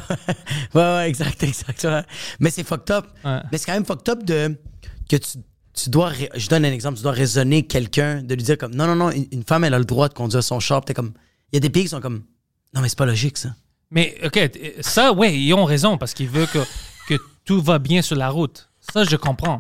ouais, exact. Ouais. Mais c'est fucked up. Ouais. Mais c'est quand même fucked up que tu dois... Je donne un exemple. Tu dois raisonner quelqu'un, de lui dire comme, non, une femme, elle a le droit de conduire son char. T'es comme... Il y a des pays qui sont comme, non, mais c'est pas logique, ça. Mais, OK, ça, ouais, ils ont raison parce qu'ils veulent que tout va bien sur la route. Ça, je comprends.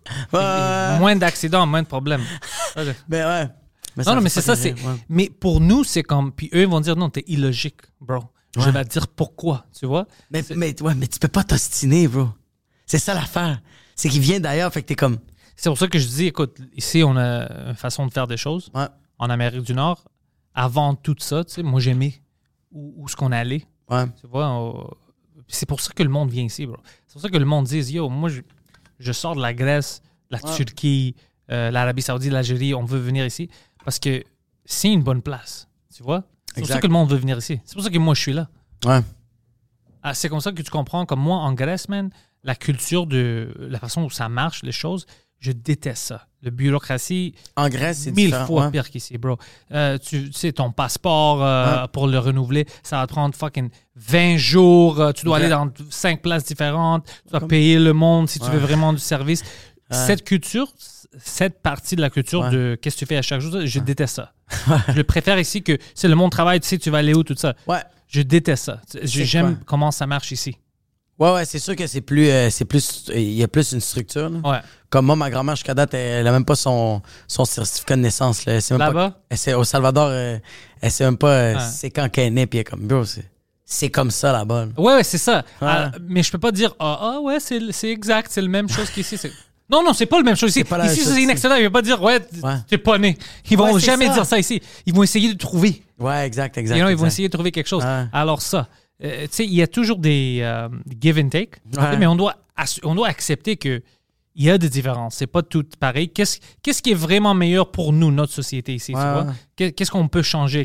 Moins d'accidents, moins de problèmes. Mais ouais. Non, mais c'est ça. Ouais. Mais pour nous, c'est comme... Puis eux, ils vont dire, non, t'es illogique, bro. Je Ouais. vais te dire pourquoi, tu vois? Mais tu peux pas t'ostiner, bro. C'est ça l'affaire. C'est qu'il vient d'ailleurs, fait que t'es comme... C'est pour ça que je dis, écoute, ici, on a une façon de faire des choses. Ouais. En Amérique du Nord, avant tout ça, tu sais, moi, j'aimais où ce qu'on allait. Ouais. Tu vois, c'est pour ça que le monde vient ici, bro. C'est pour ça que le monde dit, yo, moi, je sors de la Grèce, la Turquie, l'Arabie Saoudite, l'Algérie, on veut venir ici parce que c'est une bonne place, tu vois? C'est pour ça que le monde veut venir ici. C'est pour ça que moi, je suis là. Ouais. Ah, c'est comme ça que tu comprends, comme moi, en Grèce, man, la culture de la façon où ça marche, les choses, je déteste ça. La bureaucratie, En Grèce, c'est 1000 différent. fois Ouais. pire qu'ici, bro. Tu sais, ton passeport pour le renouveler, ça va te prendre fucking 20 jours. Tu dois aller dans 5 places différentes. Tu dois payer le monde si tu veux vraiment du service. Cette culture, cette partie de la culture de qu'est-ce que tu fais à chaque jour, je déteste ça. Je le préfère ici que, c'est le monde travail, tu sais, tu vas aller où, tout ça. Ouais. Je déteste ça. J'aime quoi? comment ça marche ici. Ouais, c'est sûr que c'est plus, il y a plus une structure. Là. Ouais. Comme moi, ma grand-mère, jusqu'à date, elle a même pas son certificat de naissance. Là. Elle sait même Là-bas? pas, elle sait, au Salvador, elle sait même pas Ouais. c'est quand qu'elle est née, puis elle est comme, bro, c'est comme ça là-bas. Là. Ouais, c'est ça. Ouais. Mais je peux pas dire, ouais, c'est exact, c'est la même chose qu'ici. Non, c'est pas la même chose ici. C'est pas la même Ici, chose c'est ici. un accident. Ils vont pas dire, ouais, t'es pas né. Ils vont Ouais, c'est jamais ça. dire ça ici. Ils vont essayer de trouver. Ouais, exact. Ils vont exact. essayer de trouver quelque chose. Ouais. Alors ça, tu sais, il y a toujours des give and take, Ouais. mais on doit accepter que il y a des différences. C'est pas tout pareil. Qu'est-ce qui est vraiment meilleur pour nous, notre société ici, tu Ouais, vois? ouais. Qu'est-ce qu'on peut changer?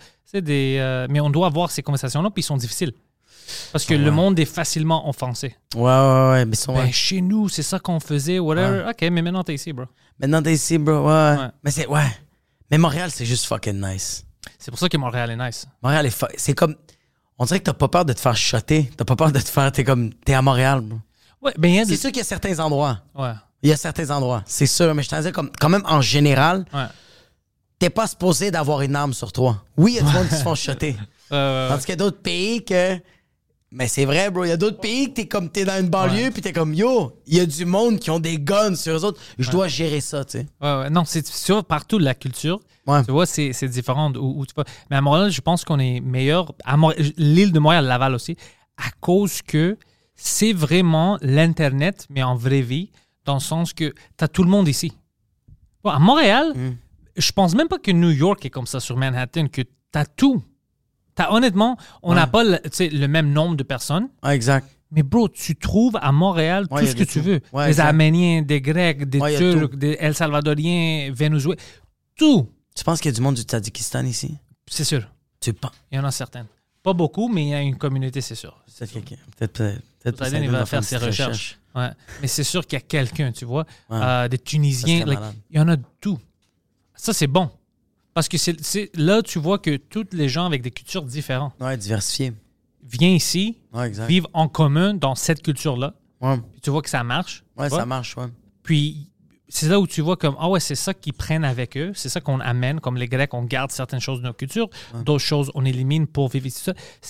Mais on doit avoir ces conversations-là, puis ils sont difficiles. Parce que le monde est facilement offensé. Ouais. Mais Ben, chez nous, c'est ça qu'on faisait, whatever. OK, mais maintenant, t'es ici, bro. Maintenant, t'es ici, bro. Ouais. Ouais. Mais Montréal, c'est juste fucking nice. C'est pour ça que Montréal est nice. Montréal c'est comme, on dirait que t'as pas peur de te faire shotter. T'as pas peur de te faire, t'es à Montréal, bro. Ouais, ben, il y a C'est sûr qu'il y a certains endroits. Ouais, Il y a certains endroits, c'est sûr. Mais je t'en dis comme, quand même, en général, ouais. t'es pas supposé d'avoir une arme sur toi. Oui, il y a du monde qui se font shotter. Tandis qu'il y a d'autres pays que... Mais c'est vrai, bro. Il y a d'autres pays que t'es dans une banlieue puis t'es comme, yo, il y a du monde qui ont des guns sur eux autres. Je dois gérer ça, tu sais. Ouais. Non, c'est sûr, partout, la culture, Ouais. tu vois, c'est différent. Où tu peux... Mais à Montréal, je pense qu'on est meilleur. L'île de Montréal, Laval aussi, à cause que c'est vraiment l'Internet, mais en vraie vie, dans le sens que t'as tout le monde ici. Bon, à Montréal, je pense même pas que New York est comme ça sur Manhattan, que t'as tout. Honnêtement, on n'a pas le même nombre de personnes, Ah, exact. Mais bro, tu trouves à Montréal tout ce que tu veux. Ouais, des exact. Arméniens, des Grecs, des Ouais, y a Turcs, tout. des El Salvadoriens, Vénézuéliens. Tout. Tu penses qu'il y a du monde du Tadjikistan ici? C'est sûr. Tu penses? Il y en a certaines. Pas beaucoup, mais il y a une communauté, c'est sûr. Peut-être quelqu'un. Peut-être Poseidon, il va faire ses recherches. Ouais. Mais c'est sûr qu'il y a quelqu'un, tu vois. Ouais. Des Tunisiens. Ça serait malade. Il y en a de tout. Ça, c'est bon. Parce que là, tu vois que tous les gens avec des cultures différentes Ouais, diversifié. viennent ici, Ouais, exact. vivent en commun dans cette culture-là. Ouais, Puis tu vois que ça marche. ouais tu vois. ça marche, ouais. Puis c'est là où tu vois comme, ah ouais, c'est ça qu'ils prennent avec eux. C'est ça qu'on amène. Comme les Grecs, on garde certaines choses de notre culture. D'autres choses, on élimine pour vivre ici.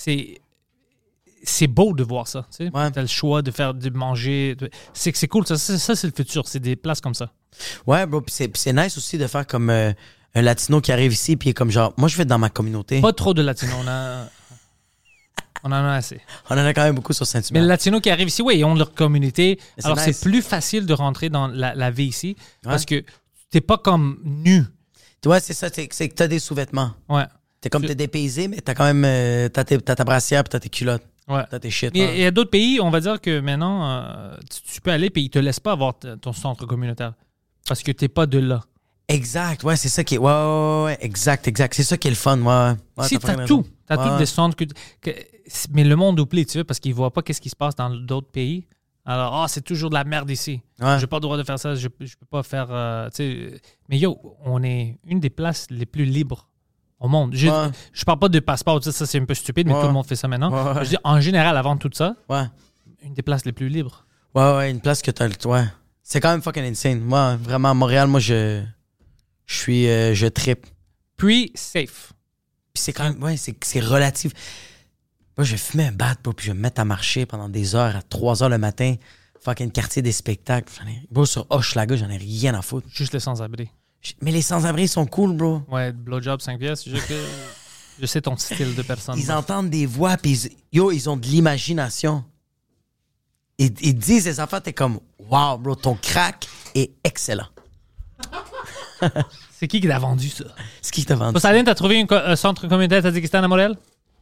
C'est beau de voir ça. Tu sais. Ouais. T'as le choix de manger. C'est cool. Ça, c'est le futur. C'est des places comme ça. Ouais, bro, puis c'est nice aussi de faire comme un latino qui arrive ici, puis il est comme genre, moi je vais être dans ma communauté. Pas trop de latinos. On en a assez. On en a quand même beaucoup sur Mais Saint-Hubert. les latinos qui arrivent ici, oui, ils ont leur communauté. c'est Alors, nice. c'est plus facile de rentrer dans la vie ici parce que t'es pas comme nu. Ouais, c'est ça, c'est que t'as des sous-vêtements. Ouais. T'es dépaysé, mais t'as quand même t'as ta brassière puis t'as tes culottes. Ouais. T'as tes shit. Mais il y a d'autres pays, on va dire que maintenant, tu peux aller et ils te laissent pas avoir ton centre communautaire parce que t'es pas de là. Exact, ouais, c'est ça qui est. Ouais, exact. C'est ça qui est le fun, ouais. Si, pas t'as raison. tout. T'as Ouais. tout des centres. Mais le monde oublie, tu vois, parce qu'ils voient pas qu'est-ce qui se passe dans d'autres pays. Alors, c'est toujours de la merde ici. Ouais. J'ai pas le droit de faire ça. Je peux pas faire. Tu sais. Mais yo, on est une des places les plus libres au monde. Je parle pas de passeport, ça c'est un peu stupide, mais Ouais. tout le monde fait ça maintenant. Ouais. Je dis, en général, avant tout ça, Ouais. une des places les plus libres. Ouais, une place que t'as le. Ouais. C'est quand même fucking insane. Moi, vraiment, à Montréal, moi, je trippe. Puis, safe. Puis c'est quand même. Ouais, c'est relatif. Moi, je fumais un bat, bro, puis je vais me mettre à marcher pendant des heures, à 3 heures le matin, fucking quartier des spectacles. Bro, sur Hochelaga, j'en ai rien à foutre. Juste les sans-abri. Mais les sans-abri sont cool, bro. Ouais, blowjob 5 pièces. Je sais ton style de personne. Ils entendent des voix, puis ils ont de l'imagination. Ils disent les enfants, t'es comme, wow, bro, ton crack est excellent. C'est qui t'a vendu ça? C'est qui t'a vendu? Poseidon, t'as trouvé un centre communautaire Tadjikistan à Montréal?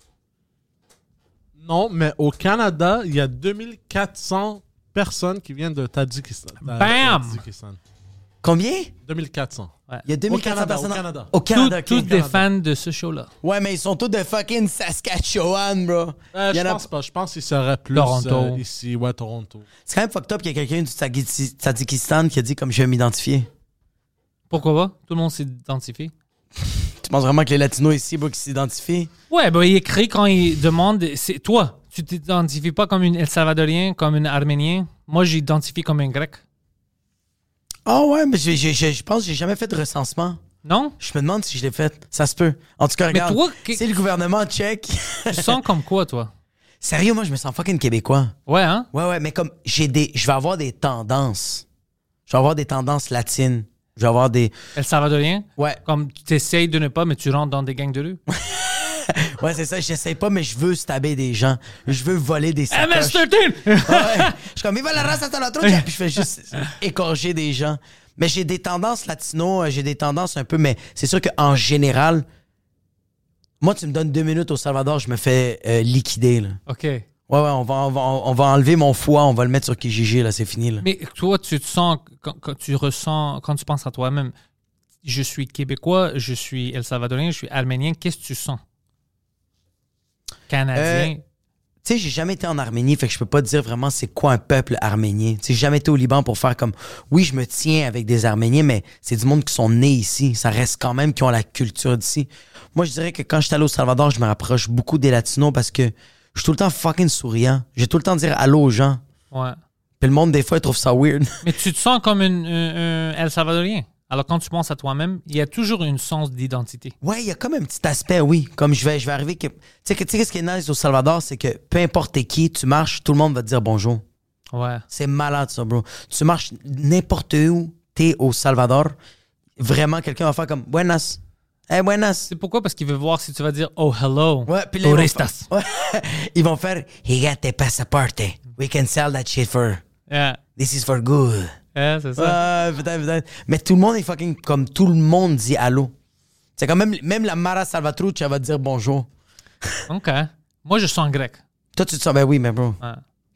Non, mais au Canada, il y a 2400 personnes qui viennent de Tadjikistan. Bam! Tadjikistan. Combien? 2400. Il y a 2400 personnes. Au Canada. Au Canada, ok. Tous des fans de ce show-là. Ouais, mais ils sont tous de fucking Saskatchewan, bro. Il y Je en a- pense pas. Je pense qu'il serait plus Toronto. ici. Ouais, Toronto. C'est quand même fucked up qu'il y a quelqu'un du Tadjikistan qui a dit comme je vais m'identifier. Pourquoi pas? Tout le monde s'identifie. Tu penses vraiment que les Latinos ici, bro, qui s'identifient? Ouais, ben il écrit quand il demande. C'est toi. Tu t'identifies pas comme une El Salvadorien, comme une Arménien. Moi, j'identifie comme un Grec. Ah ouais, mais je pense que j'ai jamais fait de recensement. Non? Je me demande si je l'ai fait. Ça se peut. En tout cas, Mais regarde. toi, c'est le gouvernement tchèque. Tu sens comme quoi, toi? Sérieux, moi, je me sens fucking québécois. Ouais, hein? Ouais, mais comme je vais avoir des tendances. Je vais avoir des tendances latines. Je vais avoir des. El Salvadorien? Ouais. Comme tu essayes de ne pas, mais tu rentres dans des gangs de rue. Ouais, c'est ça. J'essaie pas, mais je veux stabber des gens. Je veux voler des sacoches. MS-13! Ouais. Je suis comme, viva la race hasta la trucha. Puis je fais juste égorger des gens. Mais j'ai des tendances latino, j'ai des tendances un peu, mais c'est sûr qu'en général, moi, tu me donnes 2 minutes au Salvador, je me fais liquider. Là. OK. Ouais, on va enlever mon foie, on va le mettre sur Kijiji, là, c'est fini. Là. Mais toi, tu te sens, quand tu ressens, quand tu penses à toi-même, je suis québécois, je suis El Salvadorien, je suis arménien, qu'est-ce que tu sens? Canadien? Tu sais, j'ai jamais été en Arménie, fait que je peux pas te dire vraiment c'est quoi un peuple arménien. Tu sais, j'ai jamais été au Liban pour faire comme, oui, je me tiens avec des Arméniens, mais c'est du monde qui sont nés ici. Ça reste quand même qui ont la culture d'ici. Moi, je dirais que quand j'étais allé au Salvador, je me rapproche beaucoup des Latinos parce que je suis tout le temps fucking souriant. J'ai tout le temps dire allô aux gens. Ouais. Puis le monde, des fois, il trouve ça weird. Mais tu te sens comme un El Salvadorien. Alors, quand tu penses à toi-même, il y a toujours un sens d'identité. Ouais, il y a comme un petit aspect, oui. Comme je vais arriver que. Tu sais, ce qui est nice au Salvador, c'est que peu importe t'es qui, tu marches, tout le monde va te dire bonjour. Ouais. C'est malade, ça, bro. Tu marches n'importe où, t'es au Salvador, vraiment, quelqu'un va faire comme buenas. Hey, buenas. C'est pourquoi? Parce qu'il veut voir si tu vas dire « Oh, hello, Ouais, puis là, ils vont turistas faire- Ouais. Ils vont faire he got the passaporte. We can sell that shit for. ». Yeah. This is for good. Yeah, c'est ça. Ouais, peut-être. Mais tout le monde est fucking comme tout le monde dit allô. C'est quand même la Mara Salvatrucha, elle va te dire bonjour. OK. Moi, je sens grec. Toi, tu te sens, ben oui, mais bro. Ouais.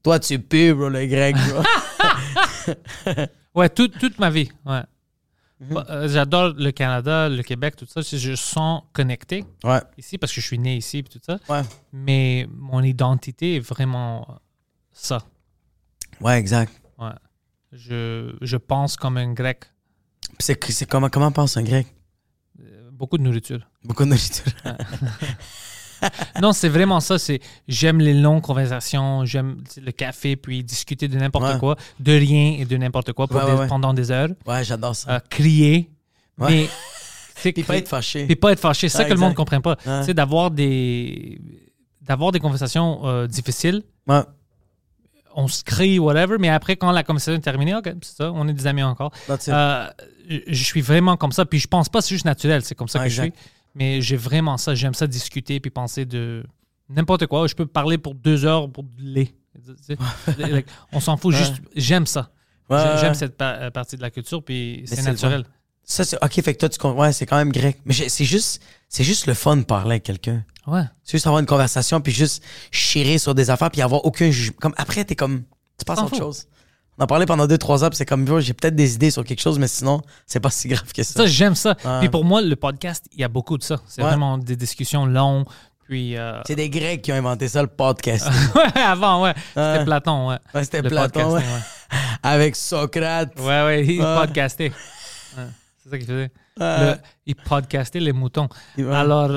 Toi, tu pues, bro, le grec, bro. Ouais, toute ma vie. Ouais. J'adore le Canada, le Québec, tout ça. Je sens connecté ici parce que je suis né ici et tout ça. Ouais. Mais mon identité est vraiment ça. Ouais, exact. Ouais. Je pense comme un grec. C'est comment pense un grec? Beaucoup de nourriture. Beaucoup de nourriture. Non, c'est vraiment ça. J'aime les longues conversations, j'aime le café, puis discuter de n'importe quoi, de rien et de n'importe quoi pendant des heures. Ouais, j'adore ça. Crier. Ouais. Mais Puis pas être fâché. Puis pas être fâché. C'est ça que le monde ne comprend pas. Ouais. Tu sais, d'avoir des conversations difficiles. Ouais. On se crie, whatever, mais après, quand la conversation est terminée, OK, c'est ça, on est des amis encore. Je suis vraiment comme ça, puis je pense pas que c'est juste naturel, c'est comme ça que je suis. Mais j'ai vraiment ça, j'aime ça discuter puis penser de n'importe quoi. Je peux parler pour 2 heures pour du lait. On s'en fout, juste, j'aime ça. J'aime cette partie de la culture, puis c'est naturel. Ça, c'est OK, fait que toi, c'est quand même grec. Mais c'est juste le fun de parler avec quelqu'un. Ouais. C'est juste avoir une conversation, puis juste chirer sur des affaires, puis avoir aucun jugement. Comme après, tu passes à autre chose. On a parlé pendant 2-3 heures, puis c'est comme, j'ai peut-être des idées sur quelque chose, mais sinon, c'est pas si grave que ça. Ça, j'aime ça. Puis pour moi, le podcast, il y a beaucoup de ça. C'est vraiment des discussions longues. Puis, c'est des Grecs qui ont inventé ça, le podcast. Ouais, avant, ouais. C'était Platon, ouais. Ouais, c'était Platon, ouais. Avec Socrate. Ouais, il podcastait. Ouais, c'est ça qu'il faisait. Il podcastait les moutons. Alors,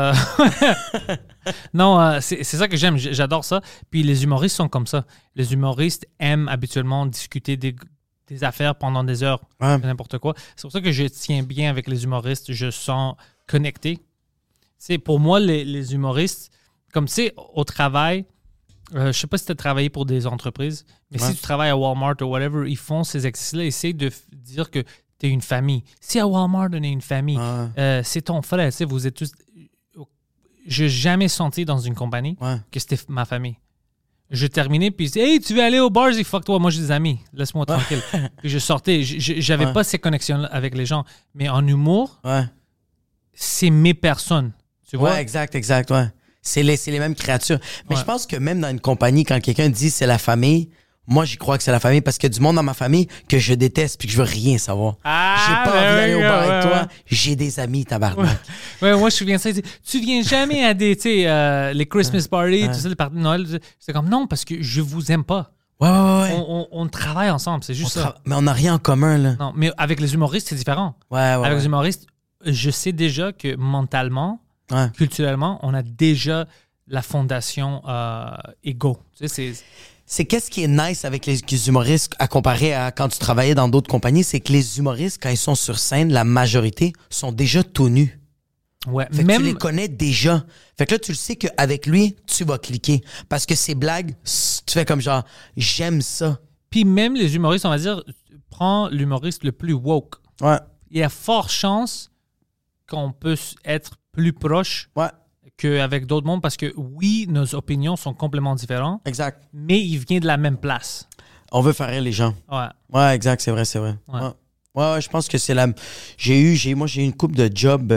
non, c'est ça que j'aime. J'adore ça. Puis les humoristes sont comme ça. Les humoristes aiment habituellement discuter des affaires pendant des heures, n'importe quoi. C'est pour ça que je tiens bien avec les humoristes. Je sens connecté. C'est pour moi, les humoristes, comme tu sais, au travail, je sais pas si tu as travaillé pour des entreprises, mais si tu travailles à Walmart ou whatever, ils font ces exercices-là, ils essaient de dire que tu es une famille. Si à Walmart, on est une famille, c'est ton frère, tu sais, vous êtes tous... Je n'ai jamais senti dans une compagnie que c'était ma famille. Je terminais, puis hey, tu veux aller au bar? Fuck toi, moi j'ai des amis, laisse-moi tranquille. Puis je sortais, j'avais pas ces connexions-là avec les gens. Mais en humour, c'est mes personnes. Tu vois? Ouais, exact, ouais. C'est les mêmes créatures. Mais je pense que même dans une compagnie, quand quelqu'un dit c'est la famille, moi j'y crois que c'est la famille parce qu'il y a du monde dans ma famille que je déteste puis que je veux rien savoir. J'ai pas envie d'aller au bar avec toi. J'ai des amis, tabarnak. Ouais, moi je me souviens de ça. Tu viens jamais à des, tu sais, les Christmas parties, tout ça, les parties de Noël. C'est comme non, parce que je vous aime pas. Ouais. On travaille ensemble, c'est juste ça. Mais on n'a rien en commun, là. Non, mais avec les humoristes, c'est différent. Avec les humoristes, je sais déjà que mentalement, culturellement, on a déjà la fondation égaux. Tu sais, c'est qu'est-ce qui est nice avec les humoristes à comparer à quand tu travaillais dans d'autres compagnies, c'est que les humoristes, quand ils sont sur scène, la majorité sont déjà tout nus. Ouais, fait que tu les connais déjà. Fait que là, tu le sais qu'avec lui, tu vas cliquer. Parce que ces blagues, tu fais comme genre, j'aime ça. Puis même les humoristes, on va dire, prends l'humoriste le plus woke. Ouais. Il y a fort chance qu'on peut être plus proche qu'avec d'autres mondes parce que oui, nos opinions sont complètement différentes. Exact. Mais il vient de la même place. On veut faire rire les gens. Ouais, exact, c'est vrai. Ouais, je pense que c'est la... J'ai eu une couple de jobs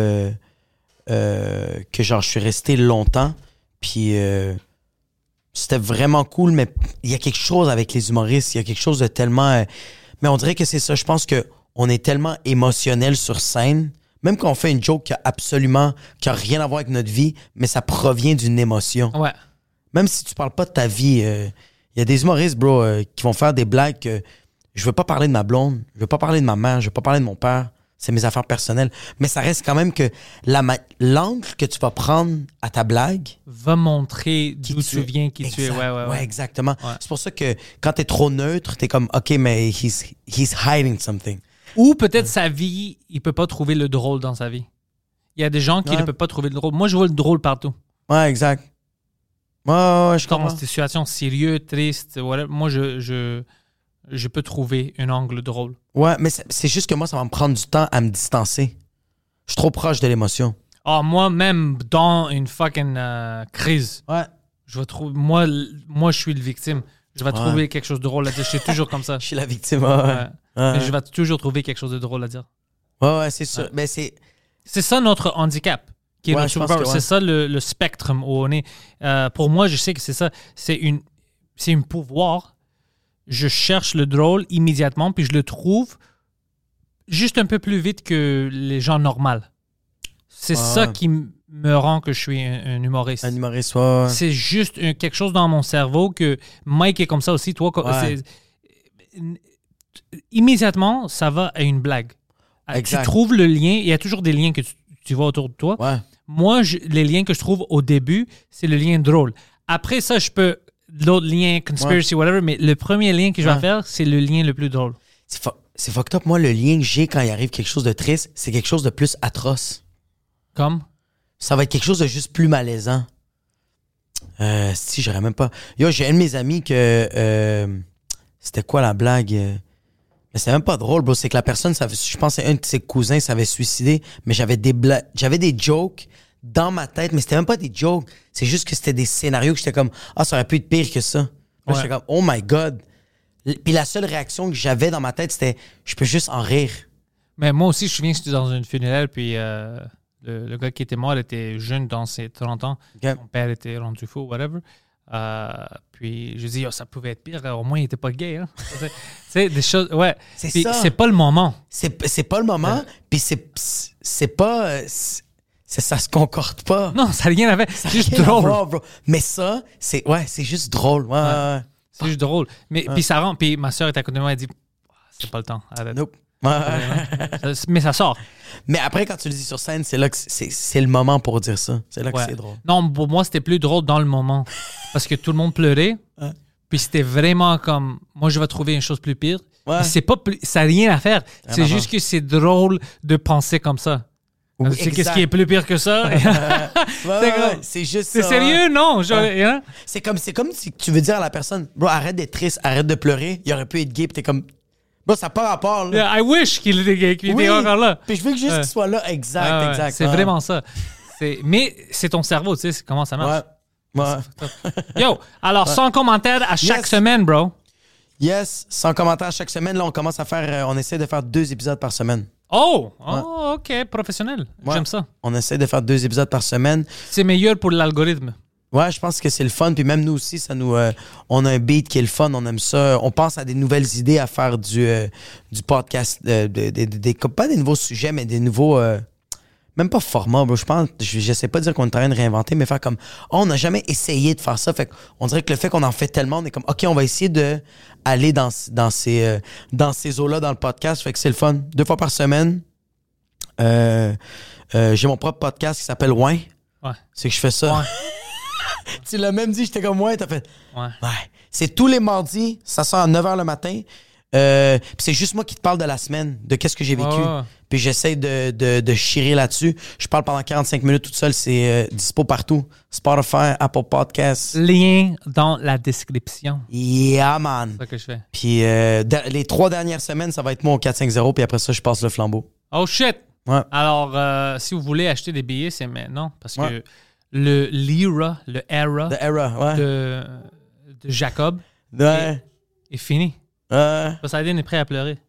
que genre je suis resté longtemps. Puis c'était vraiment cool, mais il y a quelque chose avec les humoristes. Il y a quelque chose de tellement... mais on dirait que c'est ça. Je pense qu'on est tellement émotionnel sur scène. Même quand on fait une joke qui a rien à voir avec notre vie, mais ça provient d'une émotion. Ouais. Même si tu parles pas de ta vie, il y a des humoristes, bro, qui vont faire des blagues que je veux pas parler de ma blonde, je veux pas parler de ma mère, je veux pas parler de mon père. C'est mes affaires personnelles. Mais ça reste quand même que l'angle que tu vas prendre à ta blague va montrer d'où tu viens, qui tu es. Ouais, exactement. Ouais. C'est pour ça que quand t'es trop neutre, t'es comme, OK, mais he's hiding something. Ou peut-être sa vie, il peut pas trouver le drôle dans sa vie. Il y a des gens qui ne peuvent pas trouver le drôle. Moi, je vois le drôle partout. Ouais, exact. Ouais, je comprends. Dans des situations sérieuses, tristes, whatever, moi, je peux trouver un angle drôle. Ouais, mais c'est juste que moi, ça va me prendre du temps à me distancer. Je suis trop proche de l'émotion. Ah, moi, même dans une fucking crise, je vais trouver... Moi, je suis le victime. Je vais trouver quelque chose de drôle à dire. Je suis toujours comme ça. Je suis la victime, Mais je vais toujours trouver quelque chose de drôle à dire. Ouais, c'est sûr. Mais c'est ça notre handicap. Qui est notre superpower. C'est ça le spectre où on est. Pour moi, je sais que c'est ça. C'est c'est un pouvoir. Je cherche le drôle immédiatement, puis je le trouve juste un peu plus vite que les gens normaux. C'est ça qui me rend que je suis un humoriste. Un humoriste, ouais. C'est juste quelque chose dans mon cerveau que Mike est comme ça aussi. Toi, immédiatement, ça va à une blague. Exact. Tu trouves le lien. Il y a toujours des liens que tu vois autour de toi. Ouais. Moi, les liens que je trouve au début, c'est le lien drôle. Après ça, je peux... L'autre lien, conspiracy, whatever, mais le premier lien que je vais faire, c'est le lien le plus drôle. C'est fucked up. Moi, le lien que j'ai quand il arrive quelque chose de triste, c'est quelque chose de plus atroce. Comme? Ça va être quelque chose de juste plus malaisant. Si, j'aurais même pas... Yo, j'ai un de mes amis que... c'était quoi la blague? Mais c'est même pas drôle, bro. C'est que la personne, je pense que c'est un de ses cousins s'avait suicidé, mais j'avais des jokes dans ma tête, mais c'était même pas des jokes. C'est juste que c'était des scénarios que j'étais comme, ça aurait pu être pire que ça. Moi, j'étais comme, oh my God. Puis la seule réaction que j'avais dans ma tête, c'était, je peux juste en rire. Mais moi aussi, je me souviens que j'étais dans une funéraire, puis le gars qui était mort était jeune, dans ses 30 ans. Okay. Son père était rendu fou, whatever. Puis je dis, ça pouvait être pire. Au moins, il était pas gay. Hein? Tu sais, des choses. Ouais. C'est puis ça. C'est pas le moment. C'est pas le moment. Puis c'est pas. Ça se concorde pas. Non, ça n'a rien à faire. C'est juste Rien à drôle. voir, bro. Mais ça, c'est juste drôle. Ouais. C'est juste drôle. Mais puis ça rend. Puis ma soeur est à côté de moi, elle dit, c'est pas le temps. Arrête. Nope. Mais ça sort. Mais après, quand tu le dis sur scène, c'est là que c'est le moment pour dire ça. C'est là que c'est drôle. Non, pour moi, c'était plus drôle dans le moment. Parce que tout le monde pleurait. Puis c'était vraiment comme, moi, je vais trouver une chose plus pire. Ouais. C'est pas ça n'a rien à faire. C'est juste que c'est drôle de penser comme ça. Oui, c'est qu'est-ce qui est plus pire que ça? C'est juste c'est ça. C'est sérieux, non? Hein? C'est comme si tu veux dire à la personne, bro, arrête d'être triste, arrête de pleurer. Il aurait pu être gay, puis t'es comme, bro, ça n'a pas rapport. Là. Yeah, I wish qu'il était gay, qu'il était encore là. Puis je veux que juste qu'il soit là. Exact. C'est vraiment ça. Mais c'est ton cerveau, tu sais, comment ça marche. Ouais. Yo, alors, sans commentaire à chaque semaine, bro. Yes, sans commentaire chaque semaine. Là, on commence à faire, on essaie de faire 2 épisodes par semaine. OK, professionnel. Ouais. J'aime ça. On essaie de faire 2 épisodes par semaine. C'est meilleur pour l'algorithme. Ouais, je pense que c'est le fun. Puis même nous aussi, ça nous, on a un beat qui est le fun. On aime ça. On pense à des nouvelles idées à faire du podcast. Pas des nouveaux sujets, mais des nouveaux... même pas format, bro. Je sais pas dire qu'on est en train de réinventer, mais faire comme, on n'a jamais essayé de faire ça. Fait qu'on dirait que le fait qu'on en fait tellement, on est comme, OK, on va essayer de aller dans ces eaux-là dans le podcast. Fait que c'est le fun. 2 fois par semaine. J'ai mon propre podcast qui s'appelle Ouais. C'est que je fais ça. Ouais. Tu l'as même dit, j'étais comme, ouais, t'as fait. Ouais. C'est tous les mardis, ça sort à 9h le matin. Puis c'est juste moi qui te parle de la semaine, de qu'est-ce que j'ai vécu. Puis j'essaie de chirer là-dessus. Je parle pendant 45 minutes toute seule. C'est dispo partout. Spotify, Apple Podcasts. Lien dans la description. Yeah, man. C'est ça que je fais. Puis les 3 dernières semaines, ça va être moi au 4-5-0. Puis après ça, je passe le flambeau. Oh shit! Ouais. Alors, si vous voulez acheter des billets, c'est maintenant. Parce que l'era de Jacob est fini. Poseidon est prêt à pleurer.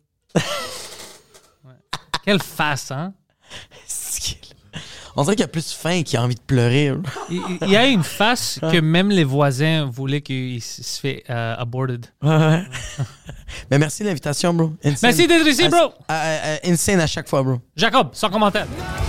Quelle face, hein? On dirait qu'il y a plus faim qu'il a envie de pleurer. Il y a une face que même les voisins voulaient qu'il se fait aborted. Ouais. Mais merci de l'invitation, bro. Insane. Merci d'être ici, bro. Insane à chaque fois, bro. Jacob, sans commentaire.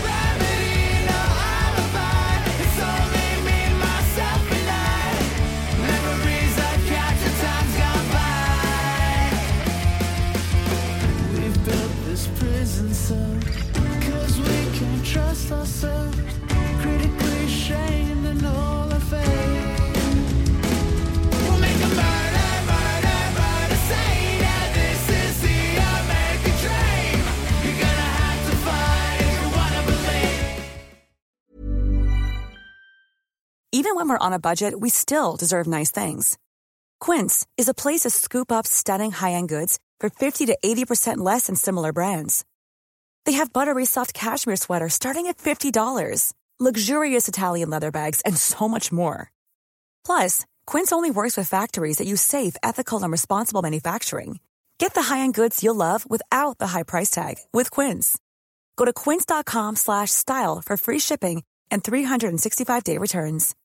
Even when we're on a budget, we still deserve nice things. Quince is a place to scoop up stunning high-end goods for 50 to 80% less than similar brands. They have buttery soft cashmere sweaters starting at $50, luxurious Italian leather bags, and so much more. Plus, Quince only works with factories that use safe, ethical, and responsible manufacturing. Get the high-end goods you'll love without the high price tag with Quince. Go to quince.com/style for free shipping and 365-day returns.